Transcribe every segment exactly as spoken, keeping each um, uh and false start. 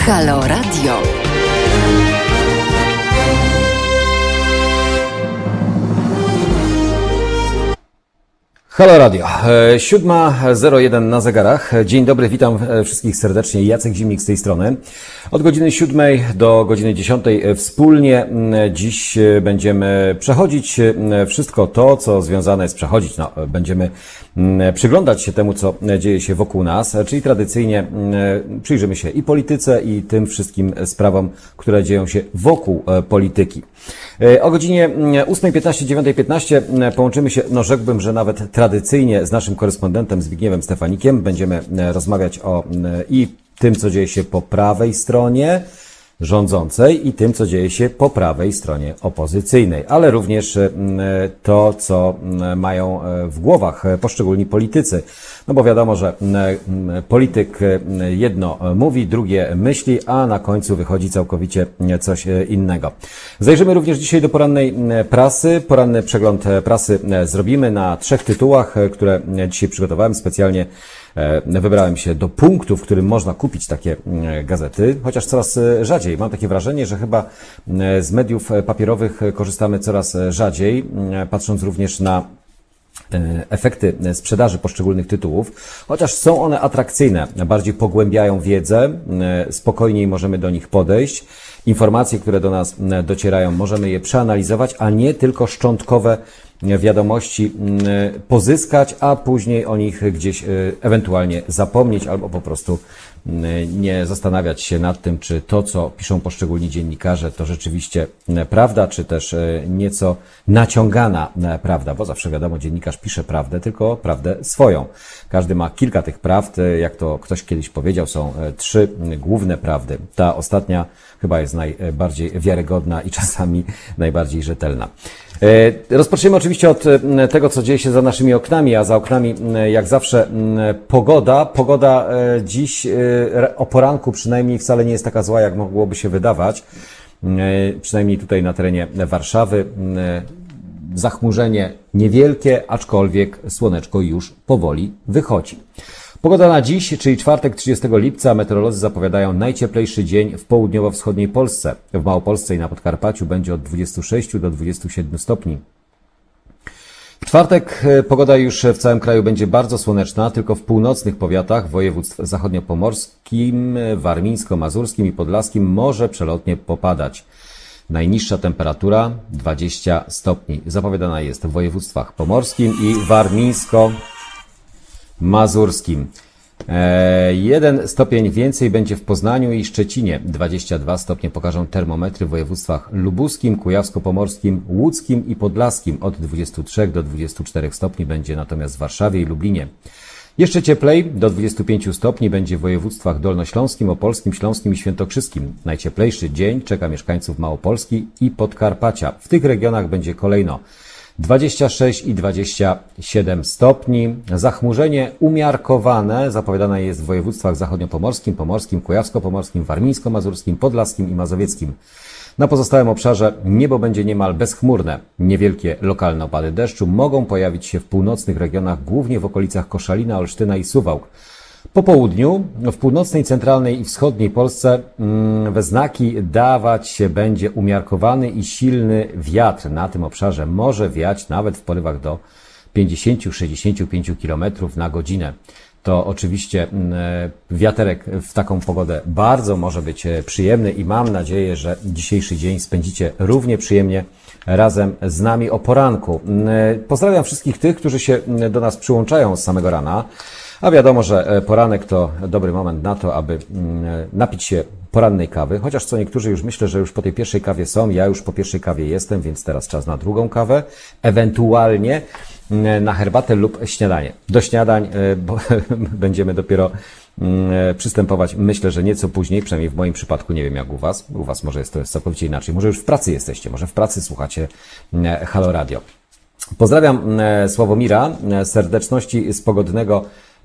Halo Radio. Halo Radio, siódma zero jeden na zegarach. Dzień dobry, witam wszystkich serdecznie. Jacek Zimnik z tej strony. Od godziny siódmej do godziny dziesiątej wspólnie dziś będziemy przechodzić wszystko to, co związane jest przechodzić. No, będziemy przyglądać się temu, co dzieje się wokół nas, czyli tradycyjnie przyjrzymy się i polityce, i tym wszystkim sprawom, które dzieją się wokół polityki. O godzinie ósmej piętnaście, dziewiątej piętnaście połączymy się, no rzekłbym, że nawet tradycyjnie z naszym korespondentem Zbigniewem Stefanikiem. Będziemy rozmawiać o i tym, co dzieje się po prawej stronie rządzącej i tym, co dzieje się po prawej stronie opozycyjnej, ale również to, co mają w głowach poszczególni politycy. No bo wiadomo, że polityk jedno mówi, drugie myśli, a na końcu wychodzi całkowicie coś innego. Zajrzymy również dzisiaj do porannej prasy. Poranny przegląd prasy zrobimy na trzech tytułach, które dzisiaj przygotowałem specjalnie. Wybrałem się do punktu, w którym można kupić takie gazety, chociaż coraz rzadziej. Mam takie wrażenie, że chyba z mediów papierowych korzystamy coraz rzadziej, patrząc również na efekty sprzedaży poszczególnych tytułów, chociaż są one atrakcyjne, bardziej pogłębiają wiedzę, spokojniej możemy do nich podejść. Informacje, które do nas docierają, możemy je przeanalizować, a nie tylko szczątkowe wiadomości pozyskać, a później o nich gdzieś ewentualnie zapomnieć albo po prostu nie zastanawiać się nad tym, czy to, co piszą poszczególni dziennikarze, to rzeczywiście prawda, czy też nieco naciągana prawda, bo zawsze wiadomo, dziennikarz pisze prawdę, tylko prawdę swoją. Każdy ma kilka tych prawd, jak to ktoś kiedyś powiedział, są trzy główne prawdy. Ta ostatnia chyba jest najbardziej wiarygodna i czasami najbardziej rzetelna. Rozpoczniemy oczywiście od tego, co dzieje się za naszymi oknami, a za oknami jak zawsze pogoda. Pogoda dziś o poranku przynajmniej wcale nie jest taka zła, jak mogłoby się wydawać. Przynajmniej tutaj na terenie Warszawy. Zachmurzenie niewielkie, aczkolwiek słoneczko już powoli wychodzi. Pogoda na dziś, czyli czwartek trzydziestego lipca, meteorolodzy zapowiadają najcieplejszy dzień w południowo-wschodniej Polsce. W Małopolsce i na Podkarpaciu będzie od dwudziestu sześciu do dwudziestu siedmiu stopni. W czwartek pogoda już w całym kraju będzie bardzo słoneczna, tylko w północnych powiatach województw zachodniopomorskim, warmińsko-mazurskim i podlaskim może przelotnie popadać. Najniższa temperatura dwadzieścia stopni. Zapowiadana jest w województwach pomorskim i warmińsko mazurskim. Jeden stopień więcej będzie w Poznaniu i Szczecinie. dwadzieścia dwa stopnie pokażą termometry w województwach lubuskim, kujawsko-pomorskim, łódzkim i podlaskim. Od dwudziestu trzech do dwudziestu czterech stopni będzie natomiast w Warszawie i Lublinie. Jeszcze cieplej, do dwudziestu pięciu stopni będzie w województwach dolnośląskim, opolskim, śląskim i świętokrzyskim. Najcieplejszy dzień czeka mieszkańców Małopolski i Podkarpacia. W tych regionach będzie kolejno dwadzieścia sześć i dwadzieścia siedem stopni. Zachmurzenie umiarkowane zapowiadane jest w województwach zachodniopomorskim, pomorskim, kujawsko-pomorskim, warmińsko-mazurskim, podlaskim i mazowieckim. Na pozostałym obszarze niebo będzie niemal bezchmurne. Niewielkie lokalne opady deszczu mogą pojawić się w północnych regionach, głównie w okolicach Koszalina, Olsztyna i Suwałk. Po południu w północnej, centralnej i wschodniej Polsce we znaki dawać się będzie umiarkowany i silny wiatr. Na tym obszarze może wiać nawet w porywach do pięćdziesięciu do sześćdziesięciu pięciu kilometrów na godzinę. To oczywiście wiaterek w taką pogodę bardzo może być przyjemny i mam nadzieję, że dzisiejszy dzień spędzicie równie przyjemnie razem z nami o poranku. Pozdrawiam wszystkich tych, którzy się do nas przyłączają z samego rana. A wiadomo, że poranek to dobry moment na to, aby napić się porannej kawy, chociaż co niektórzy już myślę, że już po tej pierwszej kawie są, ja już po pierwszej kawie jestem, więc teraz czas na drugą kawę, ewentualnie na herbatę lub śniadanie. Do śniadań bo będziemy dopiero przystępować, myślę, że nieco później, przynajmniej w moim przypadku, nie wiem jak u Was, u Was może jest to całkowicie inaczej, może już w pracy jesteście, może w pracy słuchacie Halo Radio. Pozdrawiam Sławomira, serdeczności z pogodnego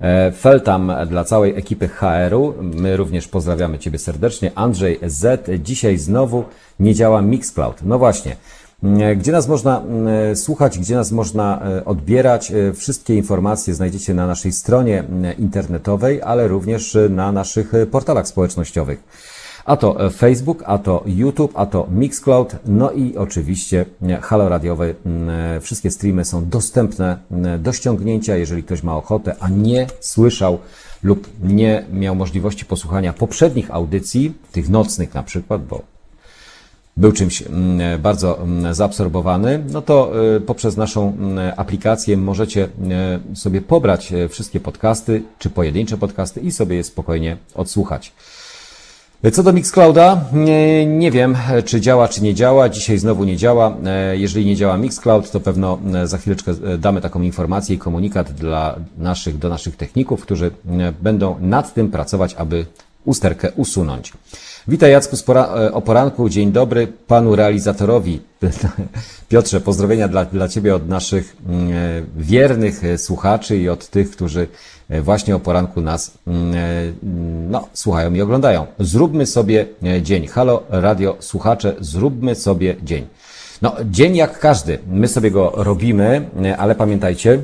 Feltham dla całej ekipy H R-u. My również pozdrawiamy Ciebie serdecznie. Andrzej Z. Dzisiaj znowu nie działa Mixcloud. No właśnie. Gdzie nas można słuchać, gdzie nas można odbierać. Wszystkie informacje znajdziecie na naszej stronie internetowej, ale również na naszych portalach społecznościowych. A to Facebook, a to YouTube, a to Mixcloud, no i oczywiście Halo Radiowe. Wszystkie streamy są dostępne do ściągnięcia, jeżeli ktoś ma ochotę, a nie słyszał lub nie miał możliwości posłuchania poprzednich audycji, tych nocnych na przykład, bo był czymś bardzo zaabsorbowany, no to poprzez naszą aplikację możecie sobie pobrać wszystkie podcasty, czy pojedyncze podcasty i sobie je spokojnie odsłuchać. Co do Mixclouda, nie, nie wiem, czy działa, czy nie działa. Dzisiaj znowu nie działa. Jeżeli nie działa Mixcloud, to pewno za chwileczkę damy taką informację i komunikat dla naszych, do naszych techników, którzy będą nad tym pracować, aby usterkę usunąć. Witaj Jacku z pora, o poranku, dzień dobry panu realizatorowi. Piotrze, pozdrowienia dla, dla Ciebie od naszych wiernych słuchaczy i od tych, którzy właśnie o poranku nas no, słuchają i oglądają. Zróbmy sobie dzień. Halo Radio słuchacze, zróbmy sobie dzień. No, dzień jak każdy. My sobie go robimy, ale pamiętajcie,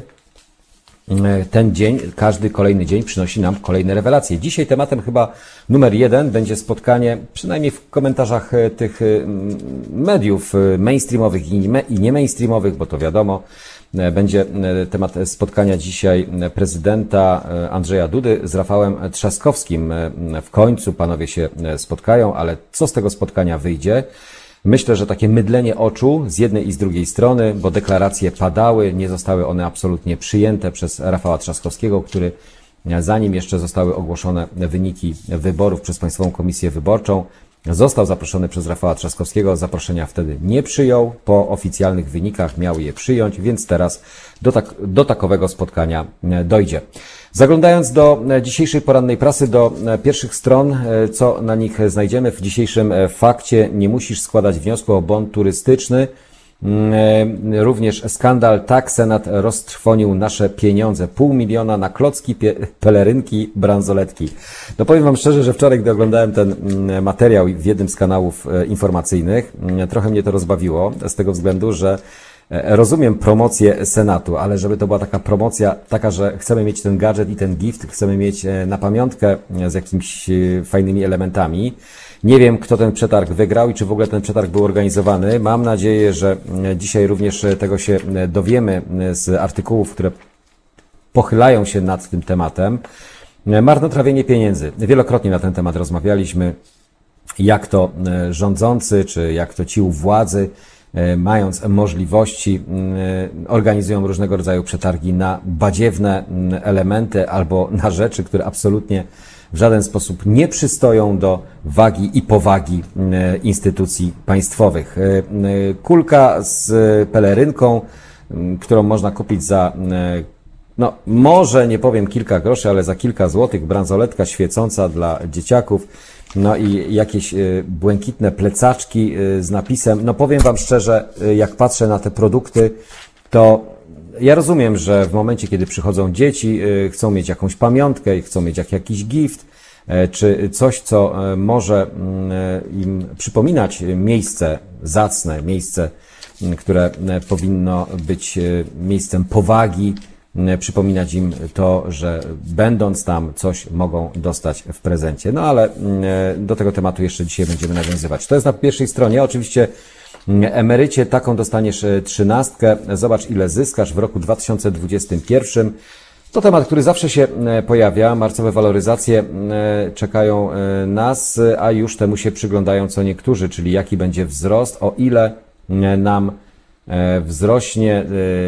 ten dzień, każdy kolejny dzień przynosi nam kolejne rewelacje. Dzisiaj tematem chyba numer jeden będzie spotkanie, przynajmniej w komentarzach tych mediów mainstreamowych i nie mainstreamowych, bo to wiadomo, będzie temat spotkania dzisiaj prezydenta Andrzeja Dudy z Rafałem Trzaskowskim. W końcu panowie się spotkają, ale co z tego spotkania wyjdzie? Myślę, że takie mydlenie oczu z jednej i z drugiej strony, bo deklaracje padały, nie zostały one absolutnie przyjęte przez Rafała Trzaskowskiego, który zanim jeszcze zostały ogłoszone wyniki wyborów przez Państwową Komisję Wyborczą, został zaproszony przez Rafała Trzaskowskiego, zaproszenia wtedy nie przyjął, po oficjalnych wynikach miał je przyjąć, więc teraz do, tak, do takowego spotkania dojdzie. Zaglądając do dzisiejszej porannej prasy, do pierwszych stron, co na nich znajdziemy w dzisiejszym fakcie, nie musisz składać wniosku o bon turystyczny. Również skandal, tak Senat roztrwonił nasze pieniądze. Pół miliona na klocki, pelerynki, bransoletki. No powiem Wam szczerze, że wczoraj, gdy oglądałem ten materiał w jednym z kanałów informacyjnych, trochę mnie to rozbawiło, z tego względu, że rozumiem promocję Senatu, ale żeby to była taka promocja, taka, że chcemy mieć ten gadżet i ten gift, chcemy mieć na pamiątkę z jakimiś fajnymi elementami. Nie wiem, kto ten przetarg wygrał i czy w ogóle ten przetarg był organizowany. Mam nadzieję, że dzisiaj również tego się dowiemy z artykułów, które pochylają się nad tym tematem. Marnotrawienie pieniędzy. Wielokrotnie na ten temat rozmawialiśmy, jak to rządzący, czy jak to ci u władzy, mając możliwości, organizują różnego rodzaju przetargi na badziewne elementy albo na rzeczy, które absolutnie w żaden sposób nie przystoją do wagi i powagi instytucji państwowych. Kulka z pelerynką, którą można kupić za, no może nie powiem kilka groszy, ale za kilka złotych, bransoletka świecąca dla dzieciaków, no i jakieś błękitne plecaczki z napisem. No powiem Wam szczerze, jak patrzę na te produkty, to ja rozumiem, że w momencie, kiedy przychodzą dzieci, chcą mieć jakąś pamiątkę i chcą mieć jak jakiś gift, czy coś, co może im przypominać miejsce zacne, miejsce, które powinno być miejscem powagi, przypominać im to, że będąc tam coś mogą dostać w prezencie. No ale do tego tematu jeszcze dzisiaj będziemy nawiązywać. To jest na pierwszej stronie. Oczywiście emerycie, taką dostaniesz trzynastkę. Zobacz, ile zyskasz w roku dwa tysiące dwudziestym pierwszym. To temat, który zawsze się pojawia. Marcowe waloryzacje czekają nas, a już temu się przyglądają co niektórzy, czyli jaki będzie wzrost, o ile nam wzrośnie,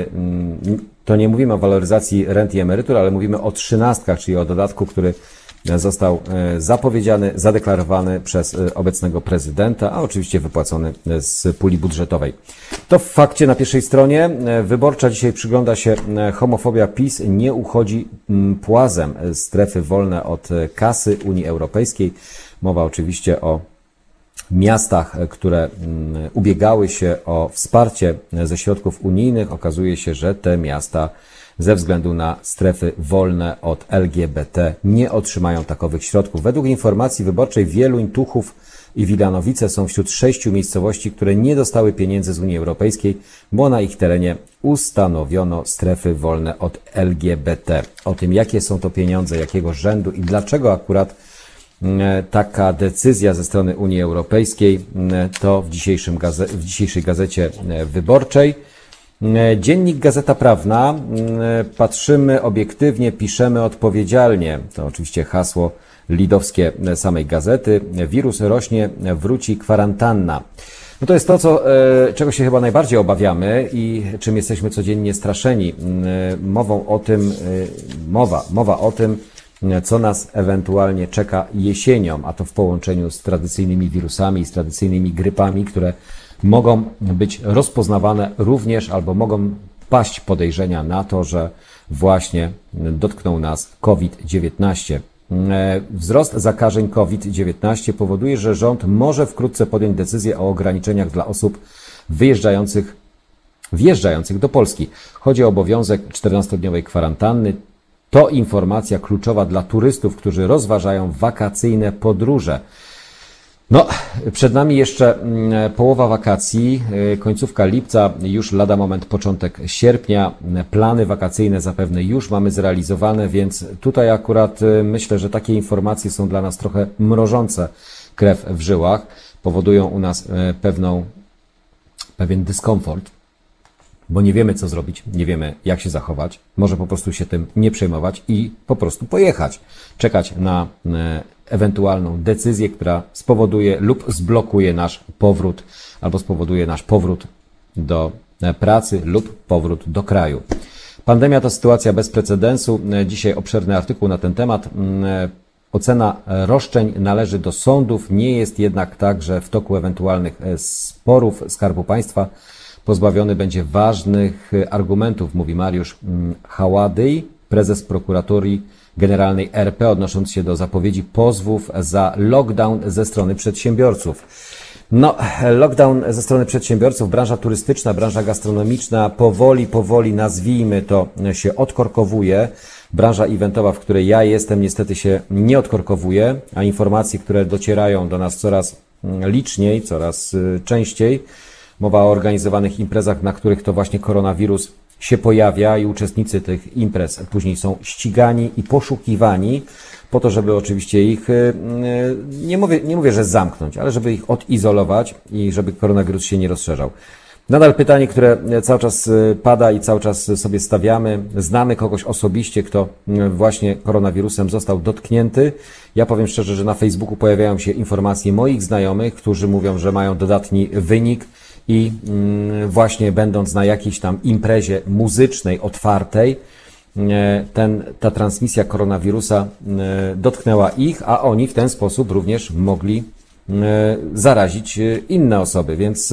to nie mówimy o waloryzacji rent i emerytur, ale mówimy o trzynastkach, czyli o dodatku, który został zapowiedziany, zadeklarowany przez obecnego prezydenta, a oczywiście wypłacony z puli budżetowej. To w fakcie na pierwszej stronie. Wyborcza dzisiaj przygląda się homofobia PiS nie uchodzi płazem. Strefy wolne od kasy Unii Europejskiej. Mowa oczywiście o miastach, które ubiegały się o wsparcie ze środków unijnych. Okazuje się, że te miasta ze względu na strefy wolne od L G B T nie otrzymają takowych środków. Według informacji wyborczej Wieluń, Tuchów i Wilanowice są wśród sześciu miejscowości, które nie dostały pieniędzy z Unii Europejskiej, bo na ich terenie ustanowiono strefy wolne od L G B T. O tym, jakie są to pieniądze, jakiego rzędu i dlaczego akurat taka decyzja ze strony Unii Europejskiej, to w, dzisiejszym gaze- w dzisiejszej Gazecie Wyborczej. Dziennik Gazeta Prawna. Patrzymy obiektywnie, piszemy odpowiedzialnie. To oczywiście hasło lidowskie samej gazety. Wirus rośnie, wróci kwarantanna. No to jest to, co, czego się chyba najbardziej obawiamy i czym jesteśmy codziennie straszeni. Mową o tym, mowa, mowa o tym, co nas ewentualnie czeka jesienią, a to w połączeniu z tradycyjnymi wirusami, z tradycyjnymi grypami, które mogą być rozpoznawane również albo mogą paść podejrzenia na to, że właśnie dotknął nas COVID dziewiętnaście. Wzrost zakażeń COVID dziewiętnaście powoduje, że rząd może wkrótce podjąć decyzję o ograniczeniach dla osób wyjeżdżających, wjeżdżających do Polski. Chodzi o obowiązek czternastodniowej kwarantanny. To informacja kluczowa dla turystów, którzy rozważają wakacyjne podróże. No, przed nami jeszcze połowa wakacji, końcówka lipca, już lada moment początek sierpnia. Plany wakacyjne zapewne już mamy zrealizowane, więc tutaj akurat myślę, że takie informacje są dla nas trochę mrożące krew w żyłach, powodują u nas pewną, pewien dyskomfort, bo nie wiemy, co zrobić, nie wiemy, jak się zachować. Może po prostu się tym nie przejmować i po prostu pojechać, czekać na ewentualną decyzję, która spowoduje lub zblokuje nasz powrót, albo spowoduje nasz powrót do pracy lub powrót do kraju. Pandemia to sytuacja bez precedensu. Dzisiaj obszerny artykuł na ten temat. Ocena roszczeń należy do sądów. Nie jest jednak tak, że w toku ewentualnych sporów Skarbu Państwa pozbawiony będzie ważnych argumentów, mówi Mariusz Haładyj, prezes Prokuratorii Generalnej R P, odnosząc się do zapowiedzi pozwów za lockdown ze strony przedsiębiorców. No, lockdown ze strony przedsiębiorców, branża turystyczna, branża gastronomiczna powoli, powoli, nazwijmy to, się odkorkowuje. Branża eventowa, w której ja jestem, niestety się nie odkorkowuje, a informacje, które docierają do nas coraz liczniej, coraz częściej, mowa o organizowanych imprezach, na których to właśnie koronawirus się pojawia i uczestnicy tych imprez później są ścigani i poszukiwani po to, żeby oczywiście ich, nie mówię, nie mówię, że zamknąć, ale żeby ich odizolować i żeby koronawirus się nie rozszerzał. Nadal pytanie, które cały czas pada i cały czas sobie stawiamy. Znamy kogoś osobiście, kto właśnie koronawirusem został dotknięty. Ja powiem szczerze, że na Facebooku pojawiają się informacje moich znajomych, którzy mówią, że mają dodatni wynik i właśnie będąc na jakiejś tam imprezie muzycznej, otwartej, ten, ta transmisja koronawirusa dotknęła ich, a oni w ten sposób również mogli zarazić inne osoby. Więc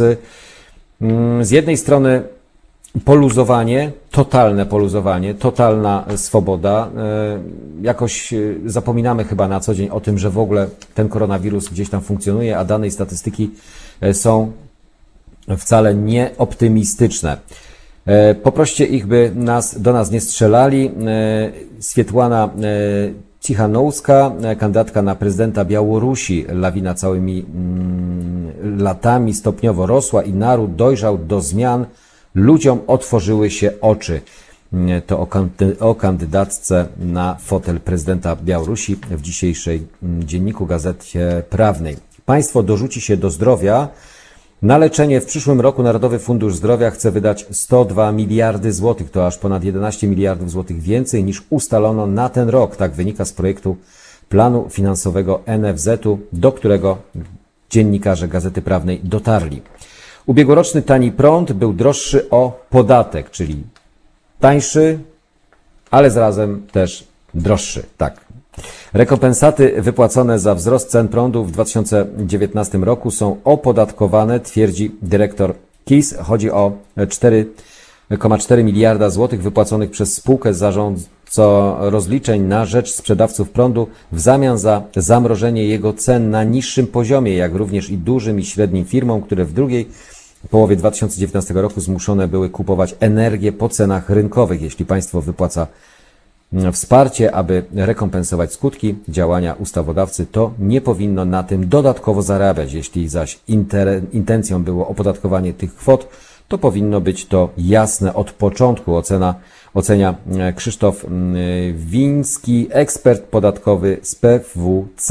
z jednej strony poluzowanie, totalne poluzowanie, totalna swoboda. Jakoś zapominamy chyba na co dzień o tym, że w ogóle ten koronawirus gdzieś tam funkcjonuje, a dane i statystyki są wcale nie optymistyczne. Poproście ich, by nas, do nas nie strzelali. Swietłana Cichanouska, kandydatka na prezydenta Białorusi. Lawina całymi mm, latami stopniowo rosła i naród dojrzał do zmian. Ludziom otworzyły się oczy. To o, o kandydatce na fotel prezydenta Białorusi w dzisiejszej dzienniku Gazecie Prawnej. Państwo dorzuci się do zdrowia. Na leczenie w przyszłym roku Narodowy Fundusz Zdrowia chce wydać sto dwa miliardy złotych. To aż ponad jedenaście miliardów złotych więcej niż ustalono na ten rok. Tak wynika z projektu planu finansowego N F Z-u, do którego dziennikarze Gazety Prawnej dotarli. Ubiegłoroczny tani prąd był droższy o podatek, czyli tańszy, ale zarazem też droższy. Tak. Rekompensaty wypłacone za wzrost cen prądu w dwa tysiące dziewiętnastym roku są opodatkowane, twierdzi dyrektor K I S. Chodzi o cztery przecinek cztery miliarda złotych wypłaconych przez spółkę zarządco rozliczeń na rzecz sprzedawców prądu w zamian za zamrożenie jego cen na niższym poziomie, jak również i dużym i średnim firmom, które w drugiej połowie dwa tysiące dziewiętnastego roku zmuszone były kupować energię po cenach rynkowych. Jeśli państwo wypłaca wsparcie, aby rekompensować skutki działania ustawodawcy, to nie powinno na tym dodatkowo zarabiać. Jeśli zaś intencją było opodatkowanie tych kwot, to powinno być to jasne od początku. Ocena, ocenia Krzysztof Wiński, ekspert podatkowy z P W C.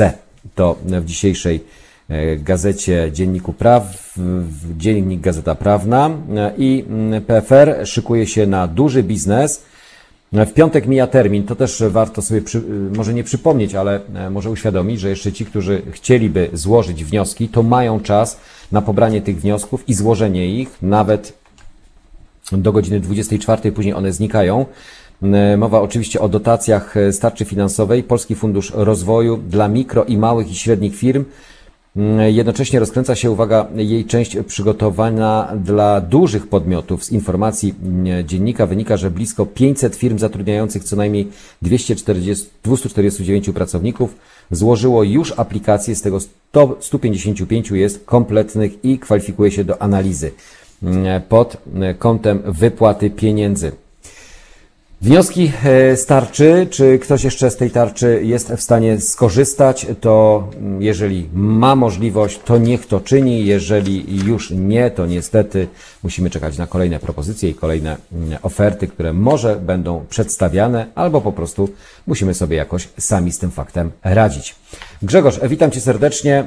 to w dzisiejszej gazecie Dzienniku Praw, Dziennik Gazeta Prawna i P F R szykuje się na duży biznes. W piątek mija termin, to też warto sobie przy, może nie przypomnieć, ale może uświadomić, że jeszcze ci, którzy chcieliby złożyć wnioski, to mają czas na pobranie tych wniosków i złożenie ich nawet do godziny dwudziestej czwartej, później one znikają. Mowa oczywiście o dotacjach z tarczy finansowej. Polski Fundusz Rozwoju dla mikro i małych i średnich firm. Jednocześnie rozkręca się, uwaga, jej część przygotowana dla dużych podmiotów. Z informacji dziennika wynika, że blisko pięćset firm zatrudniających co najmniej dwieście czterdzieści, dwieście czterdzieści dziewięć pracowników złożyło już aplikacje, z tego sto pięćdziesiąt pięć jest kompletnych i kwalifikuje się do analizy pod kątem wypłaty pieniędzy. Wnioski z tarczy, czy ktoś jeszcze z tej tarczy jest w stanie skorzystać, to jeżeli ma możliwość, to niech to czyni, jeżeli już nie, to niestety musimy czekać na kolejne propozycje i kolejne oferty, które może będą przedstawiane, albo po prostu musimy sobie jakoś sami z tym faktem radzić. Grzegorz, witam Cię serdecznie.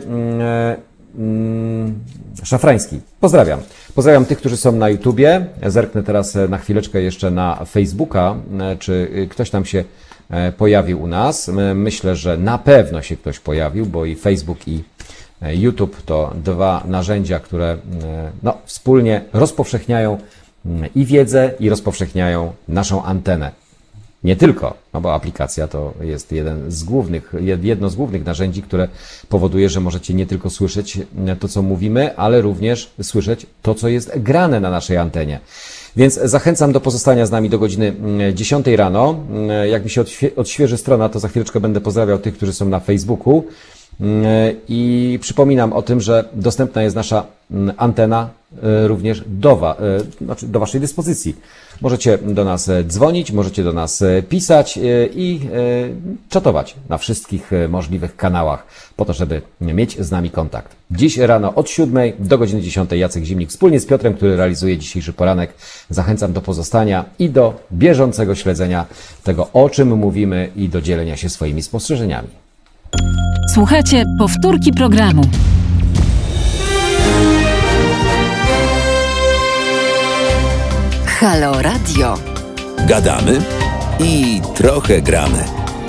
Szafrański. Pozdrawiam. Pozdrawiam tych, którzy są na YouTubie. Zerknę teraz na chwileczkę jeszcze na Facebooka, czy ktoś tam się pojawił u nas. Myślę, że na pewno się ktoś pojawił, bo i Facebook, i YouTube to dwa narzędzia, które no, wspólnie rozpowszechniają i wiedzę, i rozpowszechniają naszą antenę. Nie tylko, no bo aplikacja to jest jeden z głównych, jedno z głównych narzędzi, które powoduje, że możecie nie tylko słyszeć to, co mówimy, ale również słyszeć to, co jest grane na naszej antenie. Więc zachęcam do pozostania z nami do godziny dziesiątej rano. Jak mi się odświeży strona, to za chwileczkę będę pozdrawiał tych, którzy są na Facebooku. I przypominam o tym, że dostępna jest nasza antena również do, wa, znaczy do Waszej dyspozycji. Możecie do nas dzwonić, możecie do nas pisać i czatować na wszystkich możliwych kanałach po to, żeby mieć z nami kontakt. Dziś rano od siódmej do godziny dziesiątej Jacek Zimnik wspólnie z Piotrem, który realizuje dzisiejszy poranek. Zachęcam do pozostania i do bieżącego śledzenia tego, o czym mówimy i do dzielenia się swoimi spostrzeżeniami. Słuchajcie powtórki programu. Halo Radio. Gadamy i trochę gramy.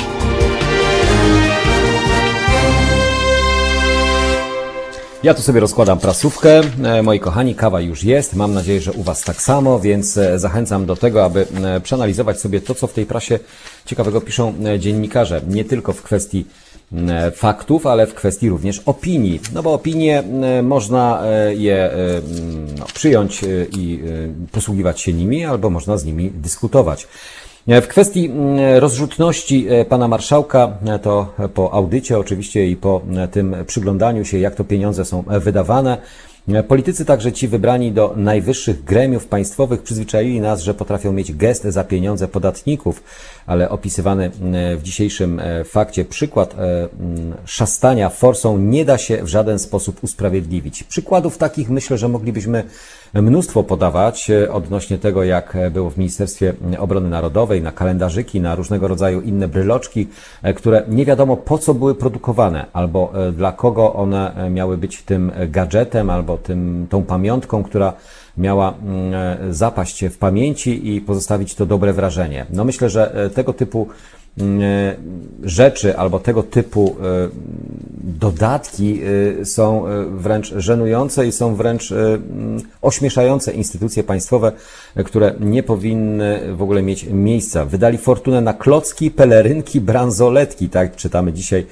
Ja tu sobie rozkładam prasówkę. Moi kochani, kawa już jest. Mam nadzieję, że u Was tak samo, więc zachęcam do tego, aby przeanalizować sobie to, co w tej prasie ciekawego piszą dziennikarze. Nie tylko w kwestii faktów, ale w kwestii również opinii. No bo opinie można je no, przyjąć i posługiwać się nimi, albo można z nimi dyskutować. W kwestii rozrzutności pana marszałka, to po audycie oczywiście i po tym przyglądaniu się, jak to pieniądze są wydawane, politycy, także ci wybrani do najwyższych gremiów państwowych, przyzwyczaili nas, że potrafią mieć gest za pieniądze podatników, ale opisywany w dzisiejszym fakcie przykład szastania forsą nie da się w żaden sposób usprawiedliwić. Przykładów takich myślę, że moglibyśmy mnóstwo podawać odnośnie tego, jak było w Ministerstwie Obrony Narodowej, na kalendarzyki, na różnego rodzaju inne bryloczki, które nie wiadomo po co były produkowane, albo dla kogo one miały być tym gadżetem, albo tym, tą pamiątką, która miała zapaść w pamięci i pozostawić to dobre wrażenie. No myślę, że tego typu rzeczy albo tego typu dodatki są wręcz żenujące i są wręcz ośmieszające instytucje państwowe, które nie powinny w ogóle mieć miejsca. Wydali fortunę na klocki, pelerynki, bransoletki, tak czytamy dzisiaj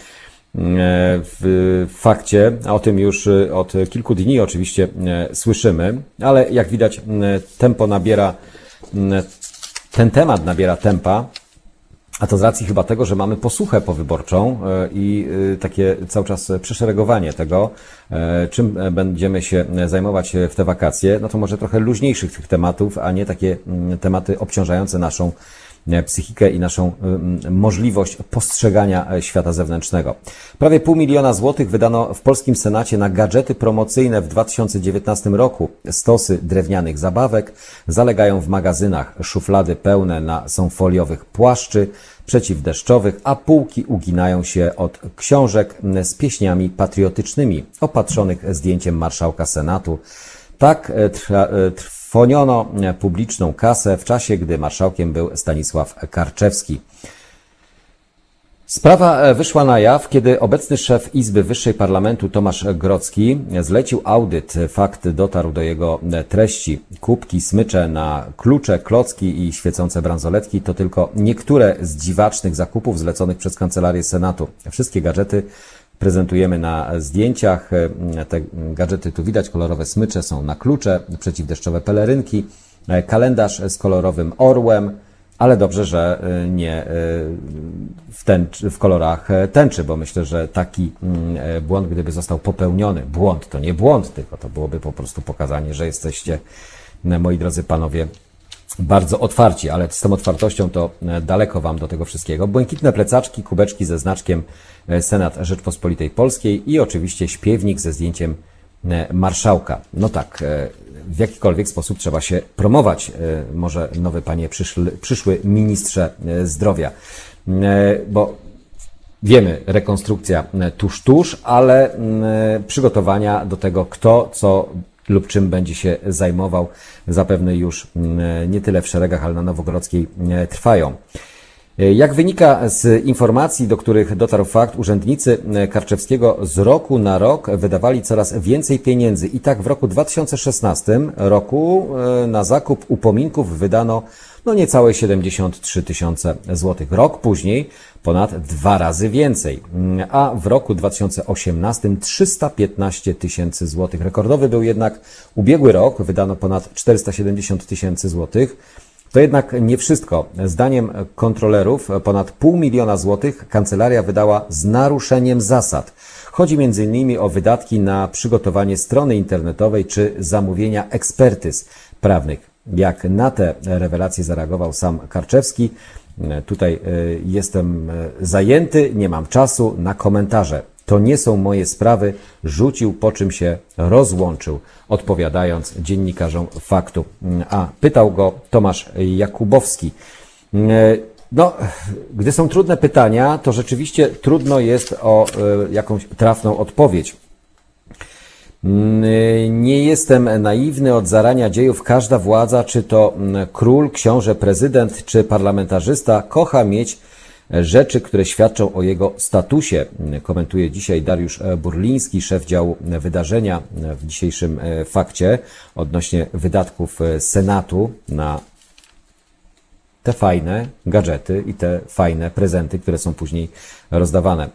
w fakcie, a o tym już od kilku dni oczywiście słyszymy, ale jak widać tempo nabiera, ten temat nabiera tempa, a to z racji chyba tego, że mamy posłuchę powyborczą i takie cały czas przeszeregowanie tego, czym będziemy się zajmować w te wakacje, no to może trochę luźniejszych tych tematów, a nie takie tematy obciążające naszą psychikę i naszą możliwość postrzegania świata zewnętrznego. Prawie pół miliona złotych wydano w polskim Senacie na gadżety promocyjne w dwa tysiące dziewiętnastym roku. Stosy drewnianych zabawek zalegają w magazynach, szuflady pełne na są foliowych płaszczy przeciwdeszczowych, a półki uginają się od książek z pieśniami patriotycznymi, opatrzonych zdjęciem marszałka Senatu. Tak trwa, trwoniono publiczną kasę w czasie, gdy marszałkiem był Stanisław Karczewski. Sprawa wyszła na jaw, kiedy obecny szef Izby Wyższej Parlamentu Tomasz Grodzki zlecił audyt. Fakt dotarł do jego treści. Kubki, smycze na klucze, klocki i świecące bransoletki to tylko niektóre z dziwacznych zakupów zleconych przez Kancelarię Senatu. Wszystkie gadżety prezentujemy na zdjęciach. Te gadżety tu widać, kolorowe smycze są na klucze, przeciwdeszczowe pelerynki, kalendarz z kolorowym orłem, ale dobrze, że nie w, tęcz, w kolorach tęczy, bo myślę, że taki błąd, gdyby został popełniony, błąd to nie błąd, tylko to byłoby po prostu pokazanie, że jesteście, moi drodzy panowie, bardzo otwarci, ale z tą otwartością to daleko wam do tego wszystkiego. Błękitne plecaczki, kubeczki ze znaczkiem Senat Rzeczpospolitej Polskiej i oczywiście śpiewnik ze zdjęciem marszałka. No tak, w jakikolwiek sposób trzeba się promować. Może nowy panie przyszły, przyszły ministrze zdrowia, bo wiemy, rekonstrukcja tuż, tuż, ale przygotowania do tego, kto, co lub czym będzie się zajmował, zapewne już nie tyle w szeregach, ale na Nowogrodzkiej trwają. Jak wynika z informacji, do których dotarł fakt, urzędnicy Karczewskiego z roku na rok wydawali coraz więcej pieniędzy. I tak w roku dwa tysiące szesnastym roku na zakup upominków wydano no niecałe siedemdziesiąt trzy tysiące złotych. Rok później ponad dwa razy więcej, a w roku dwa tysiące osiemnastym trzysta piętnaście tysięcy złotych. Rekordowy był jednak ubiegły rok, wydano ponad czterysta siedemdziesiąt tysięcy złotych. To jednak nie wszystko. Zdaniem kontrolerów ponad pół miliona złotych kancelaria wydała z naruszeniem zasad. Chodzi między innymi o wydatki na przygotowanie strony internetowej czy zamówienia ekspertyz prawnych. Jak na te rewelacje zareagował sam Karczewski? Tutaj jestem zajęty, nie mam czasu na komentarze. To nie są moje sprawy, rzucił, po czym się rozłączył, odpowiadając dziennikarzom Faktu. A pytał go Tomasz Jakubowski. No, gdy są trudne pytania, to rzeczywiście trudno jest o jakąś trafną odpowiedź. Nie jestem naiwny, od zarania dziejów każda władza, czy to król, książę, prezydent, czy parlamentarzysta, kocha mieć rzeczy, które świadczą o jego statusie. Komentuje dzisiaj Dariusz Burliński, szef działu wydarzenia w dzisiejszym Fakcie odnośnie wydatków Senatu na te fajne gadżety i te fajne prezenty, które są później rozdawane.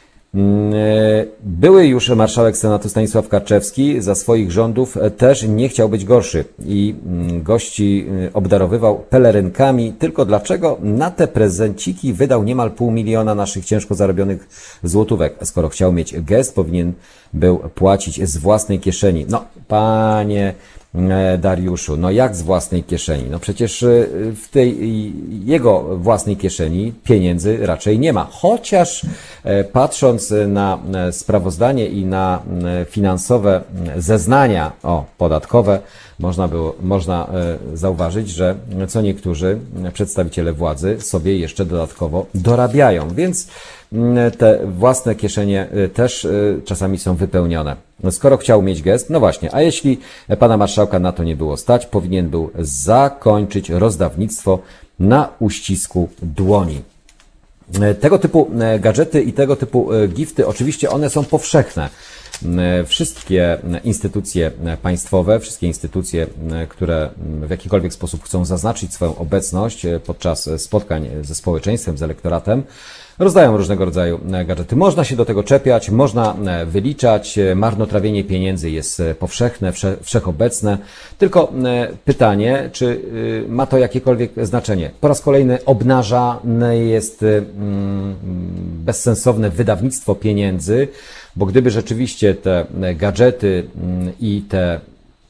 Były już marszałek Senatu Stanisław Karczewski za swoich rządów też nie chciał być gorszy i gości obdarowywał pelerynkami. Tylko dlaczego na te prezenciki wydał niemal pół miliona naszych ciężko zarobionych złotówek? Skoro chciał mieć gest, powinien był płacić z własnej kieszeni. No, panie Dariuszu, no jak z własnej kieszeni? No przecież w tej jego własnej kieszeni pieniędzy raczej nie ma. Chociaż patrząc na sprawozdanie i na finansowe zeznania o podatkowe, można było, można zauważyć, że co niektórzy przedstawiciele władzy sobie jeszcze dodatkowo dorabiają, więc te własne kieszenie też czasami są wypełnione. No skoro chciał mieć gest, no właśnie, a jeśli pana marszałka na to nie było stać, powinien był zakończyć rozdawnictwo na uścisku dłoni. Tego typu gadżety i tego typu gifty, oczywiście one są powszechne. Wszystkie instytucje państwowe, wszystkie instytucje, które w jakikolwiek sposób chcą zaznaczyć swoją obecność podczas spotkań ze społeczeństwem, z elektoratem, rozdają różnego rodzaju gadżety. Można się do tego czepiać, można wyliczać, marnotrawienie pieniędzy jest powszechne, wsze, wszechobecne. Tylko pytanie, czy ma to jakiekolwiek znaczenie? Po raz kolejny obnażane jest bezsensowne wydawnictwo pieniędzy, bo gdyby rzeczywiście te gadżety i te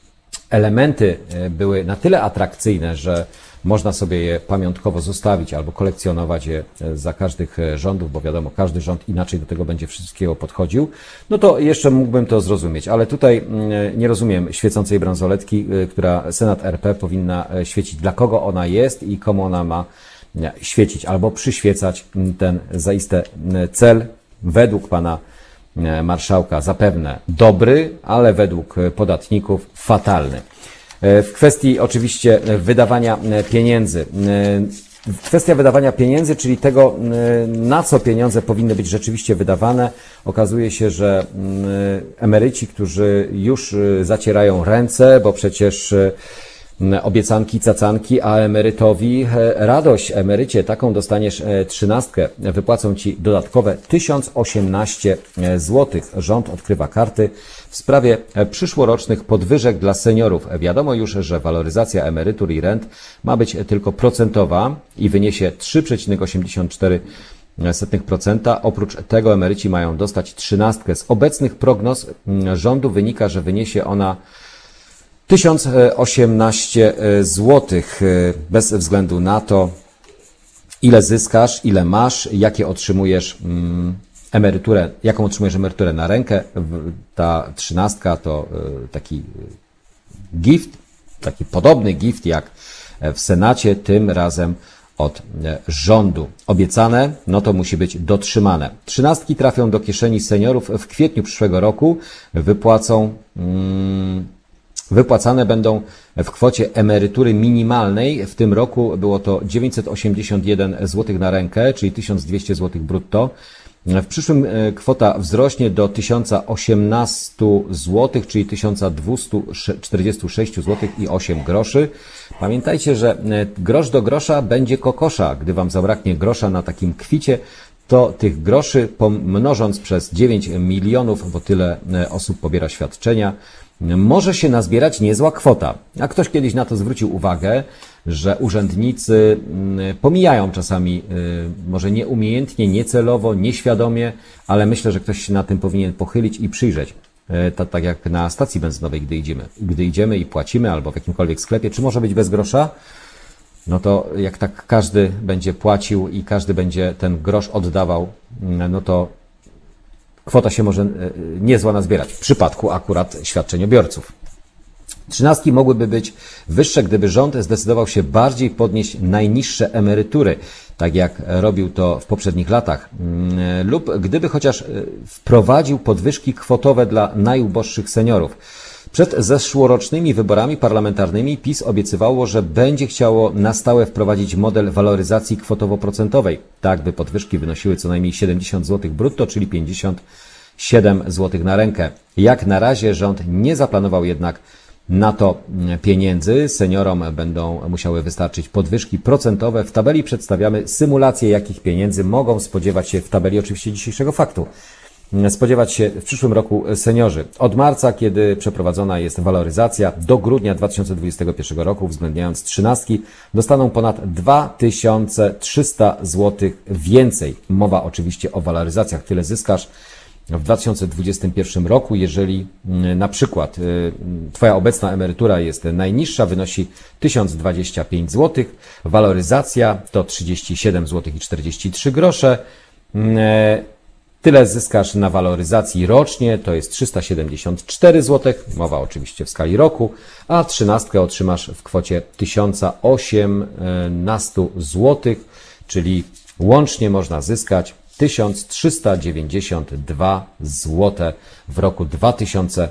elementy były na tyle atrakcyjne, że można sobie je pamiątkowo zostawić albo kolekcjonować je za każdych rządów, bo wiadomo, każdy rząd inaczej do tego będzie wszystkiego podchodził, no to jeszcze mógłbym to zrozumieć. Ale tutaj nie rozumiem świecącej bransoletki, która Senat R P powinna świecić, dla kogo ona jest i komu ona ma świecić albo przyświecać ten zaiste cel według pana marszałka zapewne dobry, ale według podatników fatalny. W kwestii oczywiście wydawania pieniędzy. Kwestia wydawania pieniędzy, czyli tego, na co pieniądze powinny być rzeczywiście wydawane. Okazuje się, że emeryci, którzy już zacierają ręce, bo przecież obiecanki, cacanki, a emerytowi radość. Emerycie, taką dostaniesz trzynastkę. Wypłacą Ci dodatkowe tysiąc osiemnaście złotych. Rząd odkrywa karty w sprawie przyszłorocznych podwyżek dla seniorów. Wiadomo już, że waloryzacja emerytur i rent ma być tylko procentowa i wyniesie trzy przecinek osiemdziesiąt cztery procent. Oprócz tego emeryci mają dostać trzynastkę. Z obecnych prognoz rządu wynika, że wyniesie ona tysiąc osiemnaście złotych, bez względu na to, ile zyskasz, ile masz, jakie otrzymujesz emeryturę, jaką otrzymujesz emeryturę na rękę. Ta trzynastka to taki gift, taki podobny gift jak w Senacie, tym razem od rządu. Obiecane, no to musi być dotrzymane. Trzynastki trafią do kieszeni seniorów w kwietniu przyszłego roku, wypłacą... Hmm, Wypłacane będą w kwocie emerytury minimalnej. W tym roku było to dziewięćset osiemdziesiąt jeden złotych na rękę, czyli tysiąc dwieście złotych brutto. W przyszłym kwota wzrośnie do tysiąc osiemnaście złotych, czyli tysiąc dwieście czterdzieści sześć złotych i osiem groszy. Pamiętajcie, że grosz do grosza będzie kokosza. Gdy Wam zabraknie grosza na takim kwicie, to tych groszy pomnożąc przez dziewięć milionów, bo tyle osób pobiera świadczenia, może się nazbierać niezła kwota. A ktoś kiedyś na to zwrócił uwagę, że urzędnicy pomijają czasami, może nieumiejętnie, niecelowo, nieświadomie, ale myślę, że ktoś się na tym powinien pochylić i przyjrzeć. Tak, tak jak na stacji benzynowej, gdy idziemy. Gdy idziemy i płacimy, albo w jakimkolwiek sklepie, czy może być bez grosza? No to jak tak każdy będzie płacił i każdy będzie ten grosz oddawał, no to kwota się może niezła nazbierać w przypadku akurat świadczeniobiorców. Trzynastki mogłyby być wyższe, gdyby rząd zdecydował się bardziej podnieść najniższe emerytury, tak jak robił to w poprzednich latach, lub gdyby chociaż wprowadził podwyżki kwotowe dla najuboższych seniorów. Przed zeszłorocznymi wyborami parlamentarnymi PiS obiecywało, że będzie chciało na stałe wprowadzić model waloryzacji kwotowo-procentowej, tak by podwyżki wynosiły co najmniej siedemdziesiąt złotych brutto, czyli pięćdziesiąt siedem złotych na rękę. Jak na razie rząd nie zaplanował jednak na to pieniędzy. Seniorom będą musiały wystarczyć podwyżki procentowe. W tabeli przedstawiamy symulację, jakich pieniędzy mogą spodziewać się w tabeli oczywiście dzisiejszego faktu. Spodziewać się w przyszłym roku seniorzy. Od marca, kiedy przeprowadzona jest waloryzacja, do grudnia dwa tysiące dwudziestego pierwszego roku, uwzględniając trzynastki, dostaną ponad dwa tysiące trzysta złotych więcej. Mowa oczywiście o waloryzacjach. Tyle zyskasz w dwa tysiące dwudziestym pierwszym roku, jeżeli na przykład Twoja obecna emerytura jest najniższa, wynosi tysiąc dwadzieścia pięć złotych, waloryzacja to trzydzieści siedem złotych i czterdzieści trzy grosze. Tyle zyskasz na waloryzacji rocznie, to jest trzysta siedemdziesiąt cztery złote, mowa oczywiście w skali roku, a trzynastkę otrzymasz w kwocie tysiąc osiemnaście złotych, czyli łącznie można zyskać tysiąc trzysta dziewięćdziesiąt dwa złote w roku dwa tysiące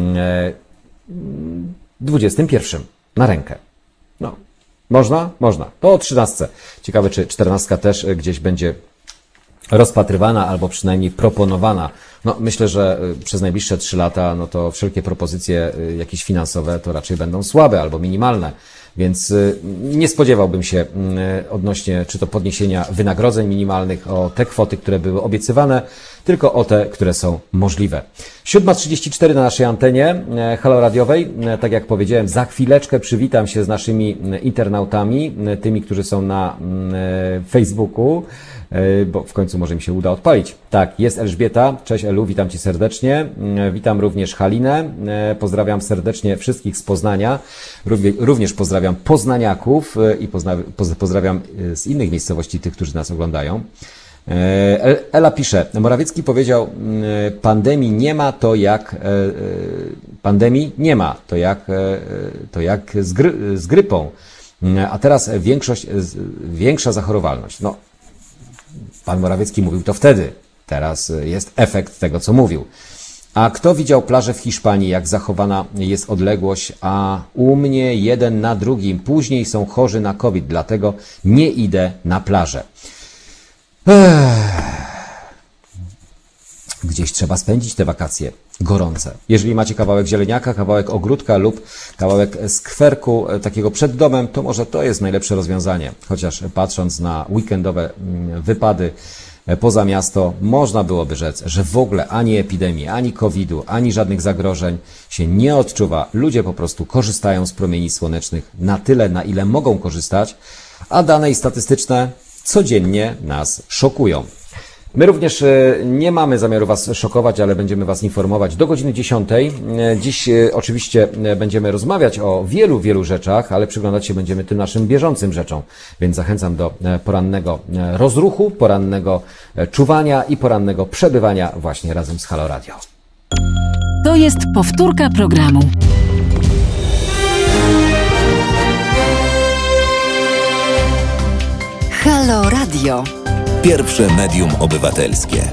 dwudziestym pierwszym na rękę. No, można? Można. To o trzynastce. Ciekawe, czy czternastka też gdzieś będzie rozpatrywana albo przynajmniej proponowana. No, myślę, że przez najbliższe trzy lata, no to wszelkie propozycje jakieś finansowe to raczej będą słabe albo minimalne. Więc nie spodziewałbym się odnośnie czy to podniesienia wynagrodzeń minimalnych o te kwoty, które były obiecywane. tylko o te, które są możliwe. siódma trzydzieści cztery na naszej antenie Halo Radiowej. Tak jak powiedziałem, za chwileczkę przywitam się z naszymi internautami, tymi, którzy są na Facebooku, bo w końcu może mi się uda odpalić. Tak, jest Elżbieta. Cześć Elu, witam Cię serdecznie. Witam również Halinę. Pozdrawiam serdecznie wszystkich z Poznania. Również pozdrawiam poznaniaków i pozdrawiam z innych miejscowości tych, którzy nas oglądają. Ela pisze, Morawiecki powiedział, pandemii nie ma, to jak pandemii nie ma, to jak, to jak z, gry, z grypą, a teraz większość, większa zachorowalność. No, pan Morawiecki mówił to wtedy, teraz jest efekt tego, co mówił. A kto widział plażę w Hiszpanii, jak zachowana jest odległość, a u mnie jeden na drugim, później są chorzy na COVID, dlatego nie idę na plażę. Gdzieś trzeba spędzić te wakacje gorące. Jeżeli macie kawałek zieleniaka, kawałek ogródka lub kawałek skwerku takiego przed domem, to może to jest najlepsze rozwiązanie. Chociaż patrząc na weekendowe wypady poza miasto, można byłoby rzec, że w ogóle ani epidemii, ani kowida, ani żadnych zagrożeń się nie odczuwa. Ludzie po prostu korzystają z promieni słonecznych na tyle, na ile mogą korzystać, a dane i statystyczne codziennie nas szokują. My również nie mamy zamiaru Was szokować, ale będziemy Was informować do godziny dziesiątej. Dziś oczywiście będziemy rozmawiać o wielu, wielu rzeczach, ale przyglądać się będziemy tym naszym bieżącym rzeczom. Więc zachęcam do porannego rozruchu, porannego czuwania i porannego przebywania właśnie razem z Halo Radio. To jest powtórka programu. Halo Radio. Pierwsze medium obywatelskie.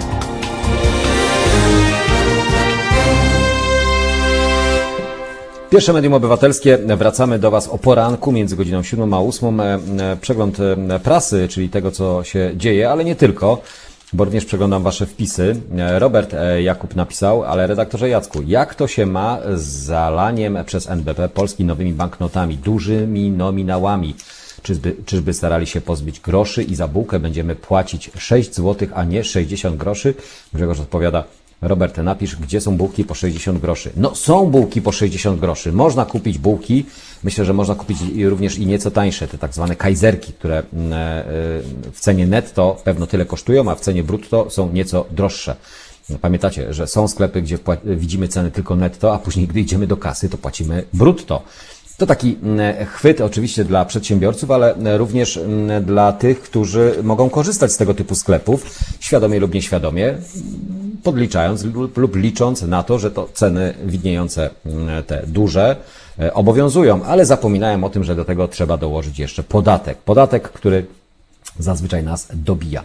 Pierwsze medium obywatelskie. Wracamy do Was o poranku między godziną siódmą a ósmą. Przegląd prasy, czyli tego, co się dzieje, ale nie tylko, bo również przeglądam Wasze wpisy. Robert Jakub napisał, ale redaktorze Jacku, jak to się ma z zalaniem przez N B P Polski nowymi banknotami, dużymi nominałami? Czyżby, czyżby starali się pozbyć groszy i za bułkę będziemy płacić sześć złotych, a nie sześćdziesiąt groszy? Grzegorz odpowiada, Robert, napisz, gdzie są bułki po sześćdziesiąt groszy. No, są bułki po sześćdziesiąt groszy. Można kupić bułki. Myślę, że można kupić również i nieco tańsze, te tak zwane kajzerki, które w cenie netto pewno tyle kosztują, a w cenie brutto są nieco droższe. Pamiętacie, że są sklepy, gdzie widzimy ceny tylko netto, a później, gdy idziemy do kasy, to płacimy brutto. To taki chwyt oczywiście dla przedsiębiorców, ale również dla tych, którzy mogą korzystać z tego typu sklepów, świadomie lub nieświadomie, podliczając lub licząc na to, że to ceny widniejące, te duże, obowiązują, ale zapominają o tym, że do tego trzeba dołożyć jeszcze podatek. Podatek, który zazwyczaj nas dobija.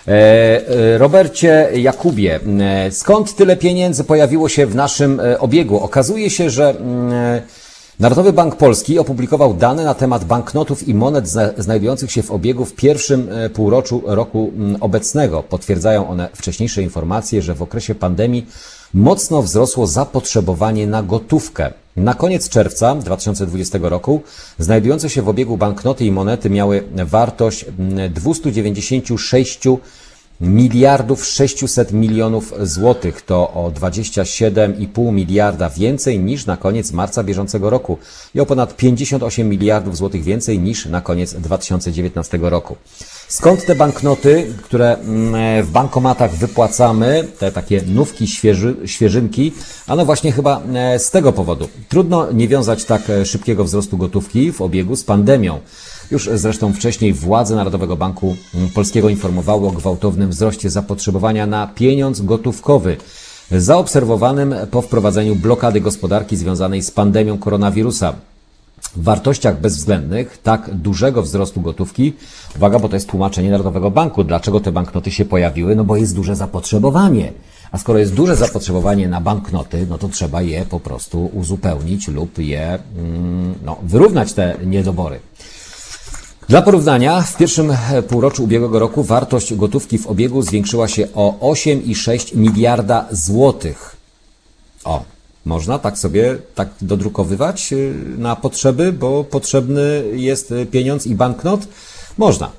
Robercie Jakubie, skąd tyle pieniędzy pojawiło się w naszym obiegu? Okazuje się, że Narodowy Bank Polski opublikował dane na temat banknotów i monet znajdujących się w obiegu w pierwszym półroczu roku obecnego. Potwierdzają one wcześniejsze informacje, że w okresie pandemii mocno wzrosło zapotrzebowanie na gotówkę. Na koniec czerwca dwa tysiące dwudziestego roku znajdujące się w obiegu banknoty i monety miały wartość dwieście dziewięćdziesiąt sześć miliardów sześćset milionów złotych. To o dwadzieścia siedem i pół miliarda więcej niż na koniec marca bieżącego roku i o ponad pięćdziesiąt osiem miliardów złotych więcej niż na koniec dwa tysiące dziewiętnastego roku. Skąd te banknoty, które w bankomatach wypłacamy, te takie nówki, świeży, świeżynki? Ano właśnie chyba z tego powodu. Trudno nie wiązać tak szybkiego wzrostu gotówki w obiegu z pandemią. Już zresztą wcześniej władze Narodowego Banku Polskiego informowały o gwałtownym wzroście zapotrzebowania na pieniądz gotówkowy, zaobserwowanym po wprowadzeniu blokady gospodarki związanej z pandemią koronawirusa. W wartościach bezwzględnych tak dużego wzrostu gotówki, uwaga, bo to jest tłumaczenie Narodowego Banku, dlaczego te banknoty się pojawiły, no bo jest duże zapotrzebowanie. A skoro jest duże zapotrzebowanie na banknoty, no to trzeba je po prostu uzupełnić lub je no, wyrównać te niedobory. Dla porównania, w pierwszym półroczu ubiegłego roku wartość gotówki w obiegu zwiększyła się o osiem i sześć miliarda złotych. O, można tak sobie tak dodrukowywać na potrzeby, bo potrzebny jest pieniądz i banknot? Można.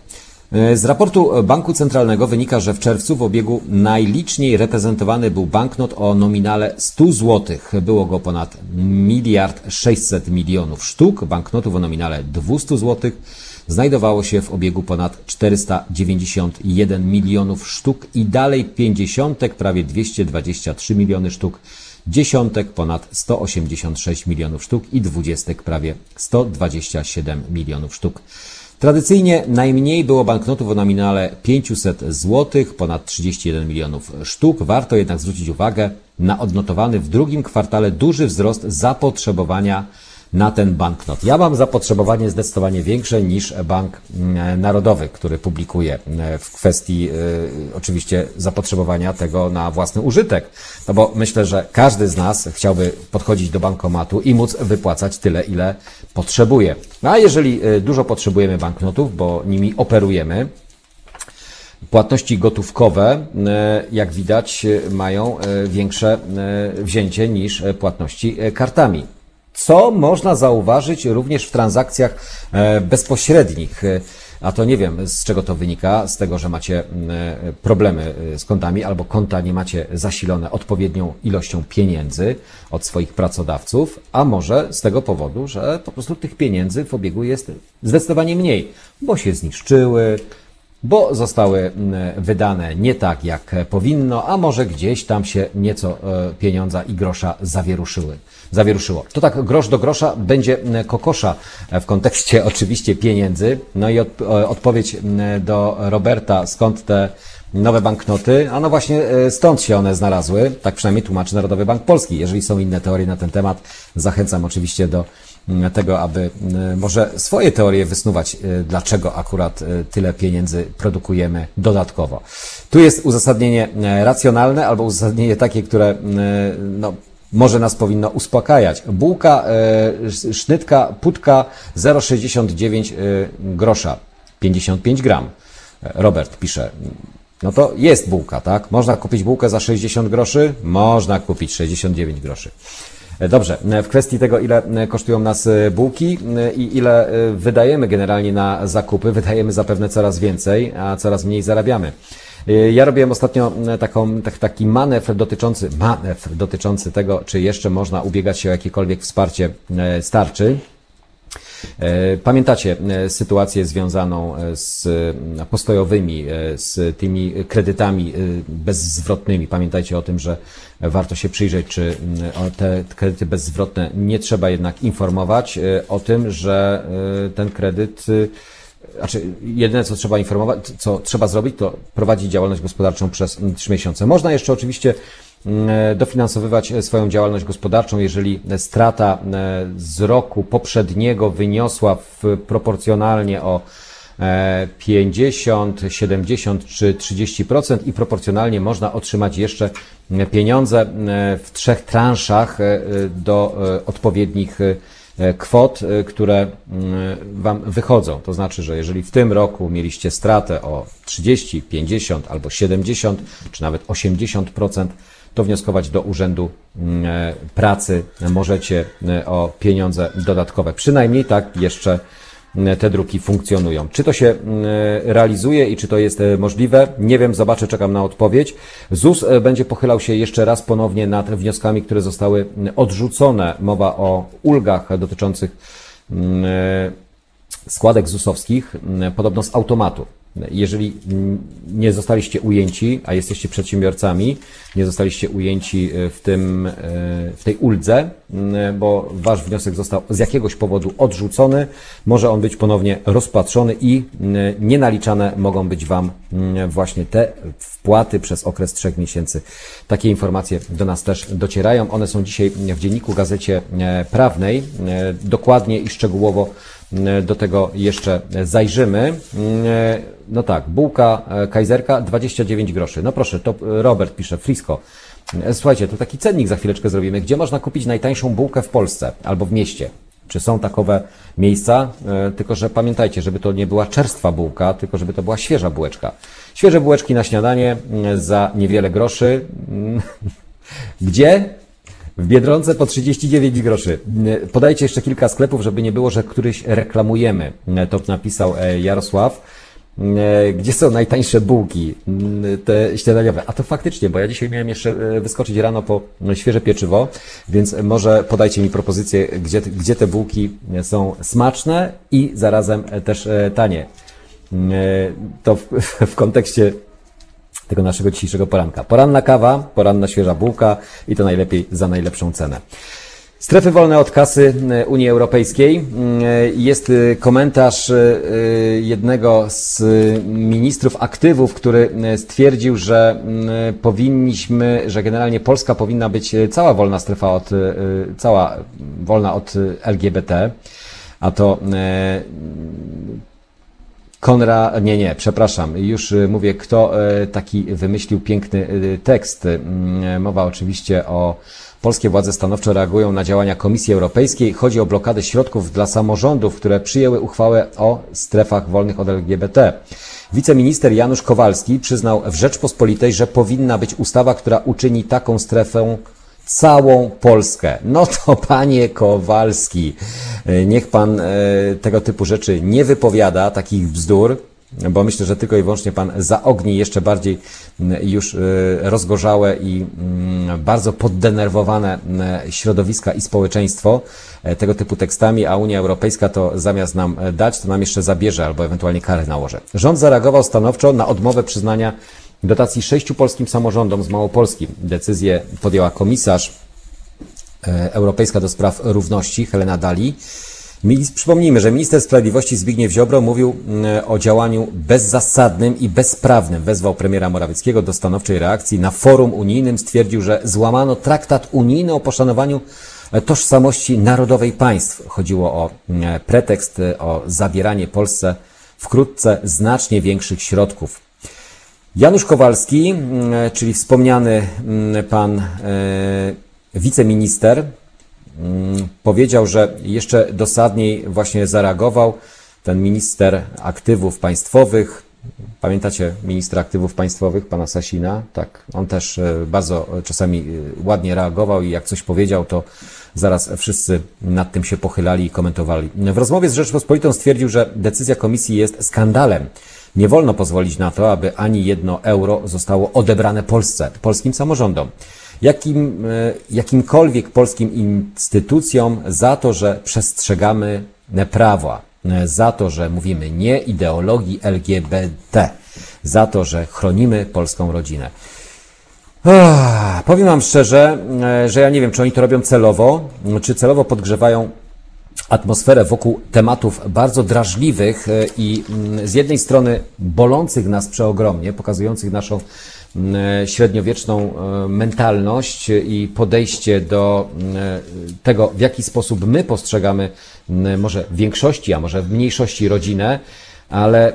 Z raportu Banku Centralnego wynika, że w czerwcu w obiegu najliczniej reprezentowany był banknot o nominale stu złotych. Było go ponad miliard sześćset milionów sztuk. Banknotów o nominale dwustu złotych znajdowało się w obiegu ponad czterysta dziewięćdziesiąt jeden milionów sztuk i dalej pięćdziesiątek, prawie dwieście dwadzieścia trzy miliony sztuk, dziesiątek ponad sto osiemdziesiąt sześć milionów sztuk i dwudziestek prawie sto dwadzieścia siedem milionów sztuk. Tradycyjnie najmniej było banknotów o nominale pięćset złotych, ponad trzydzieści jeden milionów sztuk. Warto jednak zwrócić uwagę na odnotowany w drugim kwartale duży wzrost zapotrzebowania na ten banknot. Ja mam zapotrzebowanie zdecydowanie większe niż Bank Narodowy, który publikuje w kwestii y, oczywiście zapotrzebowania tego na własny użytek. No bo myślę, że każdy z nas chciałby podchodzić do bankomatu i móc wypłacać tyle, ile potrzebuje. A jeżeli dużo potrzebujemy banknotów, bo nimi operujemy, płatności gotówkowe, jak widać, mają większe wzięcie niż płatności kartami. Co można zauważyć również w transakcjach bezpośrednich. A to nie wiem, z czego to wynika, z tego, że macie problemy z kontami albo konta nie macie zasilone odpowiednią ilością pieniędzy od swoich pracodawców, a może z tego powodu, że po prostu tych pieniędzy w obiegu jest zdecydowanie mniej, bo się zniszczyły, bo zostały wydane nie tak, jak powinno, a może gdzieś tam się nieco pieniądza i grosza zawieruszyły. zawieruszyło. To tak grosz do grosza będzie kokosza w kontekście oczywiście pieniędzy. No i od, odpowiedź do Roberta, skąd te nowe banknoty? A no właśnie stąd się one znalazły, tak przynajmniej tłumaczy Narodowy Bank Polski. Jeżeli są inne teorie na ten temat, zachęcam oczywiście do tego, aby może swoje teorie wysnuwać, dlaczego akurat tyle pieniędzy produkujemy dodatkowo. Tu jest uzasadnienie racjonalne albo uzasadnienie takie, które no, może nas powinno uspokajać. Bułka, e, sznytka, putka zero przecinek sześćdziesiąt dziewięć grosza, pięćdziesiąt pięć gram. Robert pisze, no to jest bułka, tak? Można kupić bułkę za sześćdziesiąt groszy? Można kupić sześćdziesiąt dziewięć groszy. Dobrze, w kwestii tego, ile kosztują nas bułki i ile wydajemy generalnie na zakupy, wydajemy zapewne coraz więcej, a coraz mniej zarabiamy. Ja robiłem ostatnio taką, tak, taki manewr dotyczący, manewr dotyczący tego, czy jeszcze można ubiegać się o jakiekolwiek wsparcie z tarczy. Pamiętacie sytuację związaną z postojowymi, z tymi kredytami bezzwrotnymi. Pamiętajcie o tym, że warto się przyjrzeć, czy o te kredyty bezzwrotne nie trzeba jednak informować o tym, że ten kredyt, znaczy jedyne co trzeba informować, co trzeba zrobić, to prowadzić działalność gospodarczą przez trzy miesiące. Można jeszcze oczywiście dofinansowywać swoją działalność gospodarczą, jeżeli strata z roku poprzedniego wyniosła w proporcjonalnie o pięćdziesiąt, siedemdziesiąt czy trzydzieści procent i proporcjonalnie można otrzymać jeszcze pieniądze w trzech transzach do odpowiednich kwot, które Wam wychodzą. To znaczy, że jeżeli w tym roku mieliście stratę o trzydzieści, pięćdziesiąt albo siedemdziesiąt czy nawet osiemdziesiąt procent, to wnioskować do Urzędu Pracy możecie o pieniądze dodatkowe. Przynajmniej tak jeszcze te druki funkcjonują. Czy to się realizuje i czy to jest możliwe? Nie wiem, zobaczę, czekam na odpowiedź. Z U S będzie pochylał się jeszcze raz ponownie nad wnioskami, które zostały odrzucone. Mowa o ulgach dotyczących składek Z U S-owskich, podobno z automatu. Jeżeli nie zostaliście ujęci, a jesteście przedsiębiorcami, nie zostaliście ujęci w tym, w tej uldze, bo Wasz wniosek został z jakiegoś powodu odrzucony, może on być ponownie rozpatrzony i nienaliczane mogą być Wam właśnie te wpłaty przez okres trzech miesięcy. Takie informacje do nas też docierają. One są dzisiaj w Dzienniku Gazecie Prawnej. Dokładnie i szczegółowo do tego jeszcze zajrzymy. No tak, bułka kajzerka dwadzieścia dziewięć groszy. No proszę, to Robert pisze, Frisco. Słuchajcie, tu taki cennik za chwileczkę zrobimy. Gdzie można kupić najtańszą bułkę w Polsce albo w mieście? Czy są takowe miejsca? Tylko że pamiętajcie, żeby to nie była czerstwa bułka, tylko żeby to była świeża bułeczka. Świeże bułeczki na śniadanie za niewiele groszy. Gdzie? W Biedronce po trzydzieści dziewięć groszy. Podajcie jeszcze kilka sklepów, żeby nie było, że któryś reklamujemy. To napisał Jarosław. gdzie są najtańsze bułki, te śniadaniowe. A to faktycznie, bo ja dzisiaj miałem jeszcze wyskoczyć rano po świeże pieczywo, więc może podajcie mi propozycję, gdzie, gdzie te bułki są smaczne i zarazem też tanie. To w, w kontekście tego naszego dzisiejszego poranka. Poranna kawa, poranna świeża bułka i to najlepiej za najlepszą cenę. Strefy wolne od kasy Unii Europejskiej. Jest komentarz jednego z ministrów aktywów, który stwierdził, że powinniśmy, że generalnie Polska powinna być cała wolna strefa od, cała wolna od L G B T, a to Konrad, nie, nie, przepraszam, już mówię, kto taki wymyślił piękny tekst. Mowa oczywiście o polskie władze stanowczo reagują na działania Komisji Europejskiej. Chodzi o blokadę środków dla samorządów, które przyjęły uchwałę o strefach wolnych od L G B T. Wiceminister Janusz Kowalski przyznał w Rzeczpospolitej, że powinna być ustawa, która uczyni taką strefę całą Polskę. No to panie Kowalski, niech pan tego typu rzeczy nie wypowiada, takich bzdur, bo myślę, że tylko i wyłącznie pan zaogni jeszcze bardziej już rozgorzałe i bardzo poddenerwowane środowiska i społeczeństwo tego typu tekstami, a Unia Europejska to zamiast nam dać, to nam jeszcze zabierze albo ewentualnie karę nałoży. Rząd zareagował stanowczo na odmowę przyznania dotacji sześciu polskim samorządom z Małopolski. Decyzję podjęła komisarz europejska do spraw równości Helena Dalli. Przypomnijmy, że minister sprawiedliwości Zbigniew Ziobro mówił o działaniu bezzasadnym i bezprawnym. Wezwał premiera Morawieckiego do stanowczej reakcji. Na forum unijnym stwierdził, że złamano traktat unijny o poszanowaniu tożsamości narodowej państw. Chodziło o pretekst, o zabieranie Polsce wkrótce znacznie większych środków. Janusz Kowalski, czyli wspomniany pan wiceminister, powiedział, że jeszcze dosadniej właśnie zareagował ten minister aktywów państwowych. Pamiętacie ministra aktywów państwowych, pana Sasina? Tak, on też bardzo czasami ładnie reagował i jak coś powiedział, to zaraz wszyscy nad tym się pochylali i komentowali. W rozmowie z Rzeczpospolitą stwierdził, że decyzja komisji jest skandalem. Nie wolno pozwolić na to, aby ani jedno euro zostało odebrane Polsce, polskim samorządom. Jakim, jakimkolwiek polskim instytucjom za to, że przestrzegamy prawa, za to, że mówimy nie ideologii L G B T, za to, że chronimy polską rodzinę. Ach, powiem wam szczerze, że ja nie wiem, czy oni to robią celowo, czy celowo podgrzewają atmosferę wokół tematów bardzo drażliwych i z jednej strony bolących nas przeogromnie, pokazujących naszą średniowieczną mentalność i podejście do tego, w jaki sposób my postrzegamy może w większości, a może w mniejszości rodzinę, ale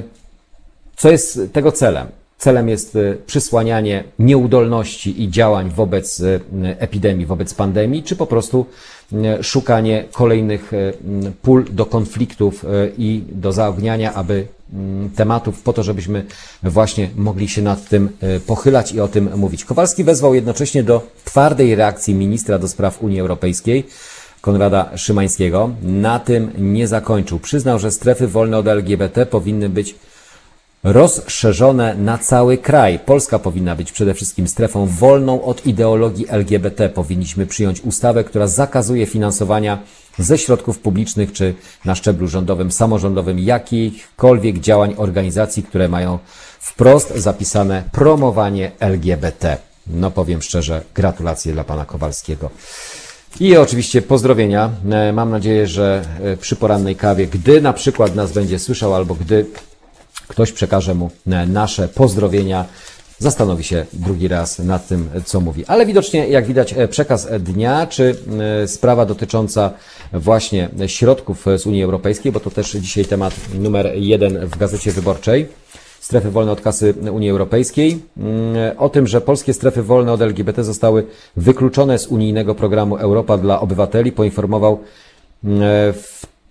co jest tego celem? Celem jest przysłanianie nieudolności i działań wobec epidemii, wobec pandemii, czy po prostu szukanie kolejnych pól do konfliktów i do zaogniania, aby tematów po to, żebyśmy właśnie mogli się nad tym pochylać i o tym mówić. Kowalski wezwał jednocześnie do twardej reakcji ministra do spraw Unii Europejskiej, Konrada Szymańskiego. Na tym nie zakończył. Przyznał, że strefy wolne od L G B T powinny być rozszerzone na cały kraj. Polska powinna być przede wszystkim strefą wolną od ideologii L G B T. Powinniśmy przyjąć ustawę, która zakazuje finansowania ze środków publicznych czy na szczeblu rządowym, samorządowym jakichkolwiek działań organizacji, które mają wprost zapisane promowanie L G B T. No powiem szczerze, gratulacje dla pana Kowalskiego. I oczywiście pozdrowienia. Mam nadzieję, że przy porannej kawie, gdy na przykład nas będzie słyszał albo gdy ktoś przekaże mu nasze pozdrowienia, zastanowi się drugi raz nad tym, co mówi. Ale widocznie, jak widać, przekaz dnia, czy sprawa dotycząca właśnie środków z Unii Europejskiej, bo to też dzisiaj temat numer jeden w Gazecie Wyborczej. Strefy wolne od kasy Unii Europejskiej. O tym, że polskie strefy wolne od L G B T zostały wykluczone z unijnego programu Europa dla obywateli, poinformował w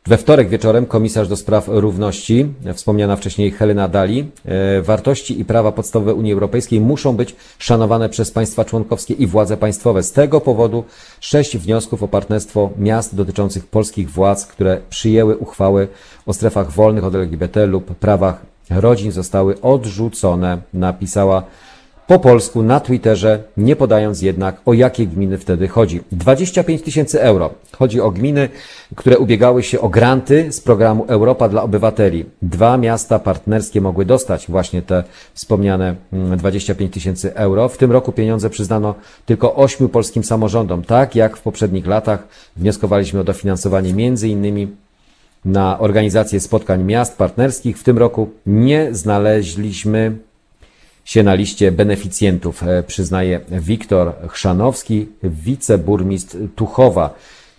We wtorek wieczorem komisarz do spraw równości, wspomniana wcześniej Helena Dalli, wartości i prawa podstawowe Unii Europejskiej muszą być szanowane przez państwa członkowskie i władze państwowe. Z tego powodu sześć wniosków o partnerstwo miast dotyczących polskich władz, które przyjęły uchwały o strefach wolnych od L G B T lub prawach rodzin, zostały odrzucone, napisała po polsku na Twitterze, nie podając jednak, o jakie gminy wtedy chodzi. dwadzieścia pięć tysięcy euro. Chodzi o gminy, które ubiegały się o granty z programu Europa dla Obywateli. Dwa miasta partnerskie mogły dostać właśnie te wspomniane dwadzieścia pięć tysięcy euro. W tym roku pieniądze przyznano tylko ośmiu polskim samorządom. Tak jak w poprzednich latach wnioskowaliśmy o dofinansowanie między innymi na organizację spotkań miast partnerskich. W tym roku nie znaleźliśmy się na liście beneficjentów, przyznaje Wiktor Chrzanowski, wiceburmistrz Tuchowa.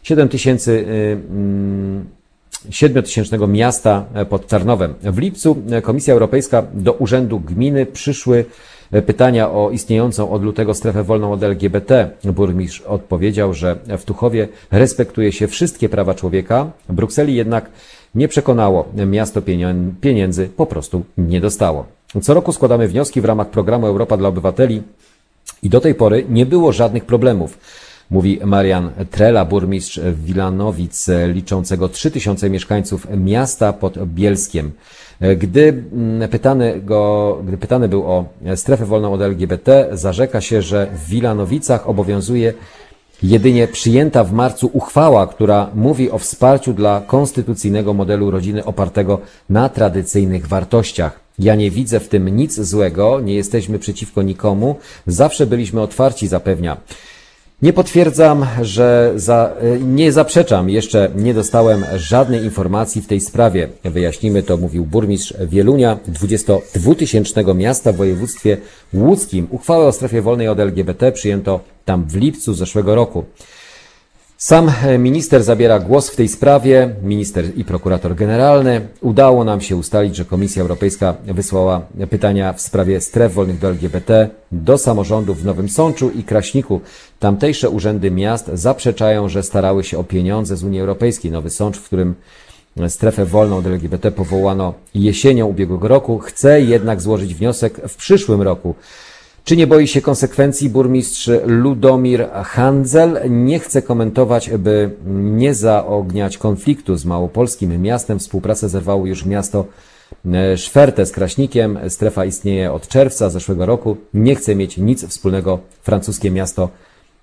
siedmiotysięcznego miasta pod Tarnowem. W lipcu Komisja Europejska do Urzędu Gminy przyszły pytania o istniejącą od lutego strefę wolną od L G B T. Burmistrz odpowiedział, że w Tuchowie respektuje się wszystkie prawa człowieka. Brukseli jednak nie przekonało. Miasto pieniędzy po prostu nie dostało. Co roku składamy wnioski w ramach programu Europa dla Obywateli i do tej pory nie było żadnych problemów, mówi Marian Trela, burmistrz Wilanowic, liczącego trzy tysiące mieszkańców miasta pod Bielskiem. Gdy pytany, go, gdy pytany był o strefę wolną od L G B T, zarzeka się, że w Wilanowicach obowiązuje jedynie przyjęta w marcu uchwała, która mówi o wsparciu dla konstytucyjnego modelu rodziny opartego na tradycyjnych wartościach. Ja nie widzę w tym nic złego, nie jesteśmy przeciwko nikomu, zawsze byliśmy otwarci, zapewnia. Nie potwierdzam, że za, nie zaprzeczam, jeszcze nie dostałem żadnej informacji w tej sprawie. Wyjaśnimy to, mówił burmistrz Wielunia, dwudziestodwutysięcznego miasta w województwie łódzkim. Uchwałę o strefie wolnej od L G B T przyjęto tam w lipcu zeszłego roku. Sam minister zabiera głos w tej sprawie, minister i prokurator generalny. Udało nam się ustalić, że Komisja Europejska wysłała pytania w sprawie stref wolnych do L G B T do samorządów w Nowym Sączu i Kraśniku. Tamtejsze urzędy miast zaprzeczają, że starały się o pieniądze z Unii Europejskiej. Nowy Sącz, w którym strefę wolną do L G B T powołano jesienią ubiegłego roku, chce jednak złożyć wniosek w przyszłym roku. Czy nie boi się konsekwencji? Burmistrz Ludomir Handzel nie chce komentować, by nie zaogniać konfliktu z małopolskim miastem. Współpracę zerwało już miasto Szwerte z Kraśnikiem. Strefa istnieje od czerwca zeszłego roku. Nie chce mieć nic wspólnego francuskie miasto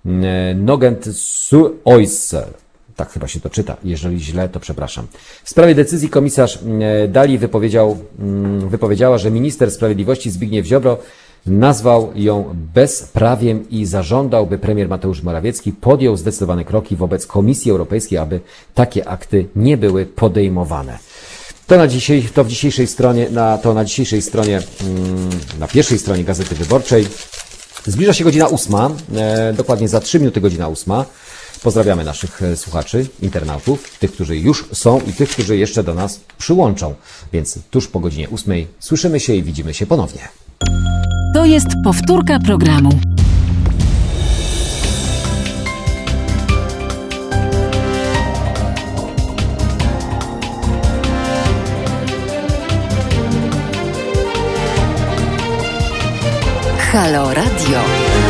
Nogent-sur-Oise. Tak chyba się to czyta. Jeżeli źle, to przepraszam. W sprawie decyzji komisarz Dalli wypowiedział, wypowiedziała, że minister sprawiedliwości Zbigniew Ziobro nazwał ją bezprawiem i zażądał, by premier Mateusz Morawiecki podjął zdecydowane kroki wobec Komisji Europejskiej, aby takie akty nie były podejmowane. To na dzisiaj, to w dzisiejszej stronie, na, to na dzisiejszej stronie, na pierwszej stronie Gazety Wyborczej. Zbliża się godzina ósma, e, dokładnie za trzy minuty godzina ósma. Pozdrawiamy naszych słuchaczy, internautów, tych, którzy już są i tych, którzy jeszcze do nas przyłączą. Więc tuż po godzinie ósmej słyszymy się i widzimy się ponownie. To jest powtórka programu. Halo Radio.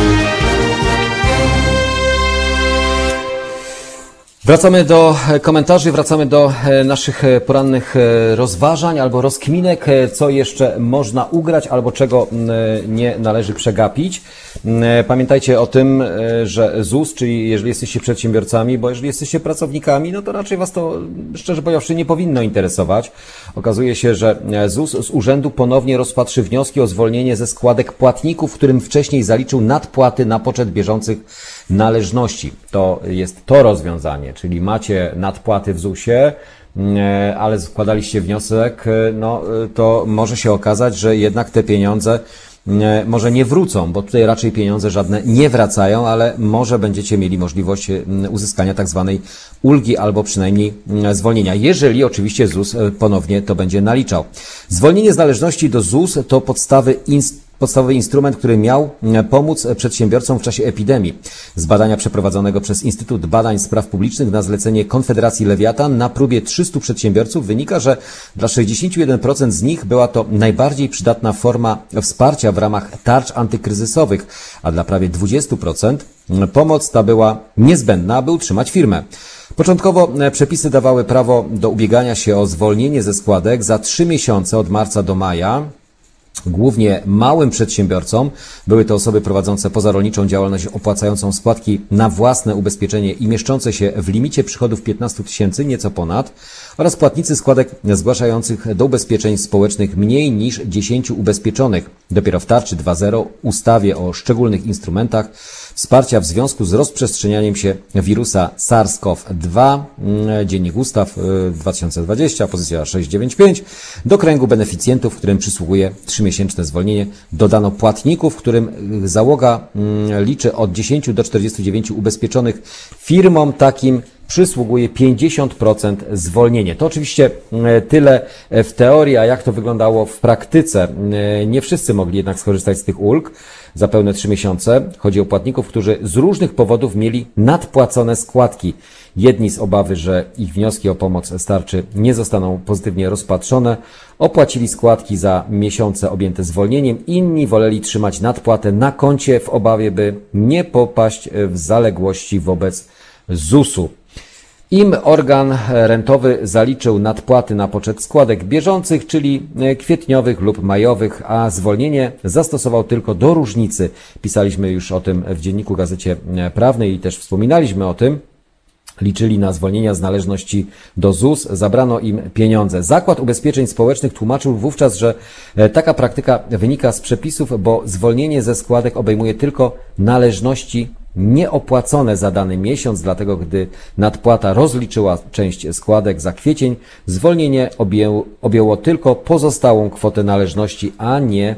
Wracamy do komentarzy, wracamy do naszych porannych rozważań albo rozkminek, co jeszcze można ugrać albo czego nie należy przegapić. Pamiętajcie o tym, że Z U S, czyli jeżeli jesteście przedsiębiorcami, bo jeżeli jesteście pracownikami, no to raczej Was to, szczerze powiedziawszy, nie powinno interesować. Okazuje się, że Z U S z urzędu ponownie rozpatrzy wnioski o zwolnienie ze składek płatników, którym wcześniej zaliczył nadpłaty na poczet bieżących należności. To jest to rozwiązanie, czyli macie nadpłaty w Z U S-ie, ale składaliście wniosek, no to może się okazać, że jednak te pieniądze może nie wrócą, bo tutaj raczej pieniądze żadne nie wracają, ale może będziecie mieli możliwość uzyskania tak zwanej ulgi albo przynajmniej zwolnienia, jeżeli oczywiście Z U S ponownie to będzie naliczał. Zwolnienie z należności do Z U S to podstawy instytucji podstawowy instrument, który miał pomóc przedsiębiorcom w czasie epidemii. Z badania przeprowadzonego przez Instytut Badań Spraw Publicznych na zlecenie Konfederacji Lewiatan na próbie trzystu przedsiębiorców wynika, że dla sześćdziesiąt jeden procent z nich była to najbardziej przydatna forma wsparcia w ramach tarcz antykryzysowych, a dla prawie dwudziestu procent pomoc ta była niezbędna, aby utrzymać firmę. Początkowo przepisy dawały prawo do ubiegania się o zwolnienie ze składek za trzy miesiące od marca do maja. Głównie małym przedsiębiorcom, były to osoby prowadzące pozarolniczą działalność opłacającą składki na własne ubezpieczenie i mieszczące się w limicie przychodów piętnaście tysięcy, nieco ponad, oraz płatnicy składek zgłaszających do ubezpieczeń społecznych mniej niż dziesięciu ubezpieczonych. Dopiero w tarczy dwa zero, ustawie o szczególnych instrumentach wsparcia w związku z rozprzestrzenianiem się wirusa SARS-CoV dwa, Dziennik Ustaw dwa tysiące dwudziesty, pozycja sześć dziewięć pięć, do kręgu beneficjentów, którym przysługuje trzymiesięczne zwolnienie, dodano płatników, którym załoga liczy od dziesięciu do czterdziestu dziewięciu ubezpieczonych. Firmom takim przysługuje pięćdziesiąt procent zwolnienie. To oczywiście tyle w teorii, a jak to wyglądało w praktyce? Nie wszyscy mogli jednak skorzystać z tych ulg za pełne trzy miesiące. Chodzi o płatników, którzy z różnych powodów mieli nadpłacone składki. Jedni z obawy, że ich wnioski o pomoc z tarczy nie zostaną pozytywnie rozpatrzone, opłacili składki za miesiące objęte zwolnieniem. Inni woleli trzymać nadpłatę na koncie w obawie, by nie popaść w zaległości wobec zusu. Im organ rentowy zaliczył nadpłaty na poczet składek bieżących, czyli kwietniowych lub majowych, a zwolnienie zastosował tylko do różnicy. Pisaliśmy już o tym w Dzienniku Gazecie Prawnej i też wspominaliśmy o tym. Liczyli na zwolnienia z należności do Z U S, zabrano im pieniądze. Zakład Ubezpieczeń Społecznych tłumaczył wówczas, że taka praktyka wynika z przepisów, bo zwolnienie ze składek obejmuje tylko należności nieopłacone za dany miesiąc, dlatego gdy nadpłata rozliczyła część składek za kwiecień, zwolnienie objęło, objęło tylko pozostałą kwotę należności, a nie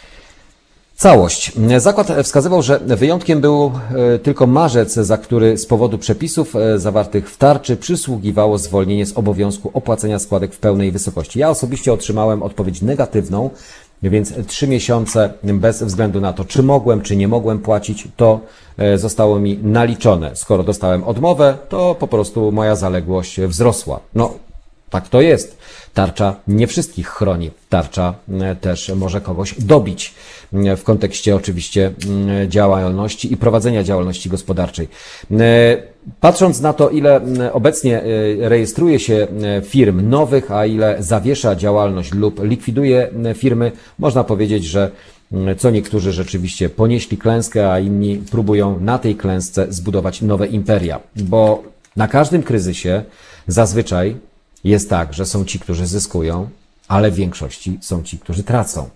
całość. Zakład wskazywał, że wyjątkiem był tylko marzec, za który z powodu przepisów zawartych w tarczy przysługiwało zwolnienie z obowiązku opłacenia składek w pełnej wysokości. Ja osobiście otrzymałem odpowiedź negatywną, więc trzy miesiące bez względu na to, czy mogłem, czy nie mogłem płacić, to zostało mi naliczone. Skoro dostałem odmowę, to po prostu moja zaległość wzrosła. No, tak to jest. Tarcza nie wszystkich chroni. Tarcza też może kogoś dobić w kontekście oczywiście działalności i prowadzenia działalności gospodarczej. Patrząc na to, ile obecnie rejestruje się firm nowych, a ile zawiesza działalność lub likwiduje firmy, można powiedzieć, że co niektórzy rzeczywiście ponieśli klęskę, a inni próbują na tej klęsce zbudować nowe imperia. Bo na każdym kryzysie zazwyczaj jest tak, że są ci, którzy zyskują, ale w większości są ci, którzy tracą.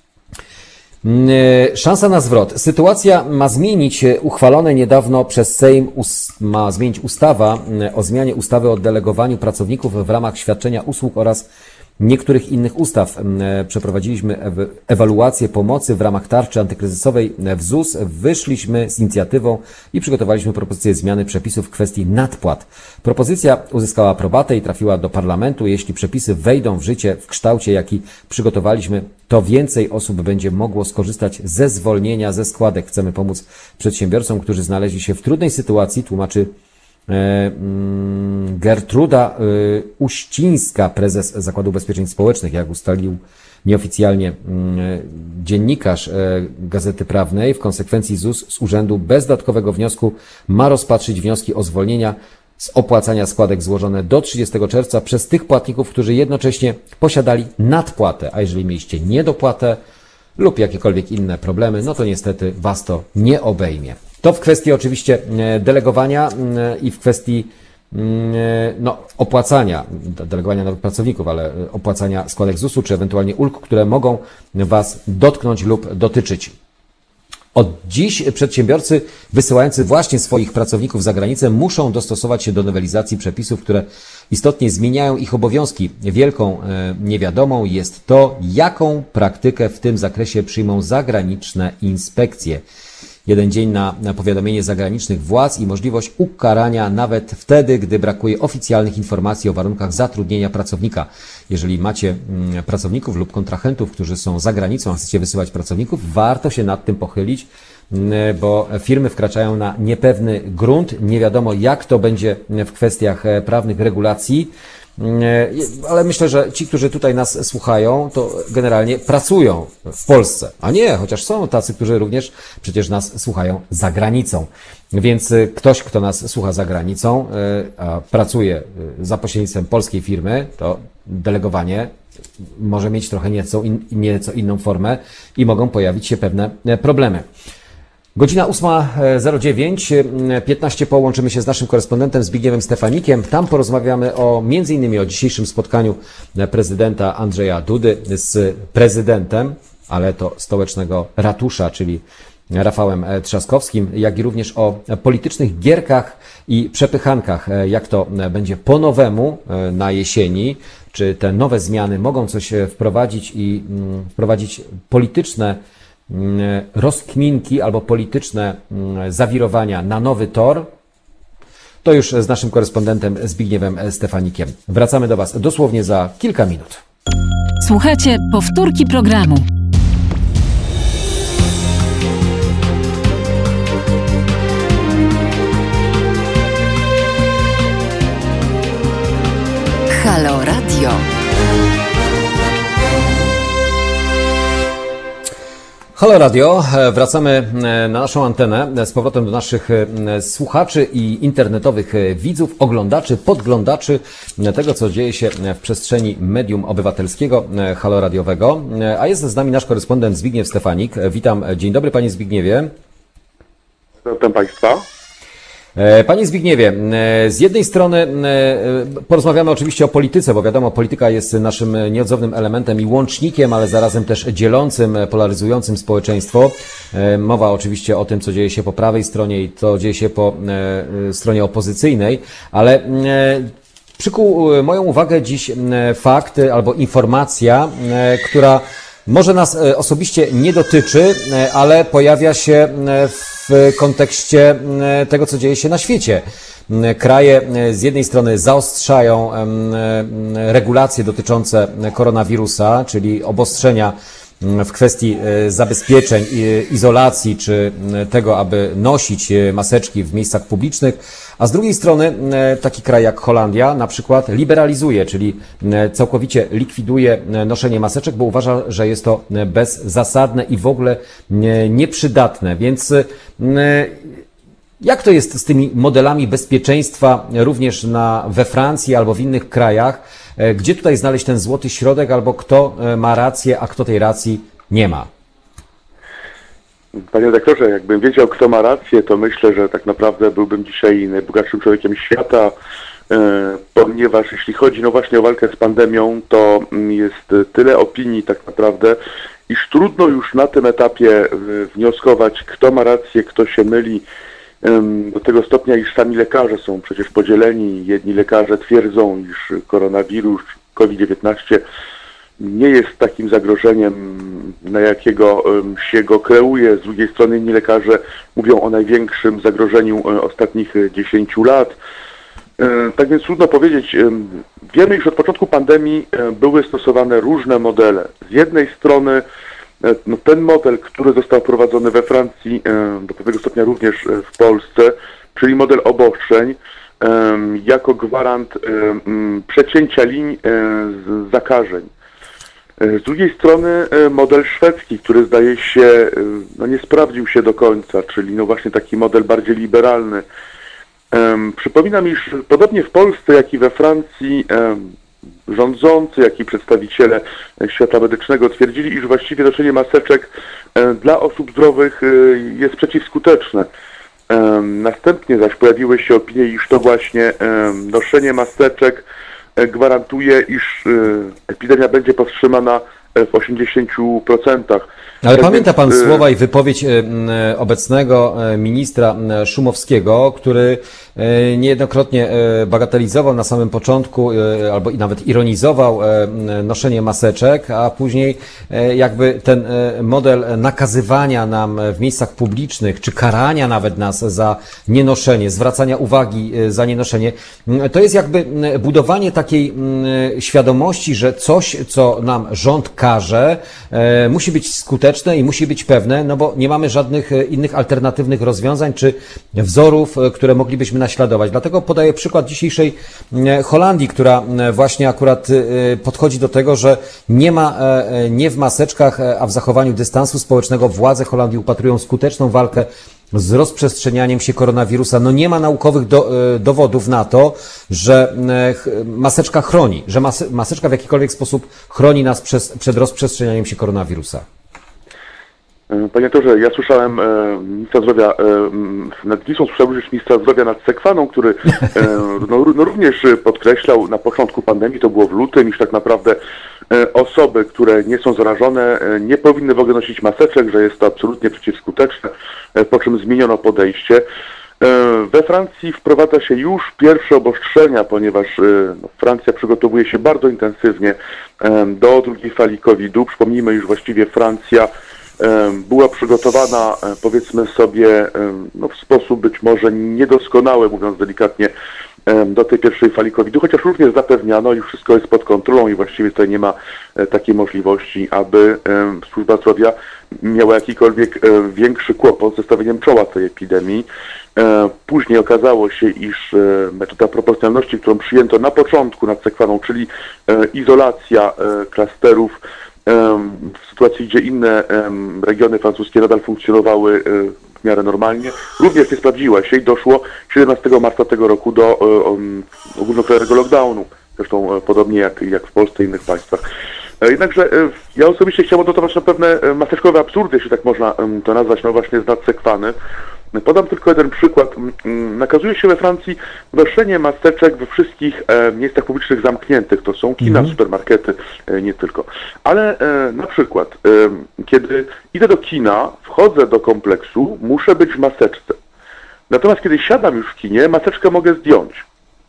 Szansa na zwrot. Sytuacja ma zmienić uchwalone niedawno przez Sejm, ma zmienić ustawa o zmianie ustawy o delegowaniu pracowników w ramach świadczenia usług oraz niektórych innych ustaw. Przeprowadziliśmy ewaluację pomocy w ramach tarczy antykryzysowej w Z U S. Wyszliśmy z inicjatywą i przygotowaliśmy propozycję zmiany przepisów w kwestii nadpłat. Propozycja uzyskała aprobatę i trafiła do parlamentu. Jeśli przepisy wejdą w życie w kształcie, jaki przygotowaliśmy, to więcej osób będzie mogło skorzystać ze zwolnienia ze składek. Chcemy pomóc przedsiębiorcom, którzy znaleźli się w trudnej sytuacji, tłumaczy Gertruda Uścińska, prezes Zakładu Ubezpieczeń Społecznych, jak ustalił nieoficjalnie dziennikarz Gazety Prawnej. W konsekwencji Z U S z urzędu bez dodatkowego wniosku ma rozpatrzyć wnioski o zwolnienia z opłacania składek złożone do trzydziestego czerwca przez tych płatników, którzy jednocześnie posiadali nadpłatę, a jeżeli mieliście niedopłatę lub jakiekolwiek inne problemy, no to niestety Was to nie obejmie. To w kwestii oczywiście delegowania i w kwestii no, opłacania, delegowania nowych pracowników, ale opłacania składek Z U S u, czy ewentualnie ulg, które mogą Was dotknąć lub dotyczyć. Od dziś przedsiębiorcy wysyłający właśnie swoich pracowników za granicę muszą dostosować się do nowelizacji przepisów, które istotnie zmieniają ich obowiązki. Wielką niewiadomą jest to, jaką praktykę w tym zakresie przyjmą zagraniczne inspekcje. jeden dzień na powiadomienie zagranicznych władz i możliwość ukarania nawet wtedy, gdy brakuje oficjalnych informacji o warunkach zatrudnienia pracownika. Jeżeli macie pracowników lub kontrahentów, którzy są za granicą, a chcecie wysyłać pracowników, warto się nad tym pochylić, bo firmy wkraczają na niepewny grunt. Nie wiadomo, jak to będzie w kwestiach prawnych regulacji, ale myślę, że ci, którzy tutaj nas słuchają, to generalnie pracują w Polsce, a nie, chociaż są tacy, którzy również przecież nas słuchają za granicą. Więc ktoś, kto nas słucha za granicą, a pracuje za pośrednictwem polskiej firmy, to delegowanie może mieć trochę nieco, in, nieco inną formę i mogą pojawić się pewne problemy. Godzina ósma zero dziewięć, piętnaście po łączymy się z naszym korespondentem Zbigniewem Stefanikiem. Tam porozmawiamy o między innymi o dzisiejszym spotkaniu prezydenta Andrzeja Dudy z prezydentem, ale to stołecznego ratusza, czyli Rafałem Trzaskowskim, jak i również o politycznych gierkach i przepychankach, jak to będzie po nowemu na jesieni, czy te nowe zmiany mogą coś wprowadzić i wprowadzić polityczne rozkminki albo polityczne zawirowania na nowy tor. To już z naszym korespondentem Zbigniewem Stefanikiem. Wracamy do Was dosłownie za kilka minut. Słuchajcie powtórki programu. Halo Radio. Halo Radio, wracamy na naszą antenę, z powrotem do naszych słuchaczy i internetowych widzów, oglądaczy, podglądaczy tego, co dzieje się w przestrzeni medium obywatelskiego, Halo Radiowego. A jest z nami nasz korespondent Zbigniew Stefanik. Witam, dzień dobry Panie Zbigniewie. Witam Państwa. Panie Zbigniewie, z jednej strony porozmawiamy oczywiście o polityce, bo wiadomo, polityka jest naszym nieodzownym elementem i łącznikiem, ale zarazem też dzielącym, polaryzującym społeczeństwo. Mowa oczywiście o tym, co dzieje się po prawej stronie i co dzieje się po stronie opozycyjnej, ale przykuł moją uwagę dziś fakt albo informacja, która może nas osobiście nie dotyczy, ale pojawia się w kontekście tego, co dzieje się na świecie. Kraje z jednej strony zaostrzają regulacje dotyczące koronawirusa, czyli obostrzenia w kwestii zabezpieczeń, izolacji, czy tego, aby nosić maseczki w miejscach publicznych, a z drugiej strony taki kraj jak Holandia na przykład liberalizuje, czyli całkowicie likwiduje noszenie maseczek, bo uważa, że jest to bezzasadne i w ogóle nieprzydatne. Więc jak to jest z tymi modelami bezpieczeństwa również na, we Francji albo w innych krajach? Gdzie tutaj znaleźć ten złoty środek, albo kto ma rację, a kto tej racji nie ma? Panie redaktorze, jakbym wiedział, kto ma rację, to myślę, że tak naprawdę byłbym dzisiaj najbogatszym człowiekiem świata, ponieważ jeśli chodzi no właśnie o walkę z pandemią, to jest tyle opinii tak naprawdę, iż trudno już na tym etapie wnioskować, kto ma rację, kto się myli. Do tego stopnia, iż sami lekarze są przecież podzieleni. Jedni lekarze twierdzą, iż koronawirus, COVID dziewiętnaście nie jest takim zagrożeniem, na jakiego się go kreuje. Z drugiej strony inni lekarze mówią o największym zagrożeniu ostatnich dziesięciu lat. Tak więc trudno powiedzieć. Wiemy, iż od początku pandemii były stosowane różne modele. Z jednej strony no, ten model, który został wprowadzony we Francji, do pewnego stopnia również w Polsce, czyli model obostrzeń, jako gwarant przecięcia linii zakażeń. Z drugiej strony model szwedzki, który zdaje się no, nie sprawdził się do końca, czyli no właśnie taki model bardziej liberalny. Przypominam, iż podobnie w Polsce, jak i we Francji, rządzący, jak i przedstawiciele świata medycznego twierdzili, iż właściwie noszenie maseczek dla osób zdrowych jest przeciwskuteczne. Następnie zaś pojawiły się opinie, iż to właśnie noszenie maseczek gwarantuje, iż epidemia będzie powstrzymana w osiemdziesięciu procentach. Ale tak pamięta pan więc, słowa i wypowiedź e, obecnego Ministra Szumowskiego, który e, niejednokrotnie e, bagatelizował na samym początku e, albo i nawet ironizował e, noszenie maseczek, a później e, jakby ten e, model nakazywania nam w miejscach publicznych, czy karania nawet nas za nienoszenie, zwracania uwagi e, za nienoszenie, m, to jest jakby m, budowanie takiej m, świadomości, że coś, co nam rząd każe, e, musi być skuteczne i musi być pewne, no bo nie mamy żadnych innych alternatywnych rozwiązań czy wzorów, które moglibyśmy naśladować. Dlatego podaję przykład dzisiejszej Holandii, która właśnie akurat podchodzi do tego, że nie ma, nie w maseczkach, a w zachowaniu dystansu społecznego władze Holandii upatrują skuteczną walkę z rozprzestrzenianiem się koronawirusa. No nie ma naukowych do, dowodów na to, że maseczka chroni, że maseczka w jakikolwiek sposób chroni nas przez, przed rozprzestrzenianiem się koronawirusa. Panie doktorze, ja słyszałem e, ministra zdrowia e, nad Wisłą, słyszałem również ministra zdrowia nad Sekwaną, który e, no, no, również podkreślał na początku pandemii, to było w lutym, iż tak naprawdę e, osoby, które nie są zarażone, e, nie powinny w ogóle nosić maseczek, że jest to absolutnie przeciwskuteczne, e, po czym zmieniono podejście. We Francji wprowadza się już pierwsze obostrzenia, ponieważ no, Francja przygotowuje się bardzo intensywnie do drugiej fali kowida. Przypomnijmy, już właściwie Francja była przygotowana, powiedzmy sobie, no, w sposób być może niedoskonały, mówiąc delikatnie, do tej pierwszej fali kowida, chociaż również zapewniano, iż wszystko jest pod kontrolą i właściwie tutaj nie ma takiej możliwości, aby służba zdrowia miała jakikolwiek większy kłopot ze stawieniem czoła tej epidemii. Później okazało się, iż metoda proporcjonalności, którą przyjęto na początku nad Sekwaną, czyli izolacja klasterów, w sytuacji, gdzie inne regiony francuskie nadal funkcjonowały w miarę normalnie, również nie sprawdziła się i doszło siedemnastego marca tego roku do ogólnokrajowego lockdownu, zresztą podobnie jak, jak w Polsce i innych państwach. Jednakże ja osobiście chciałem odnotować na pewne maseczkowe absurdy, jeśli tak można to nazwać, no właśnie z nadsekwany. Podam tylko jeden przykład. Nakazuje się we Francji noszenie maseczek we wszystkich miejscach publicznych zamkniętych. To są kina, mm-hmm. supermarkety, nie tylko. Ale na przykład, kiedy idę do kina, wchodzę do kompleksu, muszę być w maseczce. Natomiast kiedy siadam już w kinie, maseczkę mogę zdjąć.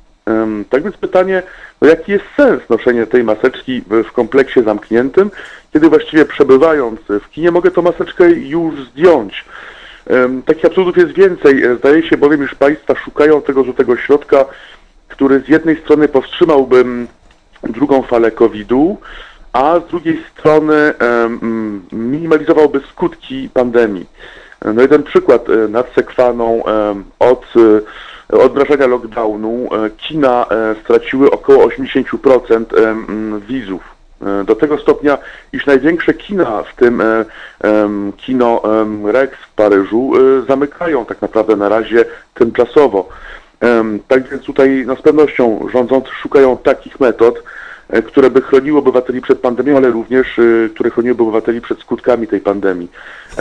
Tak więc pytanie, no jaki jest sens noszenia tej maseczki w kompleksie zamkniętym, kiedy właściwie przebywając w kinie mogę tą maseczkę już zdjąć. Takich absurdów jest więcej. Zdaje się bowiem, iż państwa szukają tego złotego środka, który z jednej strony powstrzymałby drugą falę kowidu, a z drugiej strony minimalizowałby skutki pandemii. No jeden przykład nad Sekwaną od odmrażania lockdownu kina straciły około osiemdziesiąt procent widzów. Do tego stopnia, iż największe kina, w tym kino Rex w Paryżu, zamykają tak naprawdę na razie tymczasowo. Tak więc tutaj no, z pewnością rządzący szukają takich metod, które by chroniły obywateli przed pandemią, ale również które chroniłyby obywateli przed skutkami tej pandemii.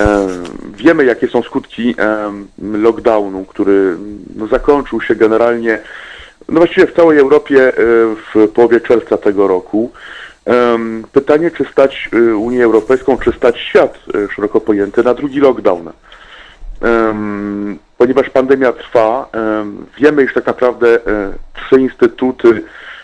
Wiemy, jakie są skutki lockdownu, który no, zakończył się generalnie no właściwie w całej Europie w połowie czerwca tego roku. Pytanie, czy stać Unię Europejską, czy stać świat szeroko pojęty na drugi lockdown. Ponieważ pandemia trwa, wiemy, iż tak naprawdę trzy instytuty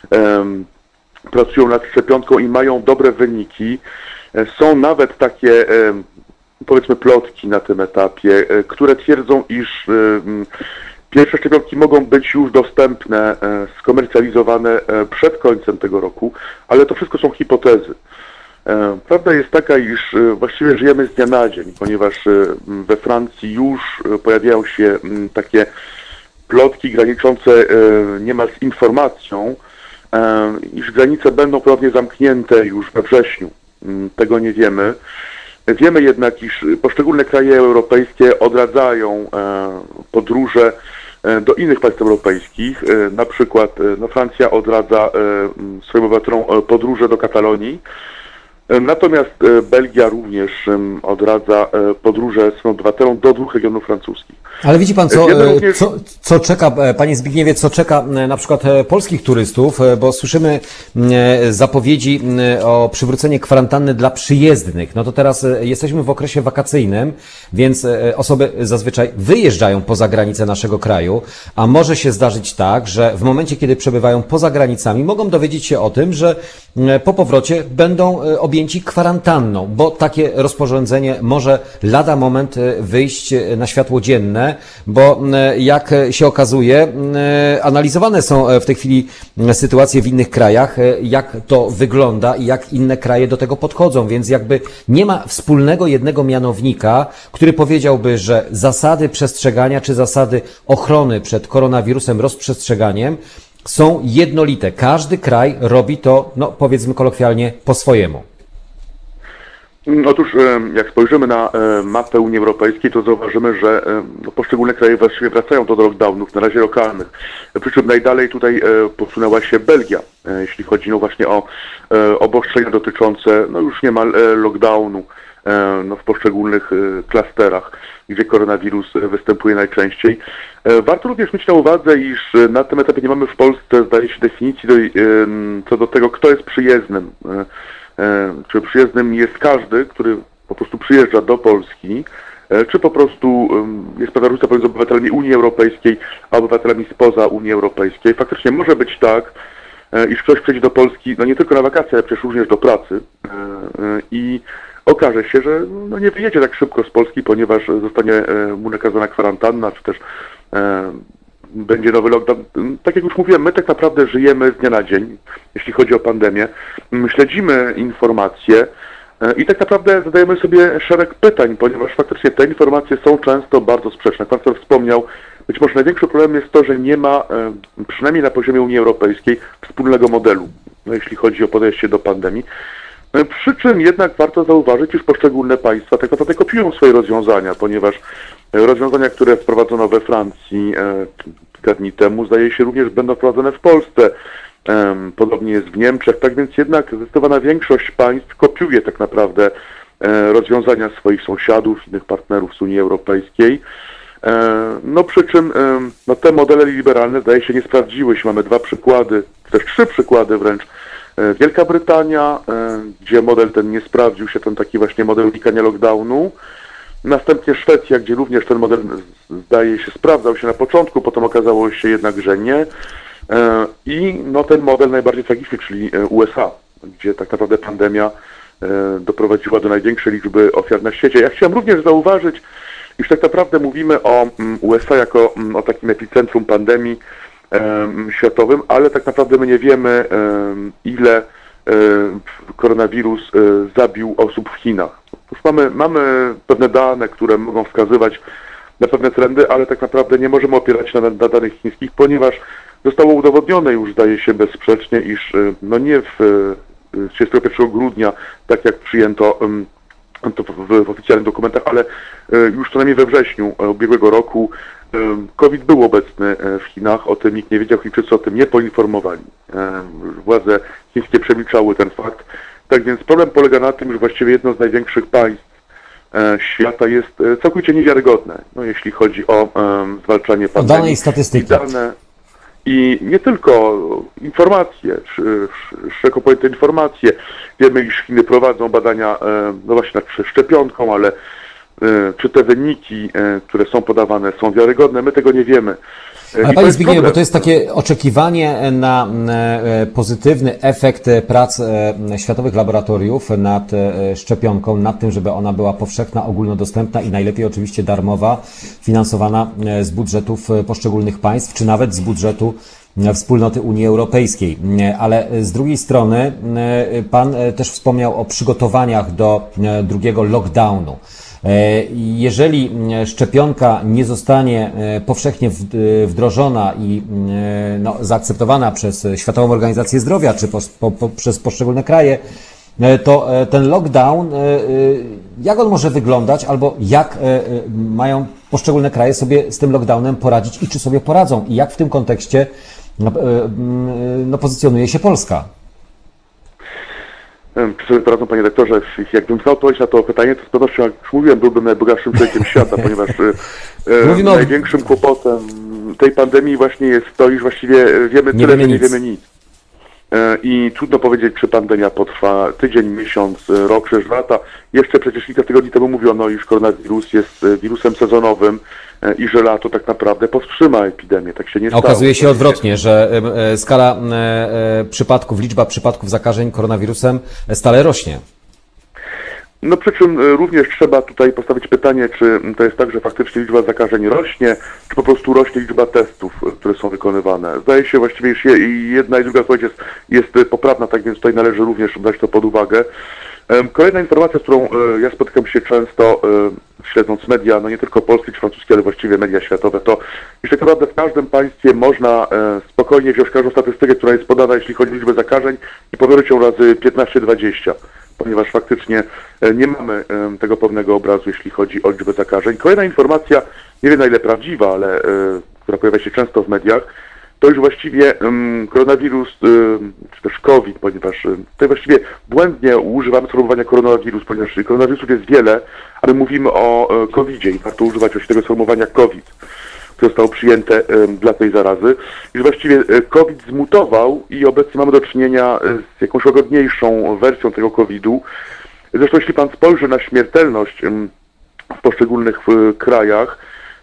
pracują nad szczepionką i mają dobre wyniki. Są nawet takie, powiedzmy, plotki na tym etapie, które twierdzą, iż pierwsze szczepionki mogą być już dostępne, skomercjalizowane przed końcem tego roku, ale to wszystko są hipotezy. Prawda jest taka, iż właściwie żyjemy z dnia na dzień, ponieważ we Francji już pojawiają się takie plotki graniczące niemal z informacją, iż granice będą prawnie zamknięte już we wrześniu. Tego nie wiemy. Wiemy jednak, iż poszczególne kraje europejskie odradzają podróże do innych państw europejskich. Na przykład no, Francja odradza swoim obywatelom podróże do Katalonii. Natomiast Belgia również odradza podróże swym obywatelom do dwóch regionów francuskich. Ale widzi pan, co, również... co, co czeka, panie Zbigniewie, co czeka na przykład polskich turystów, bo słyszymy zapowiedzi o przywrócenie kwarantanny dla przyjezdnych. No to teraz jesteśmy w okresie wakacyjnym, więc osoby zazwyczaj wyjeżdżają poza granice naszego kraju, a może się zdarzyć tak, że w momencie, kiedy przebywają poza granicami, mogą dowiedzieć się o tym, że po powrocie będą objęci kwarantanną, bo takie rozporządzenie może lada moment wyjść na światło dzienne, bo jak się okazuje, analizowane są w tej chwili sytuacje w innych krajach, jak to wygląda i jak inne kraje do tego podchodzą, więc jakby nie ma wspólnego jednego mianownika, który powiedziałby, że zasady przestrzegania czy zasady ochrony przed koronawirusem rozprzestrzeganiem są jednolite. Każdy kraj robi to, no powiedzmy kolokwialnie, po swojemu. Otóż jak spojrzymy na mapę Unii Europejskiej, to zauważymy, że poszczególne kraje właściwie wracają do lockdownów, na razie lokalnych. Przy czym najdalej tutaj posunęła się Belgia, jeśli chodzi no właśnie o obostrzenia dotyczące no już niemal lockdownu no w poszczególnych klasterach, gdzie koronawirus występuje najczęściej. Warto również mieć na uwadze, iż na tym etapie nie mamy w Polsce, zdaje się, definicji do, co do tego, kto jest przyjezdnym. Czy przyjezdnym jest każdy, który po prostu przyjeżdża do Polski, czy po prostu jest pewna różnica pomiędzy obywatelami Unii Europejskiej a obywatelami spoza Unii Europejskiej. Faktycznie może być tak, iż ktoś przyjedzie do Polski, no nie tylko na wakacje, ale przecież również do pracy i okaże się, że no nie wyjedzie tak szybko z Polski, ponieważ zostanie mu nakazana kwarantanna, czy też będzie nowy lockdown. Tak jak już mówiłem, my tak naprawdę żyjemy z dnia na dzień, jeśli chodzi o pandemię. Śledzimy informacje i tak naprawdę zadajemy sobie szereg pytań, ponieważ faktycznie te informacje są często bardzo sprzeczne. Pan to wspomniał, być może największy problem jest to, że nie ma, przynajmniej na poziomie Unii Europejskiej, wspólnego modelu, no, jeśli chodzi o podejście do pandemii. Przy czym jednak warto zauważyć, iż poszczególne państwa tak naprawdę kopiują swoje rozwiązania, ponieważ rozwiązania, które wprowadzono we Francji kilka dni temu, zdaje się również będą wprowadzone w Polsce. Podobnie jest w Niemczech, tak więc jednak zdecydowana większość państw kopiuje tak naprawdę rozwiązania swoich sąsiadów, innych partnerów z Unii Europejskiej. No przy czym no, te modele liberalne zdaje się nie sprawdziły się. Mamy dwa przykłady, też trzy przykłady wręcz. Wielka Brytania, gdzie model ten nie sprawdził się, ten taki właśnie model unikania lockdownu. Następnie Szwecja, gdzie również ten model zdaje się sprawdzał się na początku, potem okazało się jednak, że nie. I no, ten model najbardziej tragiczny, czyli U S A, gdzie tak naprawdę pandemia doprowadziła do największej liczby ofiar na świecie. Ja chciałem również zauważyć, iż tak naprawdę mówimy o U S A jako o takim epicentrum pandemii światowym, ale tak naprawdę my nie wiemy, ile koronawirus zabił osób w Chinach. Już mamy, mamy pewne dane, które mogą wskazywać na pewne trendy, ale tak naprawdę nie możemy opierać się na, na danych chińskich, ponieważ zostało udowodnione już, zdaje się bezsprzecznie, iż no nie w trzydziestego pierwszego grudnia, tak jak przyjęto to w, w oficjalnych dokumentach, ale już co najmniej we wrześniu ubiegłego roku COVID był obecny w Chinach, o tym nikt nie wiedział, Chińczycy o tym nie poinformowali. Władze chińskie przemilczały ten fakt. Tak więc problem polega na tym, że właściwie jedno z największych państw świata jest całkowicie niewiarygodne, no, jeśli chodzi o um, zwalczanie pandemii. Dane i statystyki. Dane I nie tylko informacje, szeroko pojęte informacje. Wiemy, iż Chiny prowadzą badania no właśnie nad szczepionką, ale czy te wyniki, które są podawane, są wiarygodne, my tego nie wiemy. Ale panie Zbigniewie, bo to jest takie oczekiwanie na pozytywny efekt prac światowych laboratoriów nad szczepionką, nad tym, żeby ona była powszechna, ogólnodostępna i najlepiej oczywiście darmowa, finansowana z budżetów poszczególnych państw, czy nawet z budżetu wspólnoty Unii Europejskiej. Ale z drugiej strony pan też wspomniał o przygotowaniach do drugiego lockdownu. Jeżeli szczepionka nie zostanie powszechnie wdrożona i no, zaakceptowana przez Światową Organizację Zdrowia czy po, po, po, przez poszczególne kraje, to ten lockdown, jak on może wyglądać albo jak mają poszczególne kraje sobie z tym lockdownem poradzić i czy sobie poradzą i jak w tym kontekście no, pozycjonuje się Polska? Czy sobie poradzą, panie rektorze, jakbym znał odpowiedź na to pytanie, to z pewnością, jak już mówiłem, byłbym najbogatszym człowiekiem świata, ponieważ e, największym kłopotem tej pandemii właśnie jest to, iż właściwie wiemy nie tyle, wiemy że nie nic. wiemy nic. E, I trudno powiedzieć, czy pandemia potrwa tydzień, miesiąc, rok, sześć lata. Jeszcze przecież kilka tygodni temu mówiono, iż koronawirus jest wirusem sezonowym e, i że lato tak naprawdę powstrzyma epidemię. Tak się nie stało. Okazuje się odwrotnie, że e, skala e, e, przypadków, liczba przypadków zakażeń koronawirusem stale rośnie. No przy czym również trzeba tutaj postawić pytanie, czy to jest tak, że faktycznie liczba zakażeń rośnie, czy po prostu rośnie liczba testów, które są wykonywane. Zdaje się właściwie, iż jedna i druga odpowiedź jest, jest poprawna, tak więc tutaj należy również brać to pod uwagę. Kolejna informacja, z którą ja spotykam się często, śledząc media, no nie tylko polskie czy francuskie, ale właściwie media światowe, to iż tak naprawdę w każdym państwie można spokojnie wziąć każdą statystykę, która jest podana, jeśli chodzi o liczbę zakażeń i powielić ją razy piętnaście dwadzieścia. Ponieważ faktycznie nie mamy tego pewnego obrazu, jeśli chodzi o liczbę zakażeń. Kolejna informacja, nie wiem na ile prawdziwa, ale która pojawia się często w mediach, to już właściwie koronawirus, czy też COVID, ponieważ tutaj właściwie błędnie używamy sformułowania koronawirus, ponieważ koronawirusów jest wiele, ale mówimy o kowidzie i warto używać właśnie tego sformułowania COVID, które zostało przyjęte dla tej zarazy. I właściwie COVID zmutował i obecnie mamy do czynienia z jakąś łagodniejszą wersją tego kowidu. Zresztą jeśli pan spojrzy na śmiertelność w poszczególnych krajach,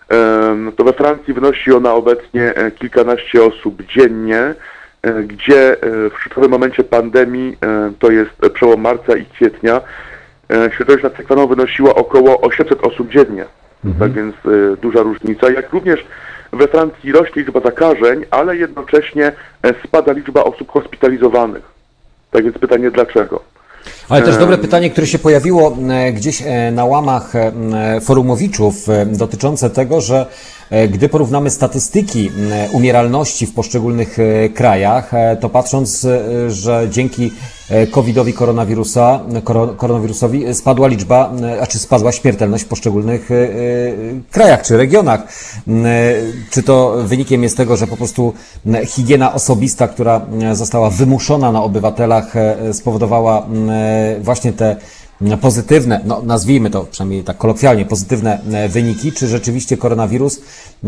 to we Francji wynosi ona obecnie kilkanaście osób dziennie, gdzie w szczytowym momencie pandemii, to jest przełom marca i kwietnia, śmiertelność nad sekwaną wynosiła około osiemset osób dziennie. Mhm. Tak więc y, duża różnica. Jak również we Francji rośnie liczba zakażeń, ale jednocześnie spada liczba osób hospitalizowanych. Tak więc pytanie dlaczego? Ale też dobre pytanie, które się pojawiło gdzieś na łamach forumowiczów dotyczące tego, że gdy porównamy statystyki umieralności w poszczególnych krajach, to patrząc, że dzięki covidowi koronawirusa, koronawirusowi spadła liczba, a czy spadła śmiertelność w poszczególnych krajach czy regionach. Czy to wynikiem jest tego, że po prostu higiena osobista, która została wymuszona na obywatelach, spowodowała właśnie te pozytywne, no nazwijmy to przynajmniej tak kolokwialnie, pozytywne wyniki, czy rzeczywiście koronawirus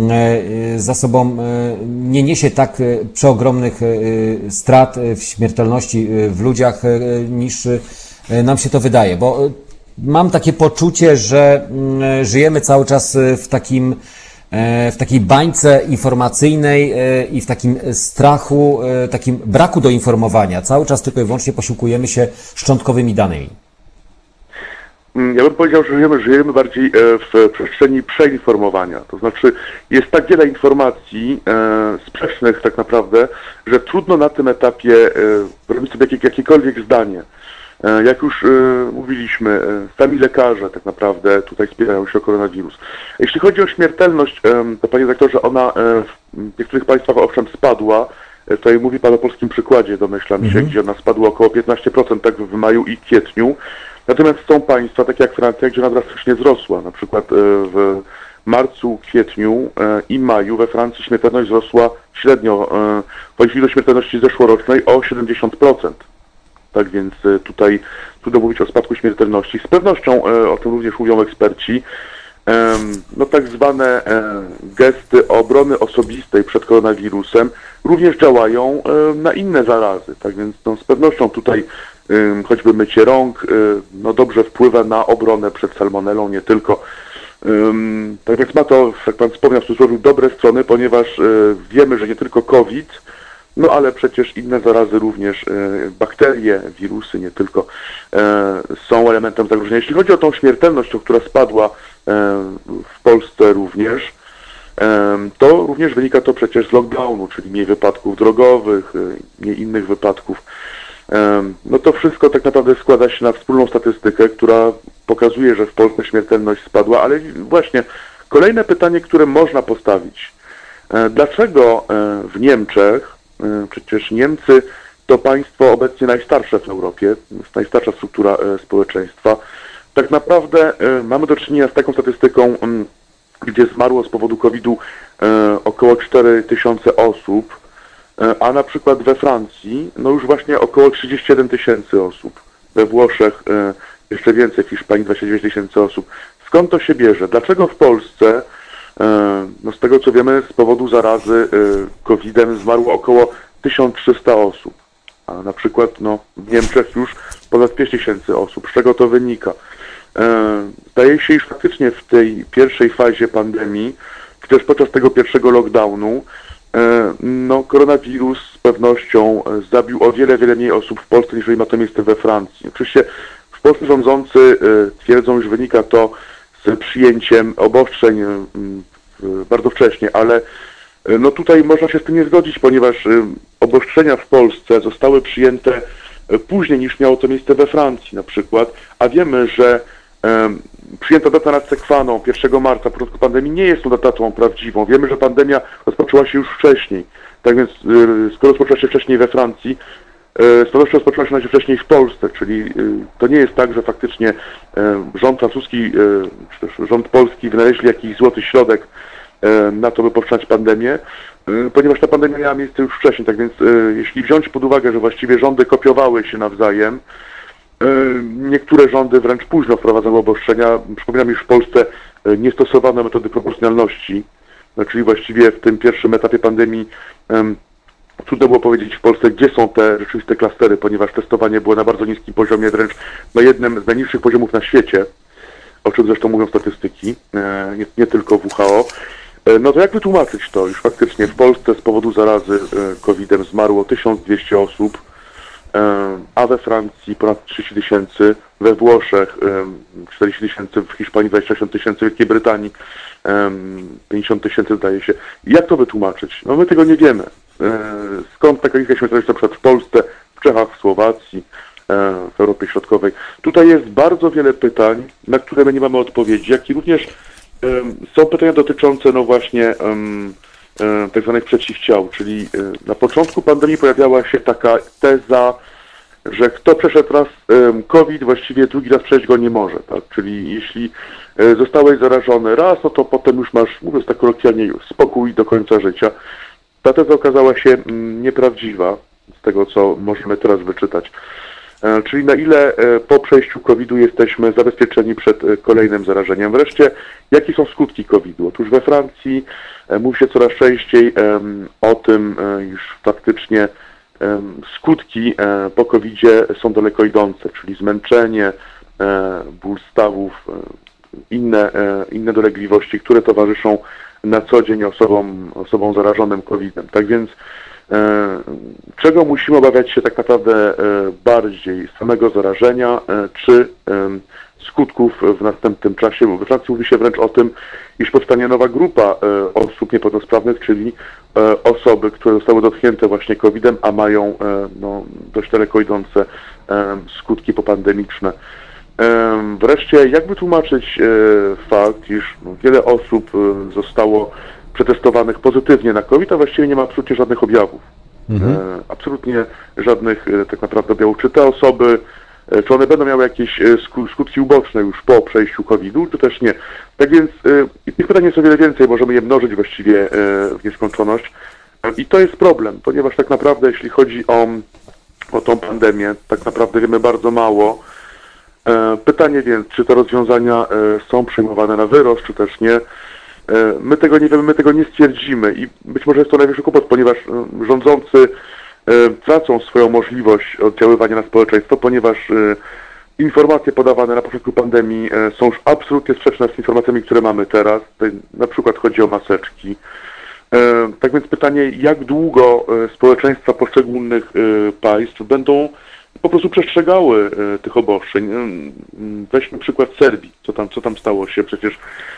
za sobą nie niesie tak przeogromnych strat w śmiertelności w ludziach, niż nam się to wydaje, bo mam takie poczucie, że żyjemy cały czas w takim w takiej bańce informacyjnej i w takim strachu, takim braku doinformowania. Cały czas tylko i wyłącznie posiłkujemy się szczątkowymi danymi. Ja bym powiedział, że żyjemy, żyjemy bardziej w przestrzeni przeinformowania. To znaczy jest tak wiele informacji sprzecznych tak naprawdę, że trudno na tym etapie robić sobie jakiekolwiek zdanie. Jak już mówiliśmy, sami lekarze tak naprawdę tutaj spierają się o koronawirus. Jeśli chodzi o śmiertelność, to panie doktorze, ona w niektórych państwach owszem spadła. Tutaj mówi pan o polskim przykładzie, domyślam się, mm-hmm. gdzie ona spadła około piętnaście procent tak w maju i kwietniu. Natomiast są państwa, takie jak Francja, gdzie ona drastycznie wzrosła. Na przykład w marcu, kwietniu i maju we Francji śmiertelność wzrosła średnio, chodzi do śmiertelności zeszłorocznej, o siedemdziesiąt procent. Tak więc tutaj trudno mówić o spadku śmiertelności. Z pewnością, o tym również mówią eksperci, no tak zwane gesty obrony osobistej przed koronawirusem również działają na inne zarazy. Tak więc no, z pewnością tutaj choćby mycie rąk no dobrze wpływa na obronę przed salmonellą, nie tylko. Tak więc ma to, jak pan wspomniał, w cudzysłowie dobre strony, ponieważ wiemy, że nie tylko COVID, no ale przecież inne zarazy również, bakterie, wirusy nie tylko, są elementem zagrożenia. Jeśli chodzi o tą śmiertelność, która spadła w Polsce również, to również wynika to przecież z lockdownu, czyli mniej wypadków drogowych, mniej innych wypadków. No to wszystko tak naprawdę składa się na wspólną statystykę, która pokazuje, że w Polsce śmiertelność spadła, ale właśnie kolejne pytanie, które można postawić. Dlaczego w Niemczech, przecież Niemcy to państwo obecnie najstarsze w Europie, jest najstarsza struktura społeczeństwa, tak naprawdę mamy do czynienia z taką statystyką, gdzie zmarło z powodu kowida około cztery tysiące osób, a na przykład we Francji no już właśnie około trzydzieści jeden tysięcy osób. we Włoszech jeszcze więcej, w Hiszpanii dwadzieścia dziewięć tysięcy osób. Skąd to się bierze? Dlaczego w Polsce, no z tego co wiemy, z powodu zarazy kowidem zmarło około tysiąc trzysta osób, a na przykład no, w Niemczech już ponad pięć tysięcy osób. Z czego to wynika? Zdaje się, iż faktycznie w tej pierwszej fazie pandemii, czy też podczas tego pierwszego lockdownu, no, koronawirus z pewnością zabił o wiele, wiele mniej osób w Polsce, niż ma to miejsce we Francji. Oczywiście w Polsce rządzący twierdzą, iż wynika to z przyjęciem obostrzeń bardzo wcześnie, ale no tutaj można się z tym nie zgodzić, ponieważ obostrzenia w Polsce zostały przyjęte później niż miało to miejsce we Francji na przykład, a wiemy, że um, przyjęta data nad Sekwaną pierwszego marca, w początku pandemii, nie jest tą datą prawdziwą. Wiemy, że pandemia rozpoczęła się już wcześniej. Tak więc y, skoro rozpoczęła się wcześniej we Francji, y, z pewnością rozpoczęła się wcześniej w Polsce, czyli y, to nie jest tak, że faktycznie y, rząd francuski, y, czy też rząd polski wynaleźli jakiś złoty środek y, na to, by powstrzymać pandemię, y, ponieważ ta pandemia miała miejsce już wcześniej. Tak więc y, jeśli wziąć pod uwagę, że właściwie rządy kopiowały się nawzajem, niektóre rządy wręcz późno wprowadzały obostrzenia. Przypominam, iż w Polsce nie stosowano metody proporcjonalności, czyli właściwie w tym pierwszym etapie pandemii um, trudno było powiedzieć w Polsce, gdzie są te rzeczywiste klastery, ponieważ testowanie było na bardzo niskim poziomie, wręcz na jednym z najniższych poziomów na świecie, o czym zresztą mówią statystyki, nie, nie tylko W H O. No to jak wytłumaczyć to, iż faktycznie w Polsce z powodu zarazy kowidem zmarło tysiąc dwieście osób, a we Francji ponad trzydzieści tysięcy, we Włoszech czterdzieści tysięcy, w Hiszpanii dwadzieścia osiem tysięcy, w Wielkiej Brytanii pięćdziesiąt tysięcy zdaje się. Jak to wytłumaczyć? No my tego nie wiemy. Skąd taka liczba śmiertelność na przykład w Polsce, w Czechach, w Słowacji, w Europie Środkowej? Tutaj jest bardzo wiele pytań, na które my nie mamy odpowiedzi, jak i również są pytania dotyczące no właśnie tak zwanych przeciwciał, czyli na początku pandemii pojawiała się taka teza, że kto przeszedł raz COVID, właściwie drugi raz przejść go nie może, tak? Czyli jeśli zostałeś zarażony raz, no to potem już masz, mówiąc tak kolokwialnie, już spokój do końca życia. Ta teza okazała się nieprawdziwa, z tego co możemy teraz wyczytać. Czyli na ile po przejściu kowida jesteśmy zabezpieczeni przed kolejnym zarażeniem. Wreszcie, jakie są skutki kowida? Otóż we Francji mówi się coraz częściej o tym, iż faktycznie skutki po kowidzie są daleko idące, czyli zmęczenie, ból stawów, inne, inne dolegliwości, które towarzyszą na co dzień osobom, osobom zarażonym kowidem. Tak więc czego musimy obawiać się tak naprawdę bardziej? Samego zarażenia czy skutków w następnym czasie? Bo we Francji mówi się wręcz o tym, iż powstanie nowa grupa osób niepełnosprawnych, czyli osoby, które zostały dotknięte właśnie kowidem, a mają no, dość daleko idące skutki popandemiczne. Wreszcie, jak wytłumaczyć fakt, iż wiele osób zostało przetestowanych pozytywnie na COVID, a właściwie nie ma absolutnie żadnych objawów. Mhm. Absolutnie żadnych tak naprawdę objawów. Czy te osoby, czy one będą miały jakieś skutki uboczne już po przejściu kowida, czy też nie. Tak więc i tych pytań jest o wiele więcej, możemy je mnożyć właściwie w nieskończoność. I to jest problem, ponieważ tak naprawdę jeśli chodzi o, o tą pandemię, tak naprawdę wiemy bardzo mało. Pytanie więc, czy te rozwiązania są przyjmowane na wyrost, czy też nie. My tego nie wiemy, my tego nie stwierdzimy i być może jest to największy kłopot, ponieważ rządzący tracą swoją możliwość oddziaływania na społeczeństwo, ponieważ informacje podawane na początku pandemii są już absolutnie sprzeczne z informacjami, które mamy teraz. Tutaj na przykład chodzi o maseczki. Tak więc pytanie, jak długo społeczeństwa poszczególnych państw będą po prostu przestrzegały tych obostrzeń. Weźmy przykład Serbii. Co tam, co tam stało się? Przecież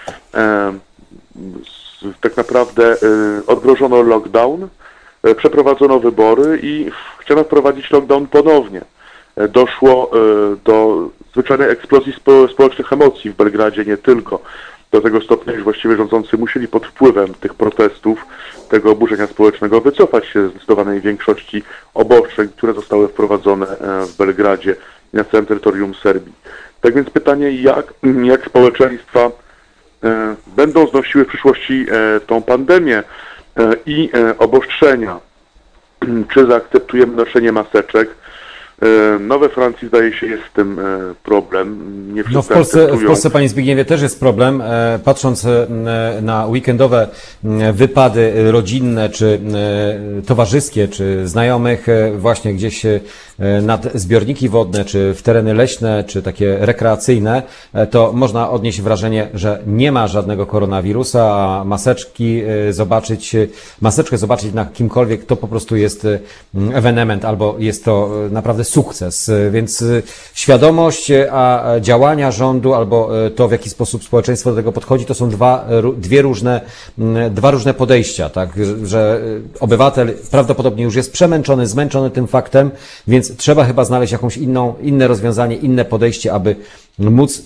tak naprawdę odmrożono lockdown, przeprowadzono wybory i chciano wprowadzić lockdown ponownie. Doszło do zwyczajnej eksplozji spo, społecznych emocji w Belgradzie, nie tylko. Do tego stopnia, że właściwie rządzący musieli pod wpływem tych protestów, tego oburzenia społecznego wycofać się z zdecydowanej większości obostrzeń, które zostały wprowadzone w Belgradzie i na całym terytorium Serbii. Tak więc pytanie, jak, jak społeczeństwa będą znosiły w przyszłości tą pandemię i obostrzenia. Czy zaakceptujemy noszenie maseczek, No we Francji zdaje się jest z tym problem. Nie no w Polsce, w Polsce, panie Zbigniewie, też jest problem. Patrząc na weekendowe wypady rodzinne, czy towarzyskie, czy znajomych właśnie gdzieś nad zbiorniki wodne, czy w tereny leśne, czy takie rekreacyjne, to można odnieść wrażenie, że nie ma żadnego koronawirusa, a maseczki zobaczyć, maseczkę zobaczyć na kimkolwiek, to po prostu jest ewenement, albo jest to naprawdę sukces. Więc świadomość, a działania rządu, albo to, w jaki sposób społeczeństwo do tego podchodzi, to są dwa, dwie różne, dwa różne podejścia, tak? Że obywatel prawdopodobnie już jest przemęczony, zmęczony tym faktem, więc trzeba chyba znaleźć jakąś inną, inne rozwiązanie, inne podejście, aby móc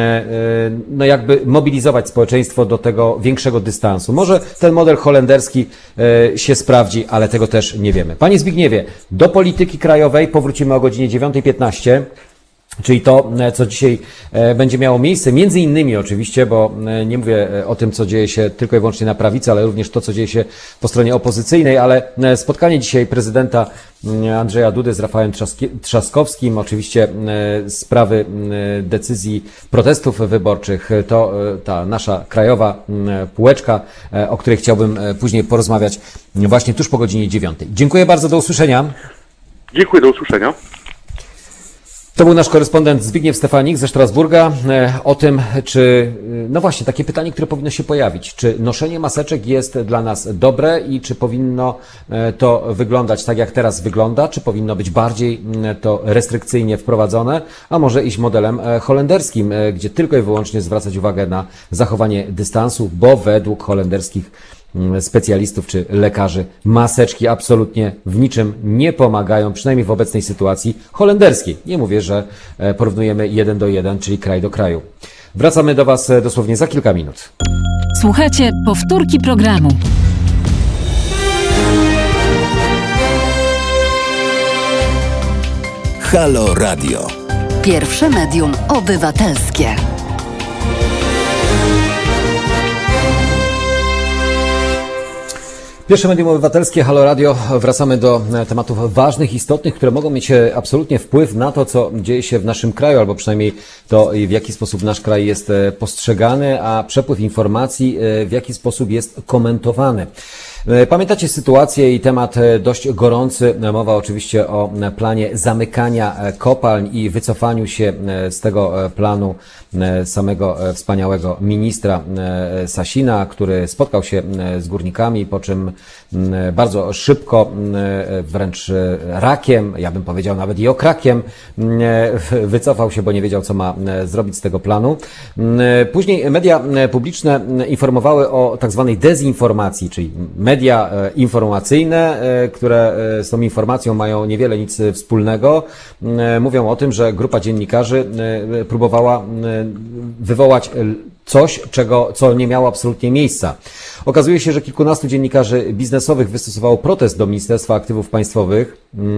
no jakby mobilizować społeczeństwo do tego większego dystansu. Może ten model holenderski się sprawdzi, ale tego też nie wiemy. Panie Zbigniewie, do polityki krajowej powrócimy o godzinie dziewiąta piętnaście. Czyli to, co dzisiaj będzie miało miejsce, między innymi oczywiście, bo nie mówię o tym, co dzieje się tylko i wyłącznie na prawicy, ale również to, co dzieje się po stronie opozycyjnej, ale spotkanie dzisiaj prezydenta Andrzeja Dudy z Rafałem Trzaskowskim, oczywiście sprawy decyzji protestów wyborczych, to ta nasza krajowa półeczka, o której chciałbym później porozmawiać właśnie tuż po godzinie dziewiątej. Dziękuję bardzo, do usłyszenia. Dziękuję, do usłyszenia. To był nasz korespondent Zbigniew Stefanik ze Strasburga o tym, czy, no właśnie, takie pytanie, które powinno się pojawić. Czy noszenie maseczek jest dla nas dobre i czy powinno to wyglądać tak, jak teraz wygląda, czy powinno być bardziej to restrykcyjnie wprowadzone, a może iść modelem holenderskim, gdzie tylko i wyłącznie zwracać uwagę na zachowanie dystansu, bo według holenderskich specjalistów czy lekarzy maseczki absolutnie w niczym nie pomagają, przynajmniej w obecnej sytuacji holenderskiej. Nie mówię, że porównujemy jeden do jeden, czyli kraj do kraju. Wracamy do Was dosłownie za kilka minut. Słuchajcie powtórki programu. Halo Radio. Pierwsze medium obywatelskie. Pierwsze medium obywatelskie, Halo Radio. Wracamy do tematów ważnych, istotnych, które mogą mieć absolutnie wpływ na to, co dzieje się w naszym kraju, albo przynajmniej to, w jaki sposób nasz kraj jest postrzegany, a przepływ informacji w jaki sposób jest komentowany. Pamiętacie sytuację i temat dość gorący. Mowa oczywiście o planie zamykania kopalń i wycofaniu się z tego planu samego wspaniałego ministra Sasina, który spotkał się z górnikami, po czym bardzo szybko, wręcz rakiem, ja bym powiedział nawet i okrakiem, wycofał się, bo nie wiedział, co ma zrobić z tego planu. Później media publiczne informowały o tak zwanej dezinformacji, czyli media informacyjne, które z tą informacją mają niewiele nic wspólnego, mówią o tym, że grupa dziennikarzy próbowała wywołać coś, czego, co nie miało absolutnie miejsca. Okazuje się, że kilkunastu dziennikarzy biznesowych wystosowało protest do Ministerstwa Aktywów Państwowych.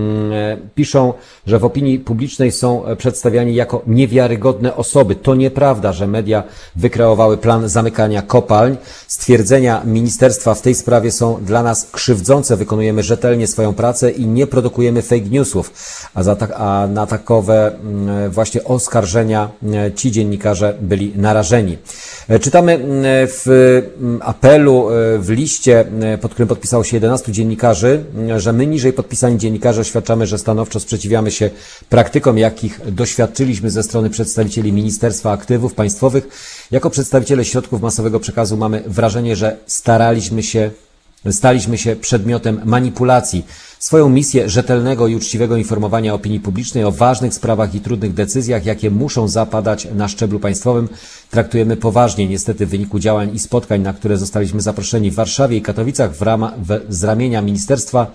Piszą, że w opinii publicznej są przedstawiani jako niewiarygodne osoby. To nieprawda, że media wykreowały plan zamykania kopalń. Stwierdzenia ministerstwa w tej sprawie są dla nas krzywdzące. Wykonujemy rzetelnie swoją pracę i nie produkujemy fake newsów. A, za ta, a na takowe właśnie oskarżenia ci dziennikarze byli narażeni. Czytamy w apelu, w liście, pod którym podpisało się jedenastu dziennikarzy, że my niżej podpisani dziennikarze oświadczamy, że stanowczo sprzeciwiamy się praktykom, jakich doświadczyliśmy ze strony przedstawicieli Ministerstwa Aktywów Państwowych. Jako przedstawiciele środków masowego przekazu mamy wrażenie, że staraliśmy się, staliśmy się przedmiotem manipulacji. Swoją misję rzetelnego i uczciwego informowania opinii publicznej o ważnych sprawach i trudnych decyzjach, jakie muszą zapadać na szczeblu państwowym, traktujemy poważnie. Niestety w wyniku działań i spotkań, na które zostaliśmy zaproszeni w Warszawie i Katowicach w rama, w, z ramienia ministerstwa,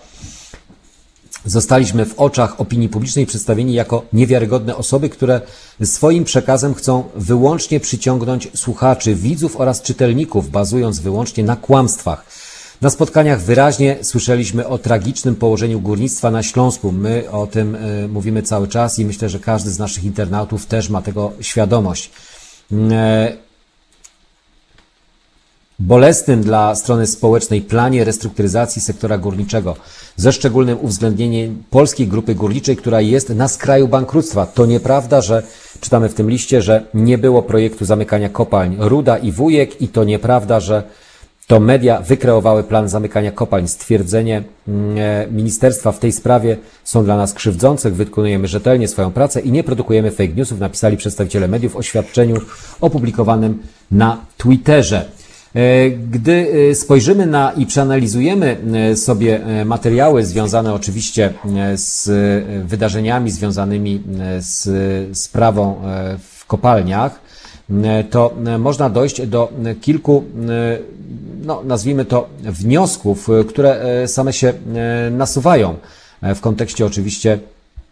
zostaliśmy w oczach opinii publicznej przedstawieni jako niewiarygodne osoby, które swoim przekazem chcą wyłącznie przyciągnąć słuchaczy, widzów oraz czytelników, bazując wyłącznie na kłamstwach. Na spotkaniach wyraźnie słyszeliśmy o tragicznym położeniu górnictwa na Śląsku. My o tym y, mówimy cały czas i myślę, że każdy z naszych internautów też ma tego świadomość. bolesnym dla strony społecznej planie restrukturyzacji sektora górniczego ze szczególnym uwzględnieniem polskiej grupy górniczej, która jest na skraju bankructwa. To nieprawda, że czytamy w tym liście, że nie było projektu zamykania kopalń Ruda i Wujek i to nieprawda, że to media wykreowały plan zamykania kopalń. Stwierdzenie ministerstwa w tej sprawie są dla nas krzywdzące. Wykonujemy rzetelnie swoją pracę i nie produkujemy fake newsów, napisali przedstawiciele mediów w oświadczeniu opublikowanym na Twitterze. Gdy spojrzymy na i przeanalizujemy sobie materiały związane oczywiście z wydarzeniami związanymi z sprawą w kopalniach, to można dojść do kilku, no nazwijmy to, wniosków, które same się nasuwają w kontekście oczywiście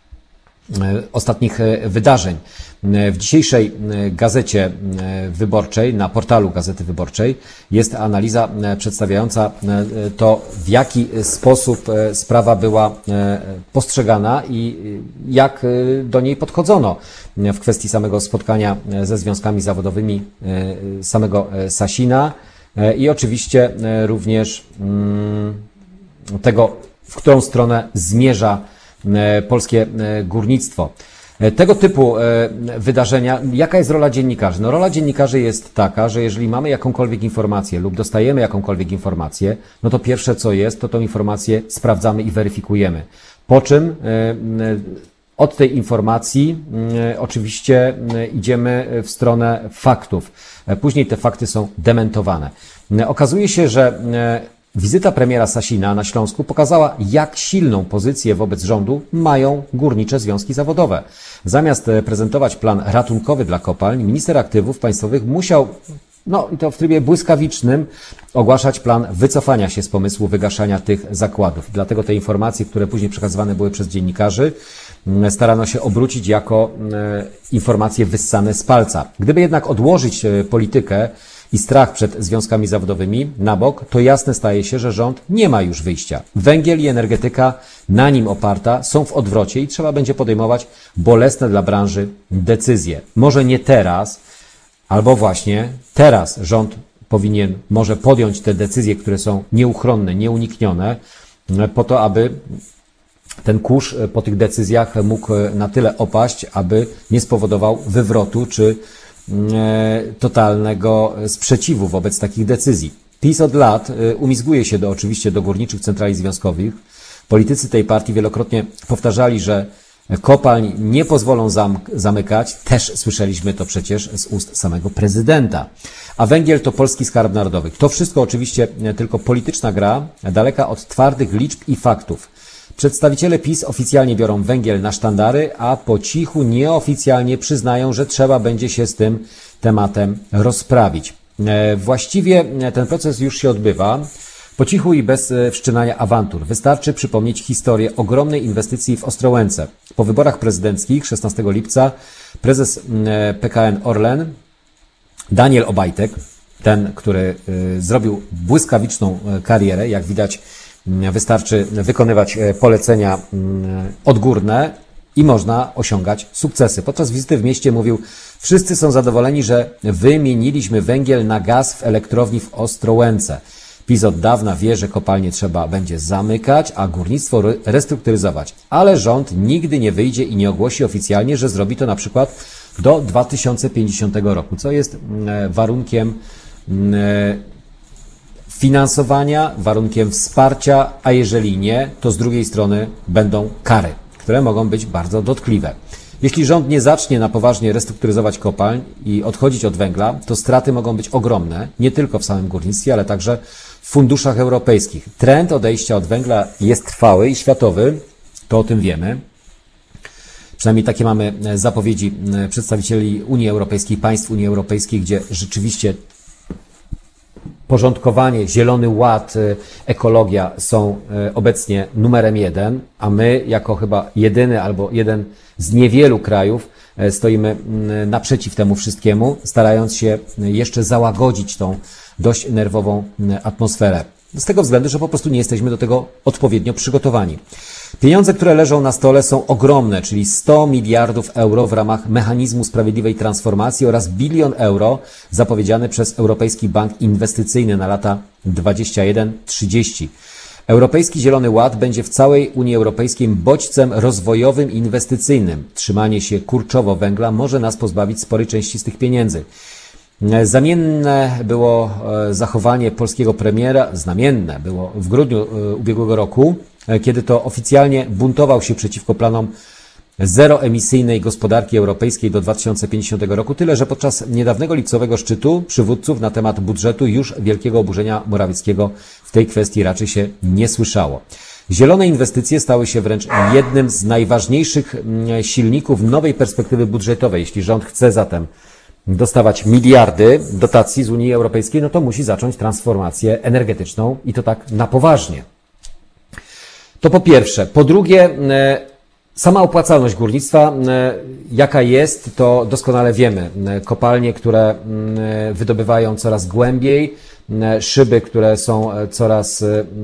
ostatnich wydarzeń. W dzisiejszej Gazecie Wyborczej, na portalu Gazety Wyborczej jest analiza przedstawiająca to, w jaki sposób sprawa była postrzegana i jak do niej podchodzono w kwestii samego spotkania ze związkami zawodowymi samego Sasina i oczywiście również tego, w którą stronę zmierza polskie górnictwo. Tego typu wydarzenia, jaka jest rola dziennikarzy? No rola dziennikarzy jest taka, że jeżeli mamy jakąkolwiek informację lub dostajemy jakąkolwiek informację, no to pierwsze co jest, to tą informację sprawdzamy i weryfikujemy. Po czym od tej informacji oczywiście idziemy w stronę faktów. Później te fakty są dementowane. Okazuje się, że wizyta premiera Sasina na Śląsku pokazała, jak silną pozycję wobec rządu mają górnicze związki zawodowe. Zamiast prezentować plan ratunkowy dla kopalń, minister aktywów państwowych musiał, no i to w trybie błyskawicznym, ogłaszać plan wycofania się z pomysłu wygaszania tych zakładów. Dlatego te informacje, które później przekazywane były przez dziennikarzy, starano się obrócić jako informacje wyssane z palca. Gdyby jednak odłożyć politykę i strach przed związkami zawodowymi na bok, to jasne staje się, że rząd nie ma już wyjścia. Węgiel i energetyka na nim oparta są w odwrocie i trzeba będzie podejmować bolesne dla branży decyzje. Może nie teraz, albo właśnie teraz rząd powinien może podjąć te decyzje, które są nieuchronne, nieuniknione, po to, aby ten kurz po tych decyzjach mógł na tyle opaść, aby nie spowodował wywrotu czy totalnego sprzeciwu wobec takich decyzji. PiS od lat umizguje się do, oczywiście do górniczych centrali związkowych. Politycy tej partii wielokrotnie powtarzali, że kopalń nie pozwolą zam- zamykać. Też słyszeliśmy to przecież z ust samego prezydenta. A węgiel to polski skarb narodowy. To wszystko oczywiście tylko polityczna gra, daleka od twardych liczb i faktów. Przedstawiciele PiS oficjalnie biorą węgiel na sztandary, a po cichu nieoficjalnie przyznają, że trzeba będzie się z tym tematem rozprawić. Właściwie ten proces już się odbywa. Po cichu i bez wszczynania awantur. Wystarczy przypomnieć historię ogromnej inwestycji w Ostrołęce. Po wyborach prezydenckich szesnastego lipca prezes P K N Orlen, Daniel Obajtek, ten, który zrobił błyskawiczną karierę, jak widać, wystarczy wykonywać polecenia odgórne i można osiągać sukcesy. Podczas wizyty w mieście mówił: wszyscy są zadowoleni, że wymieniliśmy węgiel na gaz w elektrowni w Ostrołęce. PiS od dawna wie, że kopalnie trzeba będzie zamykać, a górnictwo restrukturyzować. Ale rząd nigdy nie wyjdzie i nie ogłosi oficjalnie, że zrobi to na przykład do dwa tysiące pięćdziesiątego roku, co jest warunkiem finansowania, warunkiem wsparcia, a jeżeli nie, to z drugiej strony będą kary, które mogą być bardzo dotkliwe. Jeśli rząd nie zacznie na poważnie restrukturyzować kopalń i odchodzić od węgla, to straty mogą być ogromne, nie tylko w samym górnictwie, ale także w funduszach europejskich. Trend odejścia od węgla jest trwały i światowy, to o tym wiemy. Przynajmniej takie mamy zapowiedzi przedstawicieli Unii Europejskiej, państw Unii Europejskiej, gdzie rzeczywiście porządkowanie, zielony ład, ekologia są obecnie numerem jeden, a my jako chyba jedyny albo jeden z niewielu krajów stoimy naprzeciw temu wszystkiemu, starając się jeszcze załagodzić tą dość nerwową atmosferę. Z tego względu, że po prostu nie jesteśmy do tego odpowiednio przygotowani. Pieniądze, które leżą na stole, są ogromne, czyli sto miliardów euro w ramach mechanizmu sprawiedliwej transformacji oraz bilion euro zapowiedziany przez Europejski Bank Inwestycyjny na lata dwadzieścia jeden trzydzieści. Europejski Zielony Ład będzie w całej Unii Europejskiej bodźcem rozwojowym i inwestycyjnym. Trzymanie się kurczowo węgla może nas pozbawić sporej części z tych pieniędzy. Zamienne było zachowanie polskiego premiera, znamienne było w grudniu ubiegłego roku, kiedy to oficjalnie buntował się przeciwko planom zeroemisyjnej gospodarki europejskiej do dwa tysiące pięćdziesiątego roku. Tyle, że podczas niedawnego lipcowego szczytu przywódców na temat budżetu już wielkiego oburzenia Morawieckiego w tej kwestii raczej się nie słyszało. Zielone inwestycje stały się wręcz jednym z najważniejszych silników nowej perspektywy budżetowej. Jeśli rząd chce zatem dostawać miliardy dotacji z Unii Europejskiej, no to musi zacząć transformację energetyczną i to tak na poważnie. To po pierwsze. Po drugie, sama opłacalność górnictwa, jaka jest, to doskonale wiemy. Kopalnie, które wydobywają coraz głębiej, szyby, które są coraz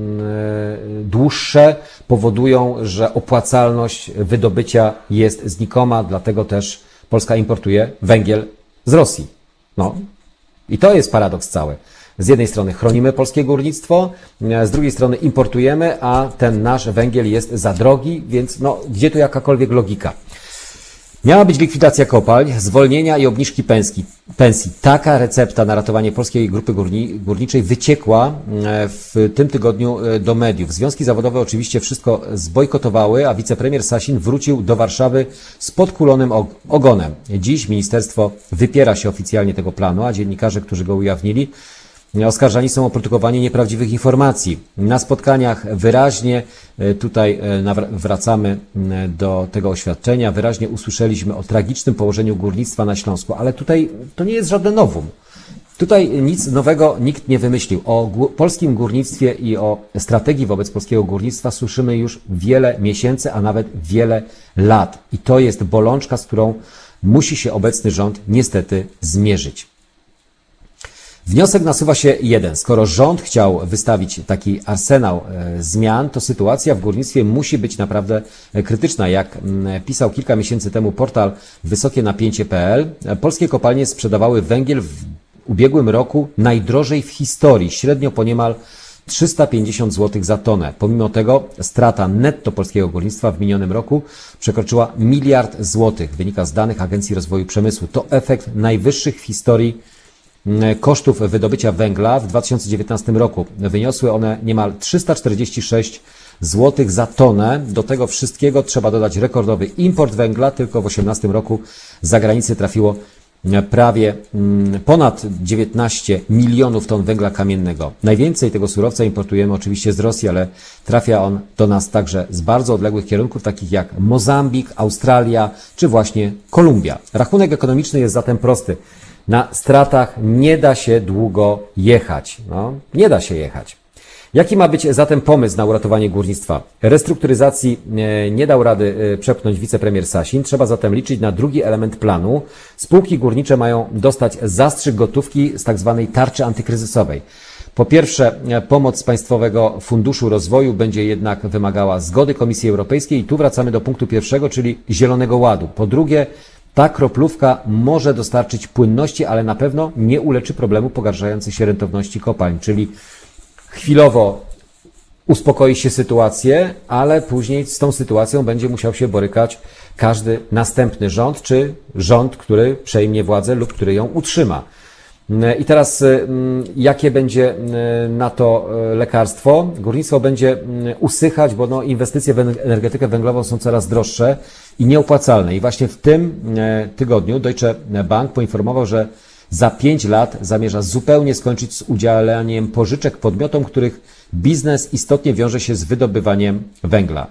dłuższe, powodują, że opłacalność wydobycia jest znikoma, dlatego też Polska importuje węgiel z Rosji. No i to jest paradoks cały. Z jednej strony chronimy polskie górnictwo, z drugiej strony importujemy, a ten nasz węgiel jest za drogi, więc no, gdzie tu jakakolwiek logika? Miała być likwidacja kopalń, zwolnienia i obniżki pensji. pensji. Taka recepta na ratowanie polskiej grupy górni, górniczej wyciekła w tym tygodniu do mediów. Związki zawodowe oczywiście wszystko zbojkotowały, a wicepremier Sasin wrócił do Warszawy z podkulonym ogonem. Dziś ministerstwo wypiera się oficjalnie tego planu, a dziennikarze, którzy go ujawnili, oskarżani są o produkowanie nieprawdziwych informacji. Na spotkaniach wyraźnie, tutaj wracamy do tego oświadczenia, wyraźnie usłyszeliśmy o tragicznym położeniu górnictwa na Śląsku, ale tutaj to nie jest żadne nowum. Tutaj nic nowego nikt nie wymyślił. O polskim górnictwie i o strategii wobec polskiego górnictwa słyszymy już wiele miesięcy, a nawet wiele lat. I to jest bolączka, z którą musi się obecny rząd niestety zmierzyć. Wniosek nasuwa się jeden. Skoro rząd chciał wystawić taki arsenał zmian, to sytuacja w górnictwie musi być naprawdę krytyczna. Jak pisał kilka miesięcy temu portal wysokie napięcie kropka p l, polskie kopalnie sprzedawały węgiel w ubiegłym roku najdrożej w historii, średnio po niemal trzysta pięćdziesiąt złotych za tonę. Pomimo tego strata netto polskiego górnictwa w minionym roku przekroczyła miliard złotych. Wynika z danych Agencji Rozwoju Przemysłu. To efekt najwyższych w historii kosztów wydobycia węgla w dwa tysiące dziewiętnastym roku. Wyniosły one niemal trzysta czterdzieści sześć złotych za tonę. Do tego wszystkiego trzeba dodać rekordowy import węgla. Tylko w dwa tysiące osiemnastym roku z zagranicy trafiło prawie ponad dziewiętnaście milionów ton węgla kamiennego. Najwięcej tego surowca importujemy oczywiście z Rosji, ale trafia on do nas także z bardzo odległych kierunków, takich jak Mozambik, Australia czy właśnie Kolumbia. Rachunek ekonomiczny jest zatem prosty. Na stratach nie da się długo jechać. No, nie da się jechać. Jaki ma być zatem pomysł na uratowanie górnictwa? Restrukturyzacji nie dał rady przepchnąć wicepremier Sasin. Trzeba zatem liczyć na drugi element planu. Spółki górnicze mają dostać zastrzyk gotówki z tak zwanej tarczy antykryzysowej. Po pierwsze, pomoc z Państwowego Funduszu Rozwoju będzie jednak wymagała zgody Komisji Europejskiej i tu wracamy do punktu pierwszego, czyli Zielonego Ładu. Po drugie, ta kroplówka może dostarczyć płynności, ale na pewno nie uleczy problemu pogarszającej się rentowności kopalń, czyli chwilowo uspokoi się sytuację, ale później z tą sytuacją będzie musiał się borykać każdy następny rząd, czy rząd, który przejmie władzę lub który ją utrzyma. I teraz jakie będzie na to lekarstwo? Górnictwo będzie usychać, bo no, inwestycje w energetykę węglową są coraz droższe i nieopłacalne. I właśnie w tym tygodniu Deutsche Bank poinformował, że za pięć lat zamierza zupełnie skończyć z udzielaniem pożyczek podmiotom, których biznes istotnie wiąże się z wydobywaniem węgla.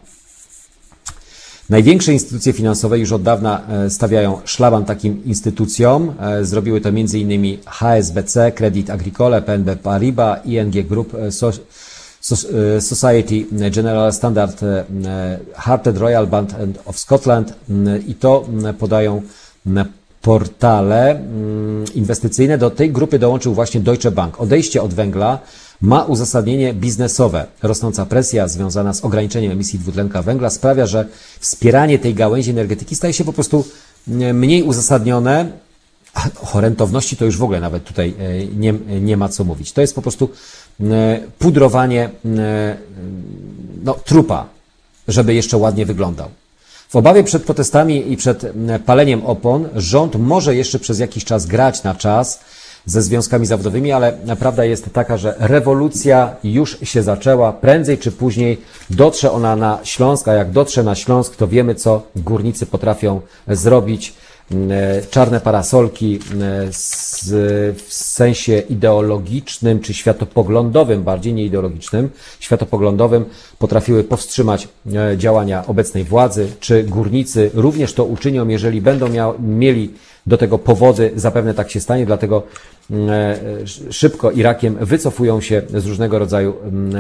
Największe instytucje finansowe już od dawna stawiają szlaban takim instytucjom. Zrobiły to między innymi H S B C, Credit Agricole, P N B Paribas, I N G Group, Society General Standard, Hearted Royal Bank of Scotland i to podają portale inwestycyjne. Do tej grupy dołączył właśnie Deutsche Bank. Odejście od węgla ma uzasadnienie biznesowe. Rosnąca presja związana z ograniczeniem emisji dwutlenku węgla sprawia, że wspieranie tej gałęzi energetyki staje się po prostu mniej uzasadnione. O rentowności to już w ogóle nawet tutaj nie, nie ma co mówić. To jest po prostu pudrowanie no, trupa, żeby jeszcze ładnie wyglądał. W obawie przed protestami i przed paleniem opon rząd może jeszcze przez jakiś czas grać na czas ze związkami zawodowymi, ale prawda jest taka, że rewolucja już się zaczęła. Prędzej czy później dotrze ona na Śląsk, a jak dotrze na Śląsk, to wiemy, co górnicy potrafią zrobić. Czarne parasolki w sensie ideologicznym czy światopoglądowym, bardziej nie ideologicznym, światopoglądowym potrafiły powstrzymać działania obecnej władzy. Czy górnicy również to uczynią, jeżeli będą miał, mieli do tego powody? Zapewne tak się stanie, dlatego szybko i rakiem wycofują się z różnego rodzaju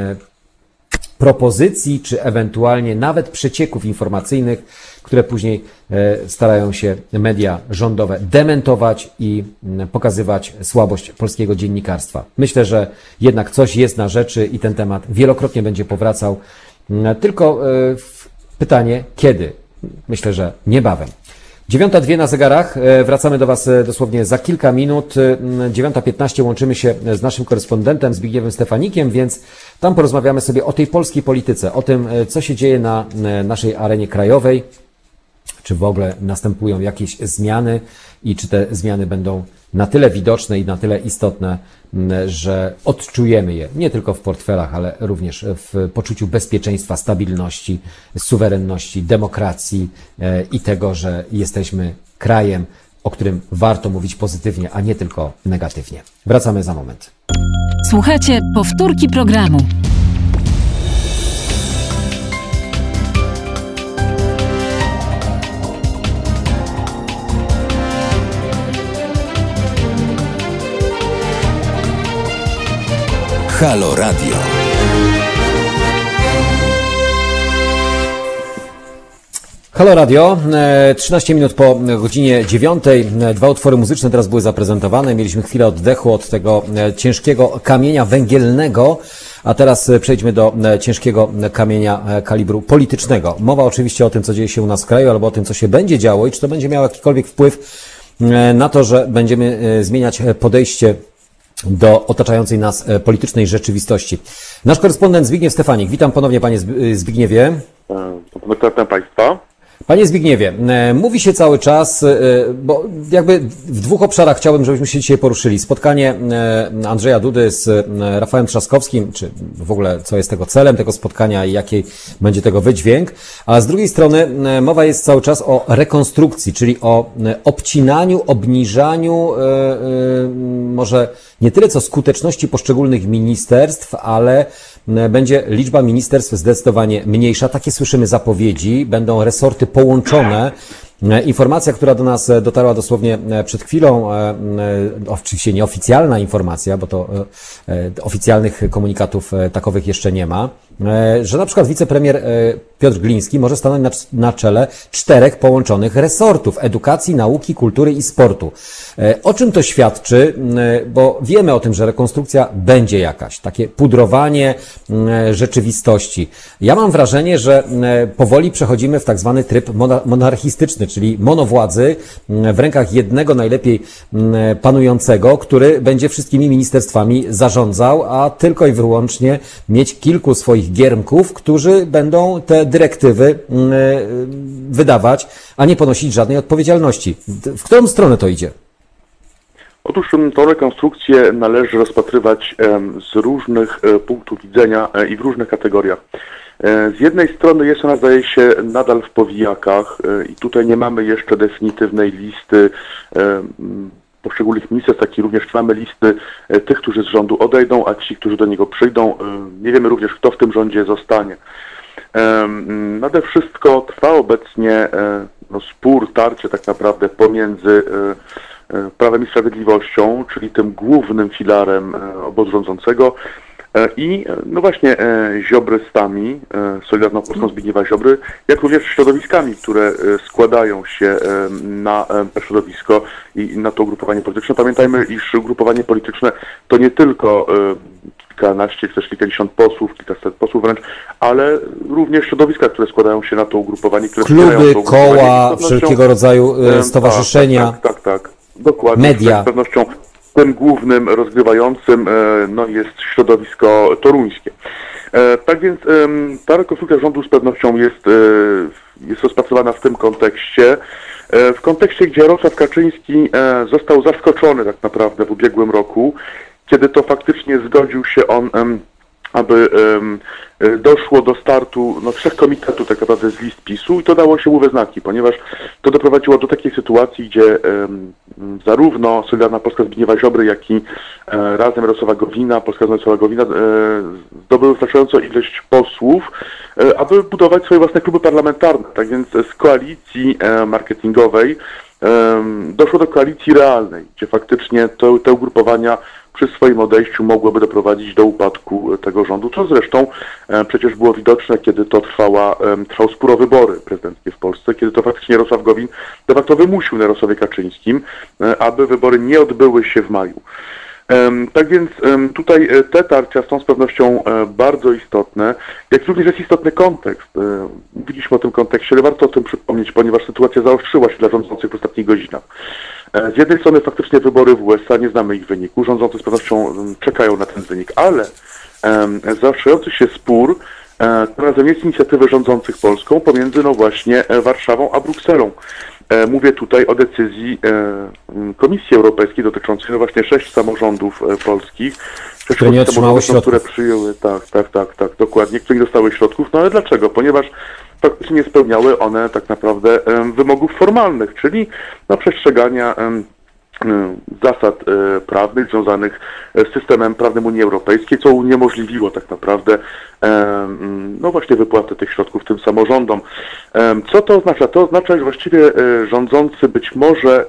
propozycji, czy ewentualnie nawet przecieków informacyjnych, które później starają się media rządowe dementować i pokazywać słabość polskiego dziennikarstwa. Myślę, że jednak coś jest na rzeczy i ten temat wielokrotnie będzie powracał. Tylko pytanie, kiedy? Myślę, że niebawem. dziewiąta dwie na zegarach. Wracamy do Was dosłownie za kilka minut. dziewiąta piętnaście łączymy się z naszym korespondentem Zbigniewem Stefanikiem, więc tam porozmawiamy sobie o tej polskiej polityce, o tym, co się dzieje na naszej arenie krajowej, czy w ogóle następują jakieś zmiany i czy te zmiany będą na tyle widoczne i na tyle istotne, że odczujemy je nie tylko w portfelach, ale również w poczuciu bezpieczeństwa, stabilności, suwerenności, demokracji i tego, że jesteśmy krajem, o którym warto mówić pozytywnie, a nie tylko negatywnie. Wracamy za moment. Słuchajcie powtórki programu. Halo Radio. Halo Radio, trzynaście minut po godzinie dziewiątej, dwa utwory muzyczne teraz były zaprezentowane, mieliśmy chwilę oddechu od tego ciężkiego kamienia węgielnego, a teraz przejdźmy do ciężkiego kamienia kalibru politycznego. Mowa oczywiście o tym, co dzieje się u nas w kraju, albo o tym, co się będzie działo i czy to będzie miało jakikolwiek wpływ na to, że będziemy zmieniać podejście do otaczającej nas politycznej rzeczywistości. Nasz korespondent Zbigniew Stefanik. Witam ponownie, panie Zbigniewie. Witam Państwa. Panie Zbigniewie, mówi się cały czas, bo jakby w dwóch obszarach chciałbym, żebyśmy się dzisiaj poruszyli. Spotkanie Andrzeja Dudy z Rafałem Trzaskowskim, czy w ogóle co jest tego celem tego spotkania i jaki będzie tego wydźwięk. A z drugiej strony mowa jest cały czas o rekonstrukcji, czyli o obcinaniu, obniżaniu może nie tyle co skuteczności poszczególnych ministerstw, ale będzie liczba ministerstw zdecydowanie mniejsza. Takie słyszymy zapowiedzi. Będą resorty połączone. Informacja, która do nas dotarła dosłownie przed chwilą, oczywiście nieoficjalna informacja, bo to oficjalnych komunikatów takowych jeszcze nie ma, że na przykład wicepremier Piotr Gliński może stanąć na, na czele czterech połączonych resortów: edukacji, nauki, kultury i sportu. O czym to świadczy? Bo wiemy o tym, że rekonstrukcja będzie jakaś, takie pudrowanie rzeczywistości. Ja mam wrażenie, że powoli przechodzimy w tak zwany tryb monarchistyczny, czyli monowładzy w rękach jednego najlepiej panującego, który będzie wszystkimi ministerstwami zarządzał, a tylko i wyłącznie mieć kilku swoich giermków, którzy będą te dyrektywy wydawać, a nie ponosić żadnej odpowiedzialności. W którą stronę to idzie? Otóż tę rekonstrukcję należy rozpatrywać z różnych punktów widzenia i w różnych kategoriach. Z jednej strony jest ona, zdaje się, nadal w powijakach i tutaj nie mamy jeszcze definitywnej listy poszczególnych ministerstw, jak i również mamy listy tych, którzy z rządu odejdą, a ci, którzy do niego przyjdą. Nie wiemy również, kto w tym rządzie zostanie. Nade wszystko trwa obecnie no, spór, tarcie tak naprawdę pomiędzy Prawem i Sprawiedliwością, czyli tym głównym filarem obozu rządzącego, I no właśnie ziobrystami, Solidarną Polską Zbigniewa Ziobry, jak również środowiskami, które składają się na to środowisko i na to ugrupowanie polityczne. Pamiętajmy, iż ugrupowanie polityczne to nie tylko kilkanaście, czy też kilkadziesiąt posłów, kilkaset posłów wręcz, ale również środowiska, które składają się na to ugrupowanie, które kluby, to koła, wszelkiego rodzaju stowarzyszenia, tak, tak, tak, tak, dokładnie, media. Z pewnością tym głównym rozgrywającym no, jest środowisko toruńskie. Tak więc ta rekonstrukcja rządu z pewnością jest, jest rozpatrywana w tym kontekście, w kontekście, gdzie Jarosław Kaczyński został zaskoczony tak naprawdę w ubiegłym roku, kiedy to faktycznie zgodził się on, aby doszło do startu no, trzech komitetów tak naprawdę z list PiSu i to dało się mu we znaki, ponieważ to doprowadziło do takiej sytuacji, gdzie zarówno Solidarna Polska Zbigniewa Ziobry, jak i razem Jarosława Gowina, Polska Jarosława Gowina zdobyły wystarczającą ilość posłów, aby budować swoje własne kluby parlamentarne. Tak więc z koalicji marketingowej doszło do koalicji realnej, gdzie faktycznie to, te ugrupowania przy swoim odejściu mogłoby doprowadzić do upadku tego rządu, co zresztą e, przecież było widoczne, kiedy to trwała, e, trwał spór o wybory prezydenckie w Polsce, kiedy to faktycznie Jarosław Gowin de facto wymusił na Jarosławie Kaczyńskim, e, aby wybory nie odbyły się w maju. E, tak więc e, tutaj te tarcia są z pewnością e, bardzo istotne, jak również jest istotny kontekst. E, mówiliśmy o tym kontekście, ale warto o tym przypomnieć, ponieważ sytuacja zaostrzyła się dla rządzących w ostatnich godzinach. Z jednej strony faktycznie wybory w U S A, nie znamy ich wyniku, rządzący z pewnością czekają na ten wynik, ale um, zaostrzający się spór e, to razem jest inicjatywy rządzących Polską pomiędzy no właśnie Warszawą a Brukselą. E, mówię tutaj o decyzji e, Komisji Europejskiej dotyczącej no właśnie sześć samorządów e, polskich, które nie otrzymały środków. Które przyjęły, tak, tak, tak, tak, dokładnie, które nie dostały środków. No ale dlaczego? Ponieważ faktycznie nie spełniały one tak naprawdę wymogów formalnych, czyli no, przestrzegania zasad prawnych związanych z systemem prawnym Unii Europejskiej, co uniemożliwiło tak naprawdę no właśnie wypłatę tych środków tym samorządom. Co to oznacza? To oznacza, że właściwie rządzący być może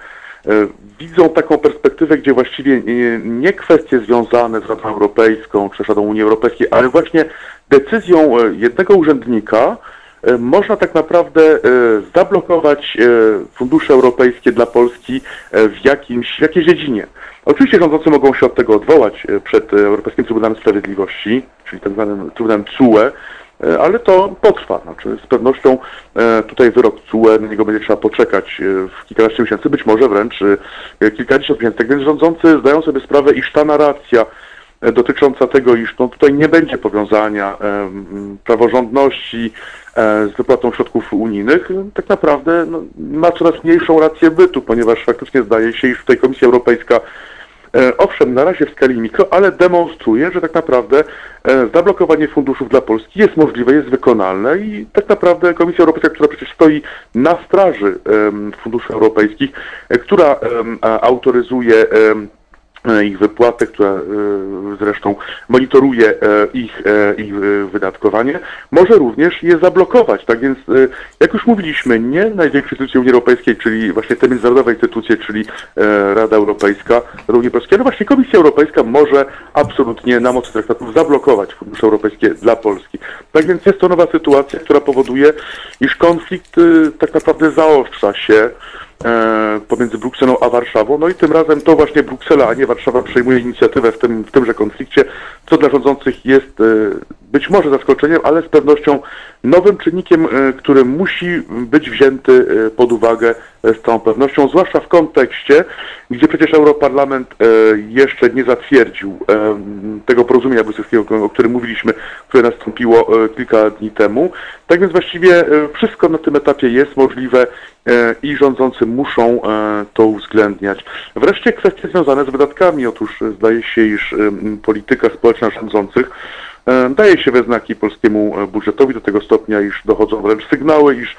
widzą taką perspektywę, gdzie właściwie nie kwestie związane z Radą Europejską czy Radą Unii Europejskiej, ale właśnie decyzją jednego urzędnika można tak naprawdę zablokować fundusze europejskie dla Polski w, jakimś, w jakiejś dziedzinie. Oczywiście rządzący mogą się od tego odwołać przed Europejskim Trybunałem Sprawiedliwości, czyli tak zwanym Trybunałem C U E, ale to potrwa. Znaczy z pewnością tutaj wyrok C U E, na niego będzie trzeba poczekać w kilkanaście miesięcy, być może wręcz kilkadziesiąt miesięcy. Tak więc rządzący zdają sobie sprawę, iż ta narracja dotycząca tego, iż no, tutaj nie będzie powiązania e, praworządności e, z wypłatą środków unijnych, tak naprawdę no, ma coraz mniejszą rację bytu, ponieważ faktycznie zdaje się, iż tutaj Komisja Europejska e, owszem, na razie w skali mikro, ale demonstruje, że tak naprawdę e, zablokowanie funduszów dla Polski jest możliwe, jest wykonalne i tak naprawdę Komisja Europejska, która przecież stoi na straży e, funduszy europejskich, e, która e, autoryzuje e, ich wypłatę, która zresztą monitoruje ich, ich wydatkowanie, może również je zablokować. Tak więc, jak już mówiliśmy, nie największe instytucje Unii Europejskiej, czyli właśnie te międzynarodowe instytucje, czyli Rada Europejska, Rada Unii Europejskiej, ale właśnie Komisja Europejska może absolutnie na mocy traktatów zablokować fundusze europejskie dla Polski. Tak więc jest to nowa sytuacja, która powoduje, iż konflikt tak naprawdę zaostrza się pomiędzy Brukselą a Warszawą, no i tym razem to właśnie Bruksela, a nie Warszawa przejmuje inicjatywę w tym, w tymże konflikcie, co dla rządzących jest być może zaskoczeniem, ale z pewnością nowym czynnikiem, który musi być wzięty pod uwagę z całą pewnością, zwłaszcza w kontekście, gdzie przecież Europarlament jeszcze nie zatwierdził tego porozumienia brukselskiego, o którym mówiliśmy, które nastąpiło kilka dni temu. Tak więc właściwie wszystko na tym etapie jest możliwe i rządzący muszą to uwzględniać. Wreszcie kwestie związane z wydatkami. Otóż zdaje się, iż polityka społeczna rządzących daje się we znaki polskiemu budżetowi do tego stopnia, iż dochodzą wręcz sygnały, iż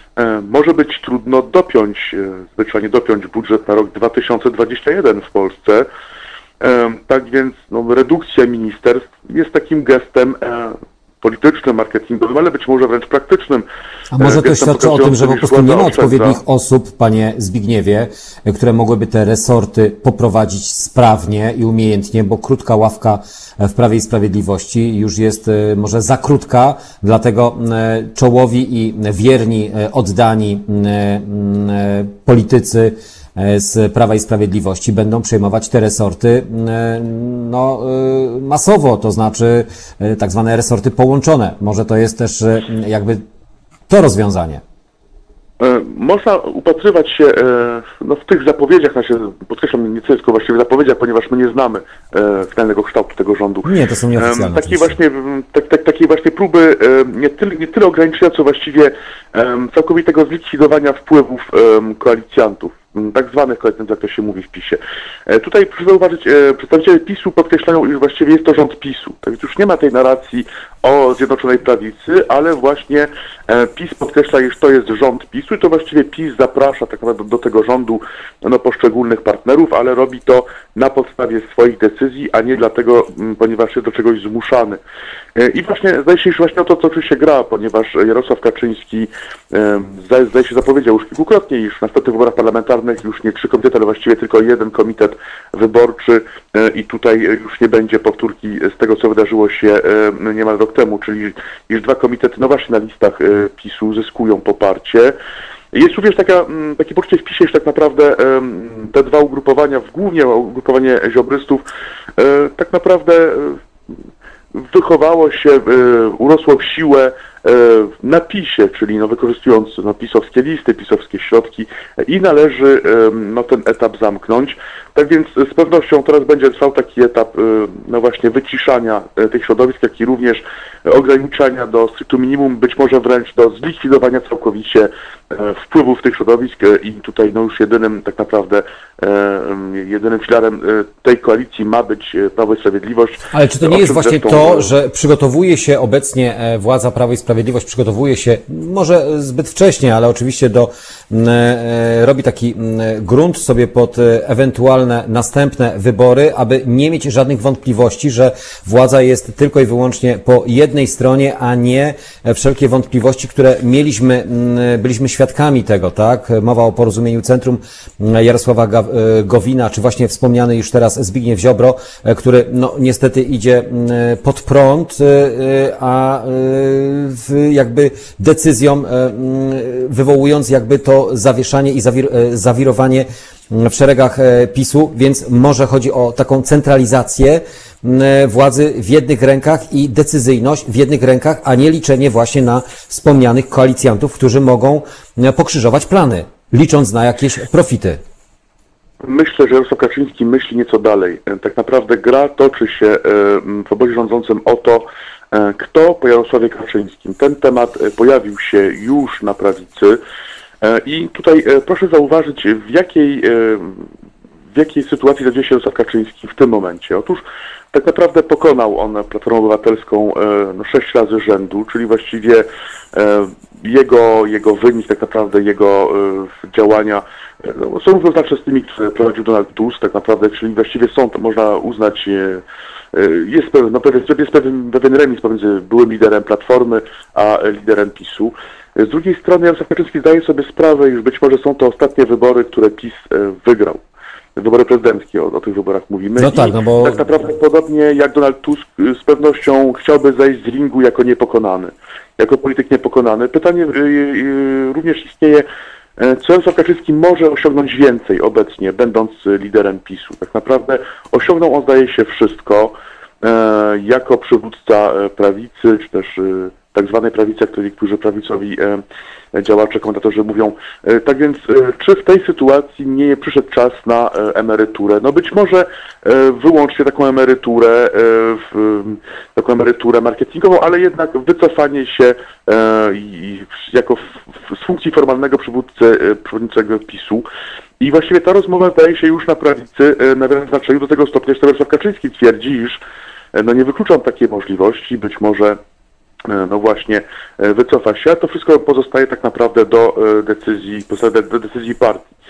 może być trudno dopiąć, zwyczajnie dopiąć budżet na rok dwa tysiące dwudziesty pierwszy w Polsce. Tak więc no, redukcja ministerstw jest takim gestem politycznym, marketingowym, ale być może wręcz praktycznym. A może to świadczy o tym, że po prostu nie ma odpowiednich osób, panie Zbigniewie, które mogłyby te resorty poprowadzić sprawnie i umiejętnie, bo krótka ławka w Prawie i Sprawiedliwości już jest może za krótka, dlatego czołowi i wierni, oddani politycy z Prawa i Sprawiedliwości będą przejmować te resorty no, masowo, to znaczy tak zwane resorty połączone. Może to jest też jakby to rozwiązanie. Można upatrywać się no, w tych zapowiedziach, znaczy, podkreślam nie tylko właściwie zapowiedziach, ponieważ my nie znamy finalnego kształtu tego rządu. Nie, to są nieoficjalne. Takiej właśnie, tak, tak, takiej właśnie próby nie tyle, nie tyle ograniczenia, co właściwie całkowitego zlikwidowania wpływów koalicjantów. Tak zwanych koalicjantów, jak to się mówi w PiSie. Tutaj proszę zauważyć, przedstawiciele PiSu podkreślają, iż właściwie jest to rząd PiSu. Tak więc już nie ma tej narracji o Zjednoczonej Prawicy, ale właśnie PiS podkreśla, iż to jest rząd PiSu i to właściwie PiS zaprasza tak naprawdę do, do tego rządu no, poszczególnych partnerów, ale robi to na podstawie swoich decyzji, a nie dlatego, ponieważ jest do czegoś zmuszany. I właśnie zdaje się, że właśnie o to toczy się gra, ponieważ Jarosław Kaczyński zdaje, zdaje się zapowiedział już kilkukrotnie, iż w następnych wyborach parlamentarnych już nie trzy komitety, ale właściwie tylko jeden komitet wyborczy i tutaj już nie będzie powtórki z tego, co wydarzyło się niemal rok temu, czyli iż dwa komitety, no właśnie na listach PiSu zyskują poparcie. Jest również taka, takie poczucie w PiSie, że tak naprawdę te dwa ugrupowania, głównie ugrupowanie ziobrystów, tak naprawdę wychowało się, urosło w siłę na PiSie, czyli no, wykorzystując no, pisowskie listy, pisowskie środki i należy no, ten etap zamknąć. Tak więc z pewnością teraz będzie trwał taki etap no właśnie wyciszania tych środowisk, jak i również ograniczania do stricte minimum, być może wręcz do zlikwidowania całkowicie wpływów tych środowisk i tutaj no już jedynym tak naprawdę jedynym filarem tej koalicji ma być Prawo i Sprawiedliwość. Ale czy to nie jest właśnie to, że przygotowuje się obecnie władza Prawo i Sprawiedliwość, przygotowuje się może zbyt wcześnie, ale oczywiście do robi taki grunt sobie pod ewentualne następne wybory, aby nie mieć żadnych wątpliwości, że władza jest tylko i wyłącznie po jednej stronie, a nie wszelkie wątpliwości, które mieliśmy, byliśmy świadkami tego, tak? Mowa o porozumieniu Centrum Jarosława Gowina, czy właśnie wspomniany już teraz Zbigniew Ziobro, który no niestety idzie pod prąd, a jakby decyzją wywołując jakby to zawieszanie i zawir zawirowanie w szeregach PiSu, więc może chodzi o taką centralizację władzy w jednych rękach i decyzyjność w jednych rękach, a nie liczenie właśnie na wspomnianych koalicjantów, którzy mogą pokrzyżować plany, licząc na jakieś profity. Myślę, że Jarosław Kaczyński myśli nieco dalej. Tak naprawdę gra toczy się w obozie rządzącym o to, kto po Jarosławie Kaczyńskim. Ten temat pojawił się już na prawicy i tutaj proszę zauważyć, w jakiej, w jakiej sytuacji znajduje się Jarosław Kaczyński w tym momencie. Otóż tak naprawdę pokonał on Platformę Obywatelską no, sześć razy rzędu, czyli właściwie jego, jego wynik, tak naprawdę jego działania no, są równoznaczne z tymi, które prowadził Donald Tusk, tak naprawdę, czyli właściwie są, to można uznać, jest pewien, no, jest pewien, pewien remis pomiędzy byłym liderem Platformy a liderem PiSu. Z drugiej strony Jarosław Kaczyński zdaje sobie sprawę, iż być może są to ostatnie wybory, które PiS wygrał. Wybory prezydenckie, o, o tych wyborach mówimy. No tak, no bo... tak naprawdę podobnie jak Donald Tusk z pewnością chciałby zejść z ringu jako niepokonany, jako polityk niepokonany. Pytanie y, y, również istnieje, co Jarosław Kaczyński może osiągnąć więcej obecnie, będąc liderem PiSu. Tak naprawdę osiągnął on, zdaje się, wszystko e, jako przywódca prawicy, czy też e, tak zwanej prawicy, jak to niektórzy prawicowi e, działacze, komentatorzy mówią. E, tak więc, e, czy w tej sytuacji nie przyszedł czas na e, emeryturę? No być może e, wyłącznie taką emeryturę, e, w, taką emeryturę marketingową, ale jednak wycofanie się e, i, jako w, w, z funkcji formalnego przywódcy, e, przewodniczącego PiSu. I właściwie ta rozmowa zdaje się już na prawicy e, na wiele znaczeniu do tego stopnia, że Jarosław Kaczyński twierdzi, iż e, no nie wykluczam takiej możliwości, być może no właśnie wycofa się, a to wszystko pozostaje tak naprawdę do decyzji, do decyzji partii.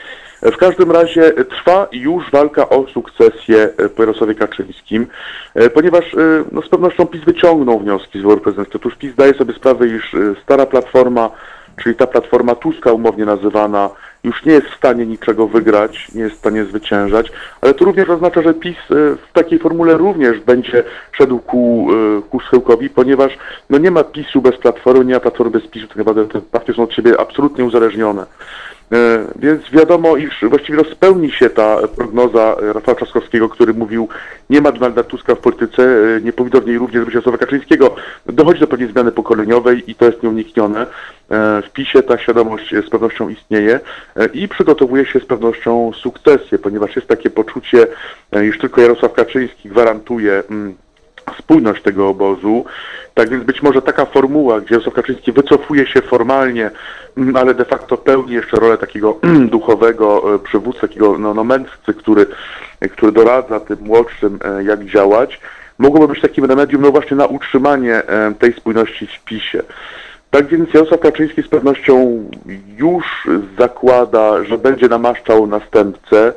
W każdym razie trwa już walka o sukcesję po Jarosławie Kaczyńskim, ponieważ no, z pewnością PiS wyciągnął wnioski z wyborów prezydenckich. Otóż PiS zdaje sobie sprawę, iż stara Platforma, czyli ta Platforma Tuska umownie nazywana, już nie jest w stanie niczego wygrać, nie jest w stanie zwyciężać, ale to również oznacza, że PiS w takiej formule również będzie szedł ku, ku schyłkowi, ponieważ no nie ma PiSu bez Platformy, nie ma Platformy bez PiSu, tak naprawdę te partie są od siebie absolutnie uzależnione. Więc wiadomo, iż właściwie no spełni się ta prognoza Rafała Trzaskowskiego, który mówił, nie ma Donalda Tuska w polityce, nie powinno w niej również być Jarosława Kaczyńskiego. Dochodzi do pewnej zmiany pokoleniowej i to jest nieuniknione. W PiSie ta świadomość z pewnością istnieje i przygotowuje się z pewnością sukcesję, ponieważ jest takie poczucie, iż tylko Jarosław Kaczyński gwarantuje spójność tego obozu. Tak więc być może taka formuła, gdzie Jarosław Kaczyński wycofuje się formalnie, ale de facto pełni jeszcze rolę takiego duchowego przywódcy, takiego no, no mędrcy, który, który doradza tym młodszym, jak działać, mogłoby być takim remedium no właśnie na utrzymanie tej spójności w PiSie. Tak więc Jarosław Kaczyński z pewnością już zakłada, że będzie namaszczał następcę.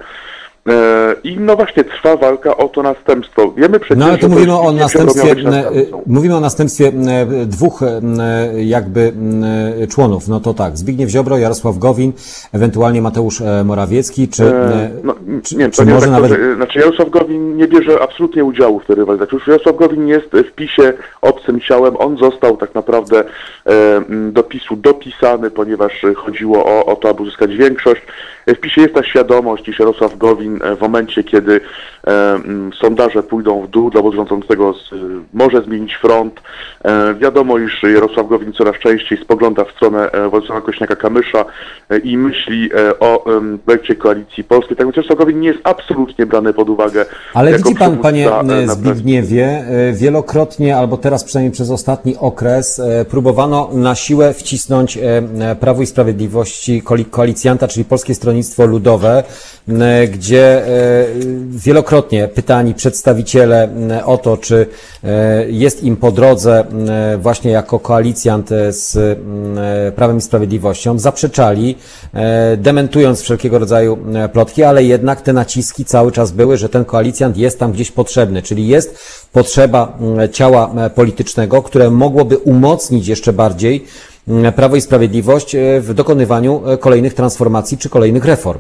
I no właśnie trwa walka o to następstwo. Wiemy przecież, no ale tu mówimy o następstwie, następcą. mówimy o następstwie dwóch jakby członów. No to tak, Zbigniew Ziobro, Jarosław Gowin, ewentualnie Mateusz Morawiecki, czy, e, no, czy, nie, czy nie może tak, nawet... To, znaczy Jarosław Gowin nie bierze absolutnie udziału w tej rywalizacji. Już Jarosław Gowin jest w PiSie obcym ciałem. On został tak naprawdę e, do PiSu dopisany, ponieważ chodziło o, o to, aby uzyskać większość. W PiSie jest ta świadomość, iż Jarosław Gowin w momencie, kiedy e, sondaże pójdą w dół dla rządzącego, może zmienić front. E, wiadomo, iż Jarosław Gowin coraz częściej spogląda w stronę e, Władysława Kośniaka-Kamysza e, i myśli e, o e, projekcie Koalicji Polskiej. Tak więc Jarosław Gowin nie jest absolutnie brany pod uwagę. Ale jako widzi pan, panie na Zbigniewie, wielokrotnie, albo teraz przynajmniej przez ostatni okres, próbowano na siłę wcisnąć Prawu i Sprawiedliwości koalicjanta, czyli Polskie Stronnictwo Ludowe, gdzie wielokrotnie pytani przedstawiciele o to, czy jest im po drodze właśnie jako koalicjant z Prawem i Sprawiedliwością, zaprzeczali, dementując wszelkiego rodzaju plotki, ale jednak te naciski cały czas były, że ten koalicjant jest tam gdzieś potrzebny, czyli jest potrzeba ciała politycznego, które mogłoby umocnić jeszcze bardziej Prawo i Sprawiedliwość w dokonywaniu kolejnych transformacji czy kolejnych reform.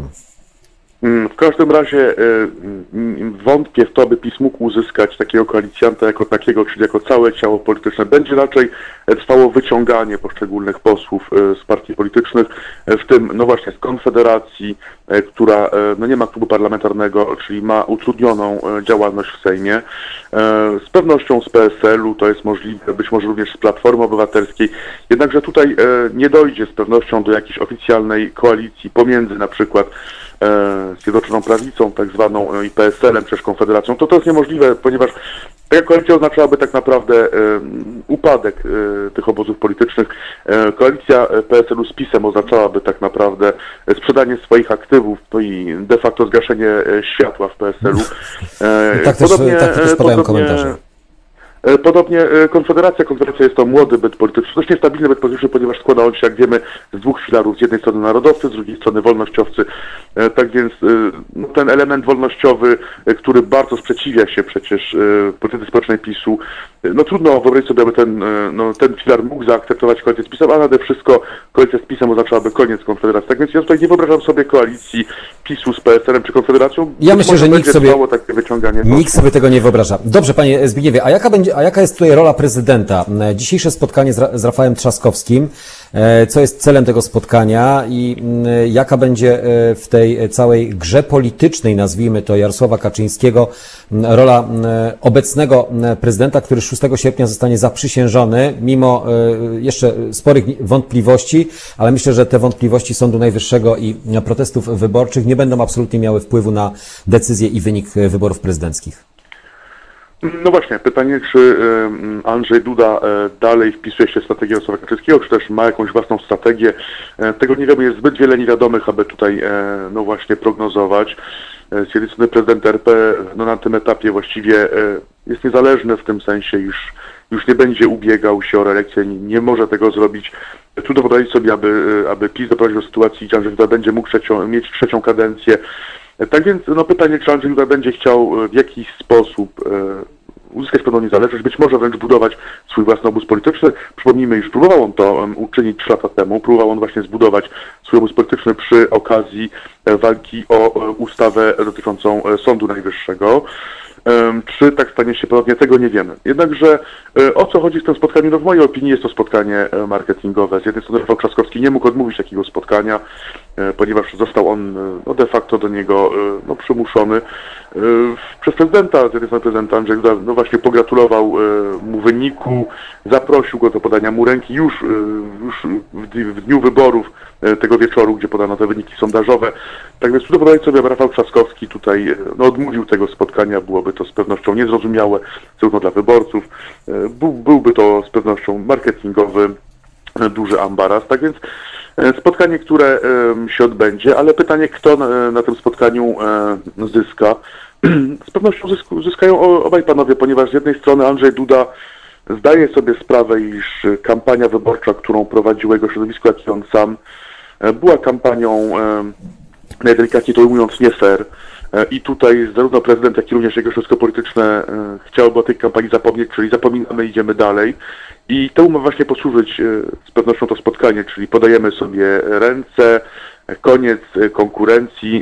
W każdym razie wątpię w to, by PiS mógł uzyskać takiego koalicjanta jako takiego, czyli jako całe ciało polityczne. Będzie raczej trwało wyciąganie poszczególnych posłów z partii politycznych, w tym no właśnie z Konfederacji, która no nie ma klubu parlamentarnego, czyli ma utrudnioną działalność w Sejmie. Z pewnością z P S L u to jest możliwe, być może również z Platformy Obywatelskiej. Jednakże tutaj nie dojdzie z pewnością do jakiejś oficjalnej koalicji pomiędzy na przykład Zjednoczoną Prawicą, tak zwaną, i P S L em, czy też Konfederacją, to to jest niemożliwe, ponieważ taka koalicja oznaczałaby tak naprawdę um, upadek um, tych obozów politycznych. Um, koalicja P S L u z PiS-em oznaczałaby tak naprawdę sprzedanie swoich aktywów, no i de facto zgaszenie światła w P S L u. Um, tak, podobnie, też, tak też padają podobnie, komentarze. Podobnie Konfederacja. Konfederacja jest to młody byt polityczny, dość niestabilny byt polityczny, ponieważ składa on się, jak wiemy, z dwóch filarów. Z jednej strony narodowcy, z drugiej strony wolnościowcy. Tak więc no, ten element wolnościowy, który bardzo sprzeciwia się przecież polityce społecznej PiSu, no trudno wyobrazić sobie, aby ten, no, ten filar mógł zaakceptować koalicję z PiS-em, a nade wszystko koalicja z PiS-em oznaczałaby koniec Konfederacji. Tak więc ja tutaj nie wyobrażam sobie koalicji PiS-u z P S L em czy Konfederacją. Ja myślę, że nikt sobie, takie wyciąganie nikt sobie tego nie wyobraża. Dobrze, panie Zbigniewie, a jaka będzie, a jaka jest tutaj rola prezydenta? Dzisiejsze spotkanie z, Ra- z Rafałem Trzaskowskim, co jest celem tego spotkania i jaka będzie w tej całej grze politycznej, nazwijmy to, Jarosława Kaczyńskiego, rola obecnego prezydenta, który szóstego sierpnia zostanie zaprzysiężony, mimo jeszcze sporych wątpliwości, ale myślę, że te wątpliwości Sądu Najwyższego i protestów wyborczych nie będą absolutnie miały wpływu na decyzję i wynik wyborów prezydenckich. No właśnie, pytanie, czy Andrzej Duda dalej wpisuje się w strategię Jarosława Kaczyńskiego, czy też ma jakąś własną strategię. Tego nie wiemy, jest zbyt wiele niewiadomych, aby tutaj no właśnie prognozować. Z jednej strony prezydent R P no na tym etapie właściwie jest niezależny w tym sensie, iż już nie będzie ubiegał się o reelekcję, nie, nie może tego zrobić. Trudno wyobrazić sobie, aby, aby PiS doprowadził do sytuacji, gdzie Andrzej Duda będzie mógł trzecią, mieć trzecią kadencję. Tak więc no pytanie, czy Andrzej Duda będzie chciał w jakiś sposób uzyskać pewną niezależność, być może wręcz budować swój własny obóz polityczny. Przypomnijmy, iż próbował on to um, uczynić trzy lata temu. Próbował on właśnie zbudować swój obóz polityczny przy okazji e, walki o e, ustawę dotyczącą e, Sądu Najwyższego. E, czy tak stanie się ponownie, tego nie wiemy. Jednakże e, o co chodzi w tym spotkaniu? No w mojej opinii jest to spotkanie e, marketingowe. Z jednej strony Rafał Trzaskowski nie mógł odmówić takiego spotkania, e, ponieważ został on e, no de facto do niego e, no, przymuszony e, przez prezydenta. Z jednej strony prezydent Andrzej Duda no właśnie pogratulował e, mu wyniku, zaprosił go do podania mu ręki już, e, już w, w dniu wyborów e, tego wieczoru, gdzie podano te wyniki sondażowe. Tak więc trudno wyobrazić sobie, aby Rafał Trzaskowski tutaj e, no, odmówił tego spotkania. Byłoby to z pewnością niezrozumiałe, zarówno dla wyborców. E, był, byłby to z pewnością marketingowy, e, duży ambaras. Tak więc e, spotkanie, które e, się odbędzie, ale pytanie, kto na, na tym spotkaniu e, zyska. Z pewnością zysku, zyskają obaj panowie, ponieważ z jednej strony Andrzej Duda zdaje sobie sprawę, iż kampania wyborcza, którą prowadził jego środowisko, jak i on sam, była kampanią, najdelikatniej to ujmując, nie fair. I tutaj zarówno prezydent, jak i również jego środowisko polityczne chciałoby o tej kampanii zapomnieć, czyli zapominamy, idziemy dalej. I temu ma właśnie posłużyć z pewnością to spotkanie, czyli podajemy sobie ręce, koniec konkurencji,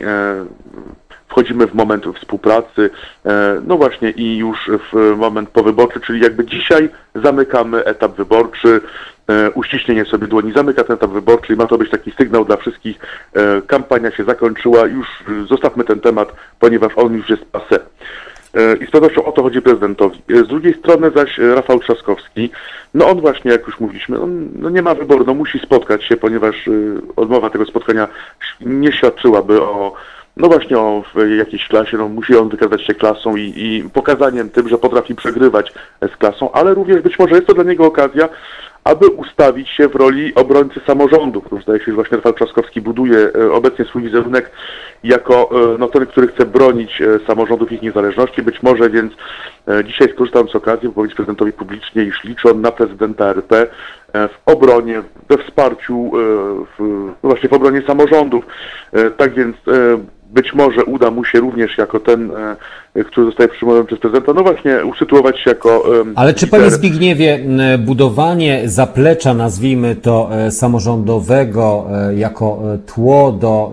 wchodzimy w moment współpracy, no właśnie i już w moment powyborczy, czyli jakby dzisiaj zamykamy etap wyborczy, uściśnienie sobie dłoni zamyka ten etap wyborczy i ma to być taki sygnał dla wszystkich, kampania się zakończyła, już zostawmy ten temat, ponieważ on już jest passé. I z pewnością o to chodzi prezydentowi. Z drugiej strony zaś Rafał Trzaskowski, no on właśnie, jak już mówiliśmy, on no nie ma wyboru, no musi spotkać się, ponieważ odmowa tego spotkania nie świadczyłaby o no właśnie o jakiejś klasie, no musi on wykazać się klasą i, i pokazaniem tym, że potrafi przegrywać z klasą, ale również być może jest to dla niego okazja, aby ustawić się w roli obrońcy samorządów. To zdaje się, że właśnie Rafał Trzaskowski buduje obecnie swój wizerunek jako no, ten, który chce bronić samorządów ich niezależności. Być może więc dzisiaj skorzystam z okazji, by powiedzieć prezydentowi publicznie, iż liczy on na prezydenta R P w obronie, we wsparciu, w, no właśnie w obronie samorządów. Tak więc być może uda mu się również jako ten, który zostaje przyjmowany przez prezydenta, no właśnie usytuować się jako... Ale czy, panie Zbigniewie, budowanie zaplecza, nazwijmy to, samorządowego jako tło do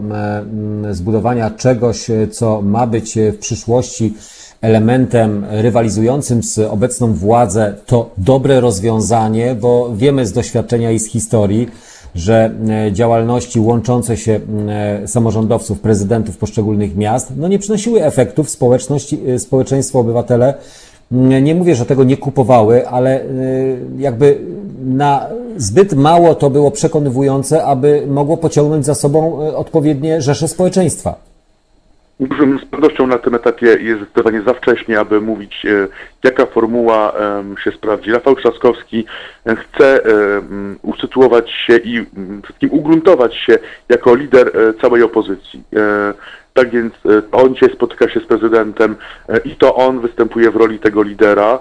zbudowania czegoś, co ma być w przyszłości elementem rywalizującym z obecną władzę, to dobre rozwiązanie, bo wiemy z doświadczenia i z historii, że działalności łączące się samorządowców, prezydentów poszczególnych miast, no nie przynosiły efektów. Społeczności, społeczeństwo, obywatele, nie mówię, że tego nie kupowały, ale jakby na zbyt mało to było przekonywujące, aby mogło pociągnąć za sobą odpowiednie rzesze społeczeństwa. Z pewnością na tym etapie jest zdecydowanie za wcześnie, aby mówić, jaka formuła się sprawdzi. Rafał Trzaskowski chce usytuować się i wszystkim ugruntować się jako lider całej opozycji. Tak więc on dzisiaj spotyka się z prezydentem i to on występuje w roli tego lidera.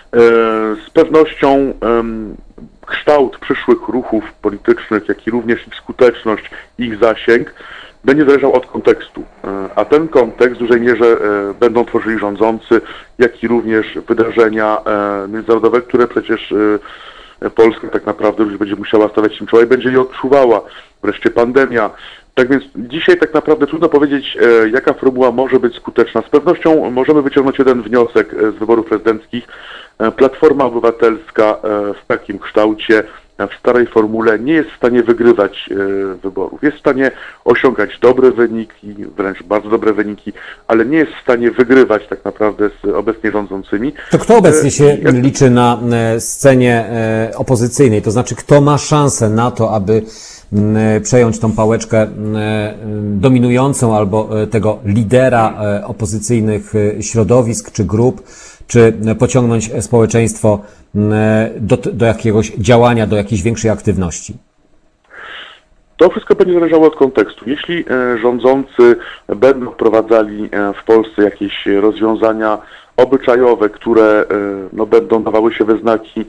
Z pewnością kształt przyszłych ruchów politycznych, jak i również ich skuteczność, ich zasięg będzie zależał od kontekstu, a ten kontekst w dużej mierze będą tworzyli rządzący, jak i również wydarzenia międzynarodowe, które przecież Polska tak naprawdę już będzie musiała stawiać się czoła i będzie je odczuwała, wreszcie pandemia. Tak więc dzisiaj tak naprawdę trudno powiedzieć, jaka formuła może być skuteczna. Z pewnością możemy wyciągnąć jeden wniosek z wyborów prezydenckich. Platforma Obywatelska w takim kształcie, w starej formule nie jest w stanie wygrywać wyborów. Jest w stanie osiągać dobre wyniki, wręcz bardzo dobre wyniki, ale nie jest w stanie wygrywać tak naprawdę z obecnie rządzącymi. To kto obecnie się liczy na scenie opozycyjnej? To znaczy, kto ma szansę na to, aby przejąć tą pałeczkę dominującą albo tego lidera opozycyjnych środowisk czy grup, czy pociągnąć społeczeństwo do, do jakiegoś działania, do jakiejś większej aktywności? To wszystko będzie zależało od kontekstu. Jeśli rządzący będą wprowadzali w Polsce jakieś rozwiązania obyczajowe, które no, będą dawały się we znaki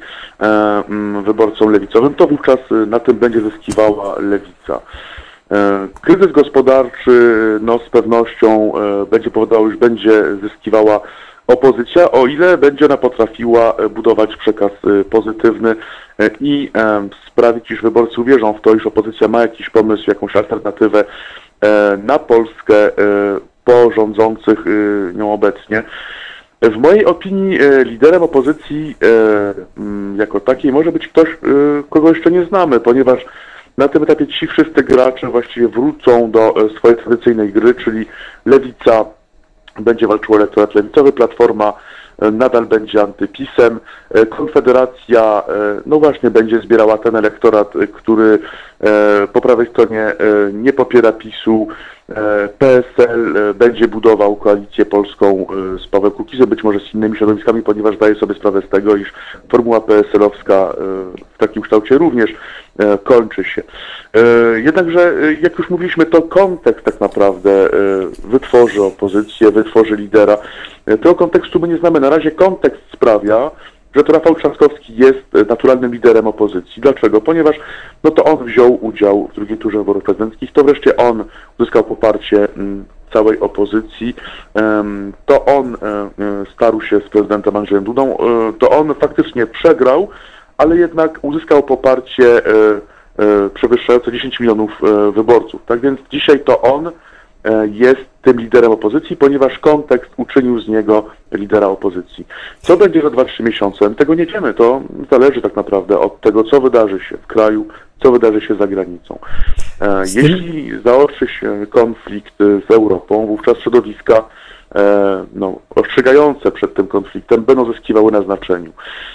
wyborcom lewicowym, to wówczas na tym będzie zyskiwała lewica. Kryzys gospodarczy no, z pewnością będzie powodował, już będzie zyskiwała opozycja, o ile będzie ona potrafiła budować przekaz pozytywny i sprawić, iż wyborcy uwierzą w to, iż opozycja ma jakiś pomysł, jakąś alternatywę na Polskę po rządzących nią obecnie. W mojej opinii liderem opozycji jako takiej może być ktoś, kogo jeszcze nie znamy, ponieważ na tym etapie ci wszyscy gracze właściwie wrócą do swojej tradycyjnej gry, czyli lewica będzie walczyła elektorat lewicowy, Platforma nadal będzie antypisem, Konfederacja no właśnie będzie zbierała ten elektorat, który po prawej stronie nie popiera PiSu, P S L będzie budował koalicję polską z Pawłem Kukizem, być może z innymi środowiskami, ponieważ zdaje sobie sprawę z tego, iż formuła P S L-owska w takim kształcie również kończy się. Jednakże, jak już mówiliśmy, to kontekst tak naprawdę wytworzy opozycję, wytworzy lidera. Tego kontekstu my nie znamy. Na razie kontekst sprawia, że to Rafał Trzaskowski jest naturalnym liderem opozycji. Dlaczego? Ponieważ no to on wziął udział w drugiej turze wyborów prezydenckich, to wreszcie on uzyskał poparcie całej opozycji, to on starł się z prezydentem Andrzejem Dudą, to on faktycznie przegrał, ale jednak uzyskał poparcie przewyższające dziesięć milionów wyborców. Tak więc dzisiaj to on jest tym liderem opozycji, ponieważ kontekst uczynił z niego lidera opozycji. Co będzie za dwa trzy miesiące? Tego nie wiemy. To zależy tak naprawdę od tego, co wydarzy się w kraju, co wydarzy się za granicą. Jeśli zaostrzy się konflikt z Europą, wówczas środowiska no, ostrzegające przed tym konfliktem będą zyskiwały na znaczeniu.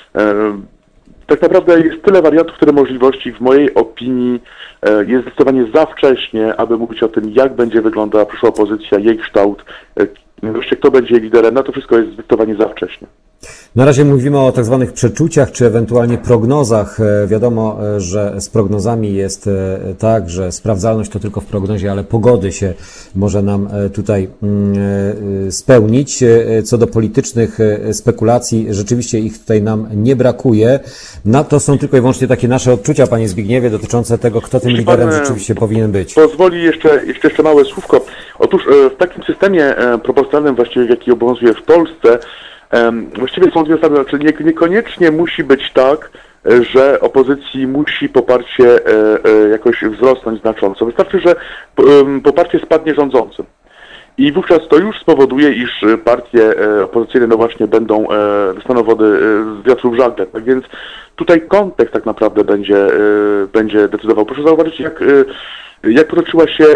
Tak naprawdę jest tyle wariantów, tyle możliwości. W mojej opinii jest zdecydowanie za wcześnie, aby mówić o tym, jak będzie wyglądała przyszła opozycja, jej kształt, wreszcie kto będzie jej liderem. Na to wszystko jest zdecydowanie za wcześnie. Na razie mówimy o tak zwanych przeczuciach, czy ewentualnie prognozach. Wiadomo, że z prognozami jest tak, że sprawdzalność to tylko w prognozie, ale pogody się może nam tutaj spełnić. Co do politycznych spekulacji, rzeczywiście ich tutaj nam nie brakuje. Na to są tylko i wyłącznie takie nasze odczucia, panie Zbigniewie, dotyczące tego, kto tym liderem rzeczywiście powinien być. Pozwoli jeszcze, jeszcze, jeszcze małe słówko. Otóż w takim systemie proporcjonalnym właściwie, jaki obowiązuje w Polsce, właściwie są dwie zasady, znaczy nie, niekoniecznie musi być tak, że opozycji musi poparcie jakoś wzrosnąć znacząco. Wystarczy, że poparcie spadnie rządzącym. I wówczas to już spowoduje, iż partie opozycyjne no właśnie będą, dostaną wody z wiatru w żagle. Tak więc tutaj kontekst tak naprawdę będzie, będzie decydował. Proszę zauważyć, jak, jak potoczyła się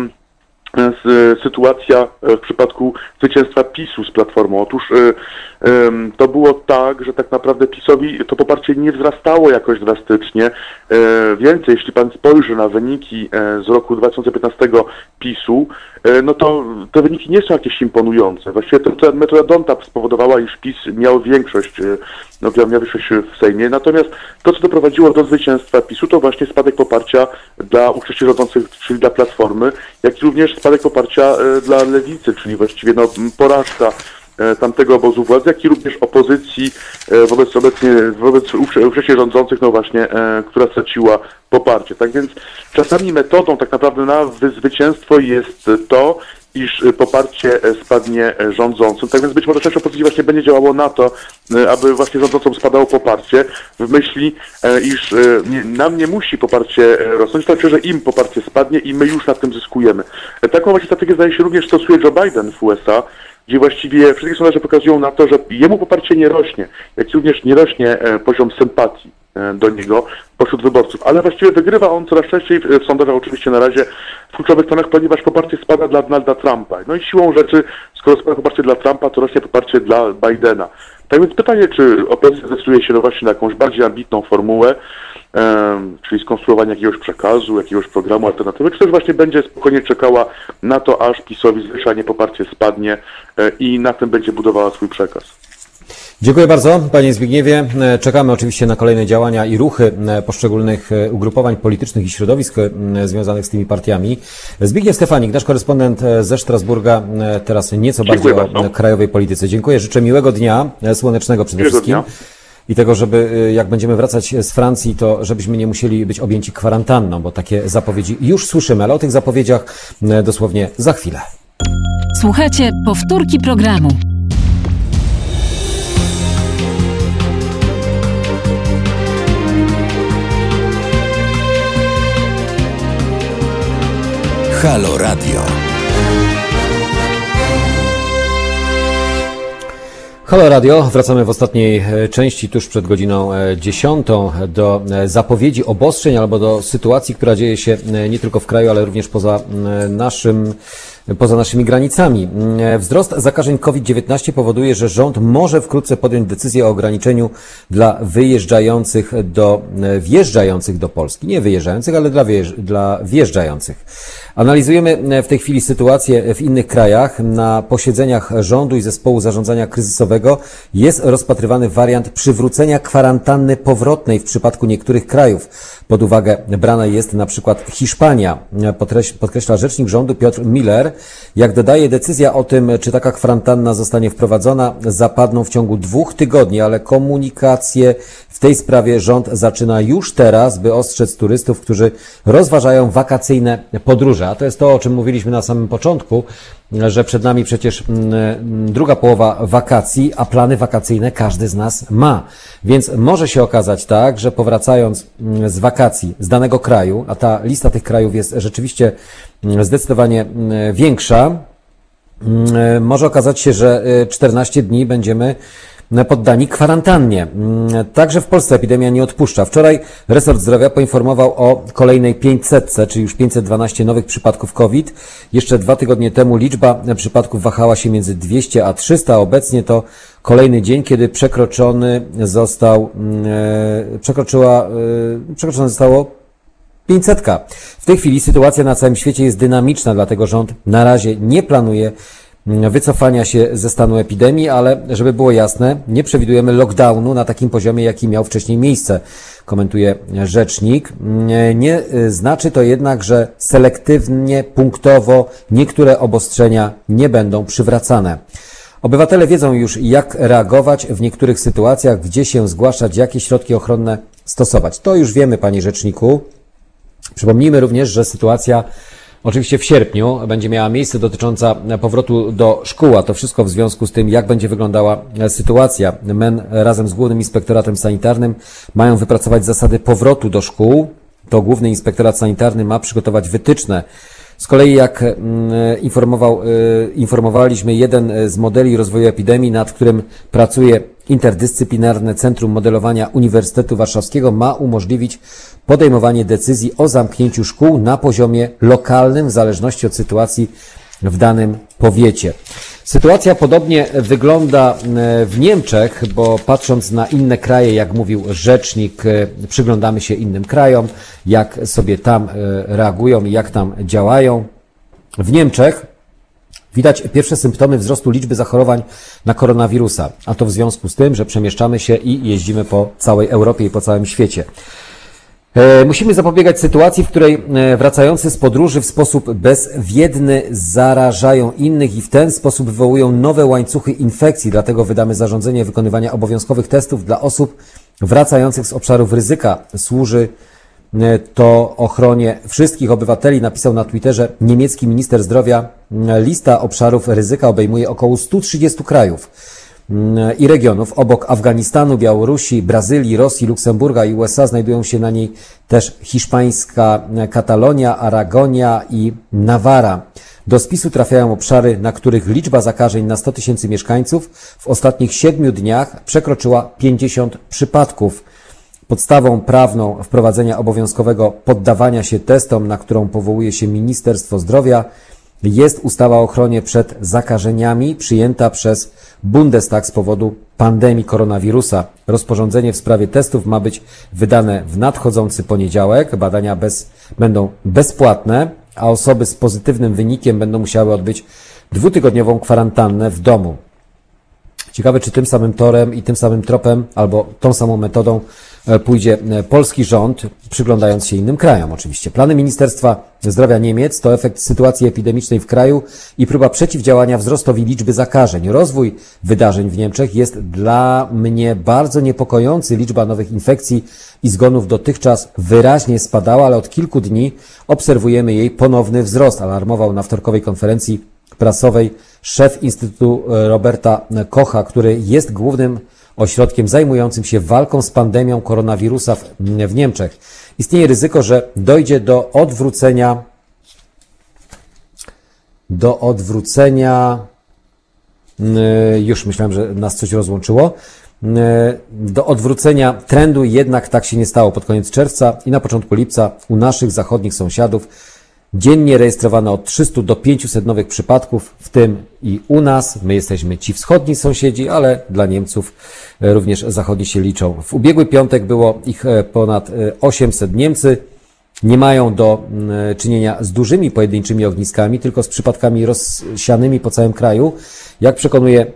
sytuacja w przypadku zwycięstwa PiSu z Platformą. Otóż to było tak, że tak naprawdę PiSowi to poparcie nie wzrastało jakoś drastycznie. Więcej, jeśli pan spojrzy na wyniki z roku dwa tysiące piętnastego PiSu, no to te wyniki nie są jakieś imponujące. Właściwie to metoda Donta spowodowała, iż PiS miał większość, no miał większość w Sejmie. Natomiast to, co doprowadziło do zwycięstwa PiSu, to właśnie spadek poparcia dla ówcześnie rządzących, czyli dla Platformy, jak i również spadek poparcia dla Lewicy, czyli właściwie no, porażka tamtego obozu władzy, jak i również opozycji wobec obecnie, wobec ówcześnie rządzących, no właśnie, która straciła poparcie. Tak więc czasami metodą tak naprawdę na zwycięstwo jest to, iż poparcie spadnie rządzącym. Tak więc być może część opozycji właśnie będzie działało na to, aby właśnie rządzącym spadało poparcie, w myśli, iż nam nie musi poparcie rosnąć, to znaczy, że im poparcie spadnie i my już na tym zyskujemy. Taką właśnie strategię zdaje się również stosuje Joe Biden w U S A, gdzie właściwie wszystkie sondaże pokazują na to, że jemu poparcie nie rośnie, jak również nie rośnie poziom sympatii do niego pośród wyborców, ale właściwie wygrywa on coraz częściej w sondażach oczywiście na razie w kluczowych stronach, ponieważ poparcie spada dla Donalda Trumpa. No i siłą rzeczy, skoro spada poparcie dla Trumpa, to rośnie poparcie dla Bidena. Tak więc pytanie, czy opozycja zdecyduje się no właśnie na jakąś bardziej ambitną formułę, um, czyli skonstruowanie jakiegoś przekazu, jakiegoś programu alternatywy, czy też właśnie będzie spokojnie czekała na to, aż PiSowi zwyczajnie poparcie spadnie e, i na tym będzie budowała swój przekaz. Dziękuję bardzo, panie Zbigniewie. Czekamy oczywiście na kolejne działania i ruchy poszczególnych ugrupowań politycznych i środowisk związanych z tymi partiami. Zbigniew Stefanik, nasz korespondent ze Strasburga, teraz nieco Dziękuję bardziej bardzo. o krajowej polityce. Dziękuję, życzę miłego dnia, słonecznego przede Miłego wszystkim. dnia. I tego, żeby jak będziemy wracać z Francji, to żebyśmy nie musieli być objęci kwarantanną, bo takie zapowiedzi już słyszymy, ale o tych zapowiedziach dosłownie za chwilę. Słuchajcie powtórki programu. Halo Radio. Halo Radio, wracamy w ostatniej części tuż przed godziną dziesiątą do zapowiedzi obostrzeń albo do sytuacji, która dzieje się nie tylko w kraju, ale również poza naszym Poza naszymi granicami. Wzrost zakażeń COVID dziewiętnaście powoduje, że rząd może wkrótce podjąć decyzję o ograniczeniu dla wyjeżdżających do, wjeżdżających do Polski. Nie wyjeżdżających, ale dla, wjeżdż, dla wjeżdżających. Analizujemy w tej chwili sytuację w innych krajach. Na posiedzeniach rządu i zespołu zarządzania kryzysowego jest rozpatrywany wariant przywrócenia kwarantanny powrotnej w przypadku niektórych krajów. Pod uwagę brana jest na przykład Hiszpania, podkreśla rzecznik rządu Piotr Miller. Jak dodaje, decyzja o tym, czy taka kwarantanna zostanie wprowadzona, zapadną w ciągu dwóch tygodni, ale komunikację w tej sprawie rząd zaczyna już teraz, by ostrzec turystów, którzy rozważają wakacyjne podróże. A to jest to, o czym mówiliśmy na samym początku, że przed nami przecież druga połowa wakacji, a plany wakacyjne każdy z nas ma. Więc może się okazać tak, że powracając z wakacji z danego kraju, a ta lista tych krajów jest rzeczywiście zdecydowanie większa, może okazać się, że czternaście dni będziemy poddani kwarantannie. Także w Polsce epidemia nie odpuszcza. Wczoraj resort zdrowia poinformował o kolejnej pięćsetce, czyli już pięćset dwanaście nowych przypadków COVID. Jeszcze dwa tygodnie temu liczba przypadków wahała się między dwieście a trzysta. Obecnie to kolejny dzień, kiedy przekroczony został, e, przekroczyła, e, przekroczone zostało pięćsetka. W tej chwili sytuacja na całym świecie jest dynamiczna, dlatego rząd na razie nie planuje wycofania się ze stanu epidemii, ale żeby było jasne, nie przewidujemy lockdownu na takim poziomie, jaki miał wcześniej miejsce, komentuje rzecznik. Nie znaczy to jednak, że selektywnie, punktowo niektóre obostrzenia nie będą przywracane. Obywatele wiedzą już, jak reagować w niektórych sytuacjach, gdzie się zgłaszać, jakie środki ochronne stosować. To już wiemy, panie rzeczniku. Przypomnijmy również, że sytuacja oczywiście w sierpniu będzie miała miejsce dotycząca powrotu do szkół, a to wszystko w związku z tym, jak będzie wyglądała sytuacja. M E N razem z Głównym Inspektoratem Sanitarnym mają wypracować zasady powrotu do szkół. To Główny Inspektorat Sanitarny ma przygotować wytyczne. Z kolei, jak informował, informowaliśmy, jeden z modeli rozwoju epidemii, nad którym pracuje Interdyscyplinarne Centrum Modelowania Uniwersytetu Warszawskiego, ma umożliwić podejmowanie decyzji o zamknięciu szkół na poziomie lokalnym, w zależności od sytuacji w danym powiecie. Sytuacja podobnie wygląda w Niemczech, bo patrząc na inne kraje, jak mówił rzecznik, przyglądamy się innym krajom, jak sobie tam reagują i jak tam działają. W Niemczech widać pierwsze symptomy wzrostu liczby zachorowań na koronawirusa, a to w związku z tym, że przemieszczamy się i jeździmy po całej Europie i po całym świecie. Musimy zapobiegać sytuacji, w której wracający z podróży w sposób bezwiedny zarażają innych i w ten sposób wywołują nowe łańcuchy infekcji. Dlatego wydamy zarządzenie wykonywania obowiązkowych testów dla osób wracających z obszarów ryzyka. Służy to ochronie wszystkich obywateli, napisał na Twitterze niemiecki minister zdrowia. Lista obszarów ryzyka obejmuje około stu trzydziestu krajów i regionów. Obok Afganistanu, Białorusi, Brazylii, Rosji, Luksemburga i U S A znajdują się na niej też hiszpańska Katalonia, Aragonia i Nawara. Do spisu trafiają obszary, na których liczba zakażeń na sto tysięcy mieszkańców w ostatnich siedmiu dniach przekroczyła pięćdziesiąt przypadków. Podstawą prawną wprowadzenia obowiązkowego poddawania się testom, na którą powołuje się Ministerstwo Zdrowia, jest ustawa o ochronie przed zakażeniami przyjęta przez Bundestag z powodu pandemii koronawirusa. Rozporządzenie w sprawie testów ma być wydane w nadchodzący poniedziałek. Badania bez, będą bezpłatne, a osoby z pozytywnym wynikiem będą musiały odbyć dwutygodniową kwarantannę w domu. Ciekawe, czy tym samym torem i tym samym tropem, albo tą samą metodą pójdzie polski rząd, przyglądając się innym krajom oczywiście. Plany Ministerstwa Zdrowia Niemiec to efekt sytuacji epidemicznej w kraju i próba przeciwdziałania wzrostowi liczby zakażeń. Rozwój wydarzeń w Niemczech jest dla mnie bardzo niepokojący. Liczba nowych infekcji i zgonów dotychczas wyraźnie spadała, ale od kilku dni obserwujemy jej ponowny wzrost, alarmował na wtorkowej konferencji prasowej szef Instytutu Roberta Kocha, który jest głównym ośrodkiem zajmującym się walką z pandemią koronawirusa w, w Niemczech. Istnieje ryzyko, że dojdzie do odwrócenia do odwrócenia już myślałem, że nas coś rozłączyło do odwrócenia trendu, jednak tak się nie stało. Pod koniec czerwca i na początku lipca u naszych zachodnich sąsiadów dziennie rejestrowano od trzystu do pięciuset nowych przypadków, w tym i u nas. My jesteśmy ci wschodni sąsiedzi, ale dla Niemców również zachodni się liczą. W ubiegły piątek było ich ponad osiemset. Niemcy nie mają do czynienia z dużymi pojedynczymi ogniskami, tylko z przypadkami rozsianymi po całym kraju. Jak przekonuje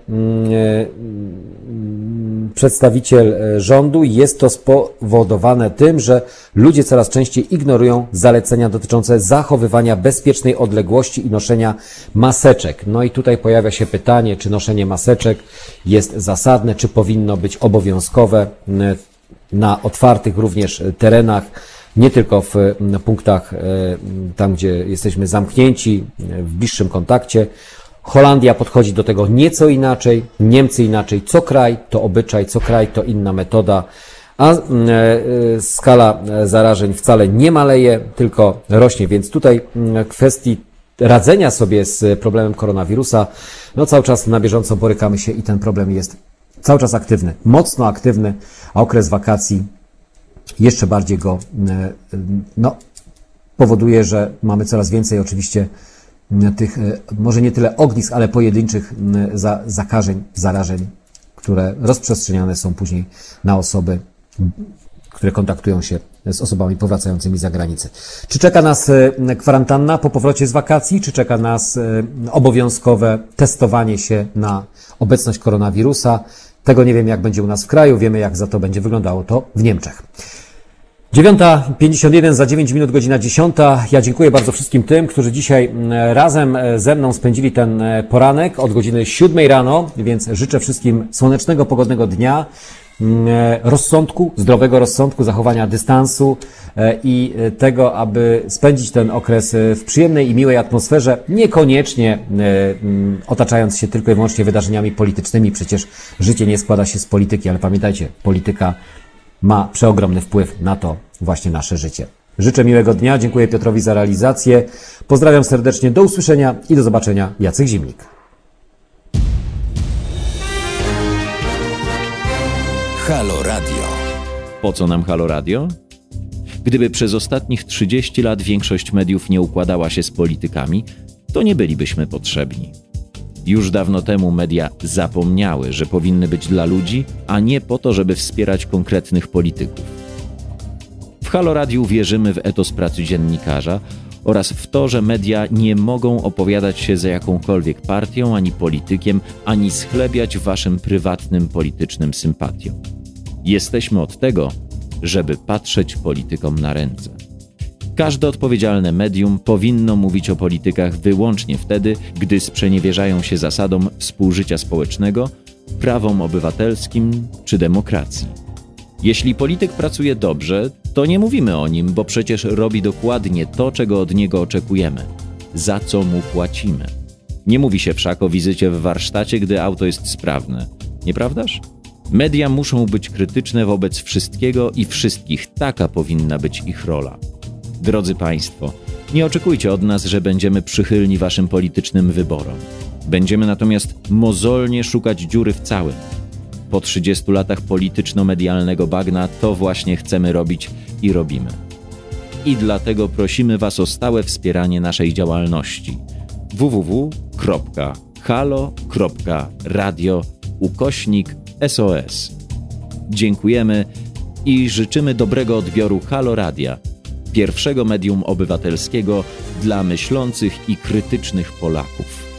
przedstawiciel rządu, jest to spowodowane tym, że ludzie coraz częściej ignorują zalecenia dotyczące zachowywania bezpiecznej odległości i noszenia maseczek. No i tutaj pojawia się pytanie, czy noszenie maseczek jest zasadne, czy powinno być obowiązkowe na otwartych również terenach, nie tylko w punktach tam, gdzie jesteśmy zamknięci, w bliższym kontakcie. Holandia podchodzi do tego nieco inaczej, Niemcy inaczej. Co kraj to obyczaj, co kraj to inna metoda, a skala zarażeń wcale nie maleje, tylko rośnie. Więc tutaj w kwestii radzenia sobie z problemem koronawirusa, no cały czas na bieżąco borykamy się i ten problem jest cały czas aktywny, mocno aktywny, a okres wakacji jeszcze bardziej go no, powoduje, że mamy coraz więcej oczywiście tych, może nie tyle ognisk, ale pojedynczych za, zakażeń, zarażeń, które rozprzestrzeniane są później na osoby, które kontaktują się z osobami powracającymi z zagranicy. Czy czeka nas kwarantanna po powrocie z wakacji, czy czeka nas obowiązkowe testowanie się na obecność koronawirusa? Tego nie wiem, jak będzie u nas w kraju, wiemy, jak za to będzie wyglądało to w Niemczech. dziewiąta pięćdziesiąt jeden, za dziewięć minut, godzina dziesiąta. Ja dziękuję bardzo wszystkim tym, którzy dzisiaj razem ze mną spędzili ten poranek od godziny siódmej rano, więc życzę wszystkim słonecznego, pogodnego dnia, rozsądku, zdrowego rozsądku, zachowania dystansu i tego, aby spędzić ten okres w przyjemnej i miłej atmosferze, niekoniecznie otaczając się tylko i wyłącznie wydarzeniami politycznymi. Przecież życie nie składa się z polityki, ale pamiętajcie, polityka ma przeogromny wpływ na to właśnie nasze życie. Życzę miłego dnia, dziękuję Piotrowi za realizację. Pozdrawiam serdecznie, do usłyszenia i do zobaczenia. Jacek Zimnik. Halo Radio. Po co nam Halo Radio? Gdyby przez ostatnich trzydzieści lat większość mediów nie układała się z politykami, to nie bylibyśmy potrzebni. Już dawno temu media zapomniały, że powinny być dla ludzi, a nie po to, żeby wspierać konkretnych polityków. W Halo Radiu wierzymy w etos pracy dziennikarza oraz w to, że media nie mogą opowiadać się za jakąkolwiek partią ani politykiem, ani schlebiać waszym prywatnym politycznym sympatiom. Jesteśmy od tego, żeby patrzeć politykom na ręce. Każde odpowiedzialne medium powinno mówić o politykach wyłącznie wtedy, gdy sprzeniewierzają się zasadom współżycia społecznego, prawom obywatelskim czy demokracji. Jeśli polityk pracuje dobrze, to nie mówimy o nim, bo przecież robi dokładnie to, czego od niego oczekujemy, za co mu płacimy. Nie mówi się wszak o wizycie w warsztacie, gdy auto jest sprawne. Nieprawdaż? Media muszą być krytyczne wobec wszystkiego i wszystkich. Taka powinna być ich rola. Drodzy Państwo, nie oczekujcie od nas, że będziemy przychylni waszym politycznym wyborom. Będziemy natomiast mozolnie szukać dziury w całym. Po trzydziestu latach polityczno-medialnego bagna to właśnie chcemy robić i robimy. I dlatego prosimy was o stałe wspieranie naszej działalności. w w w kropka halo kropka radio ukośnik S O S. Dziękujemy i życzymy dobrego odbioru Halo Radia, pierwszego medium obywatelskiego dla myślących i krytycznych Polaków.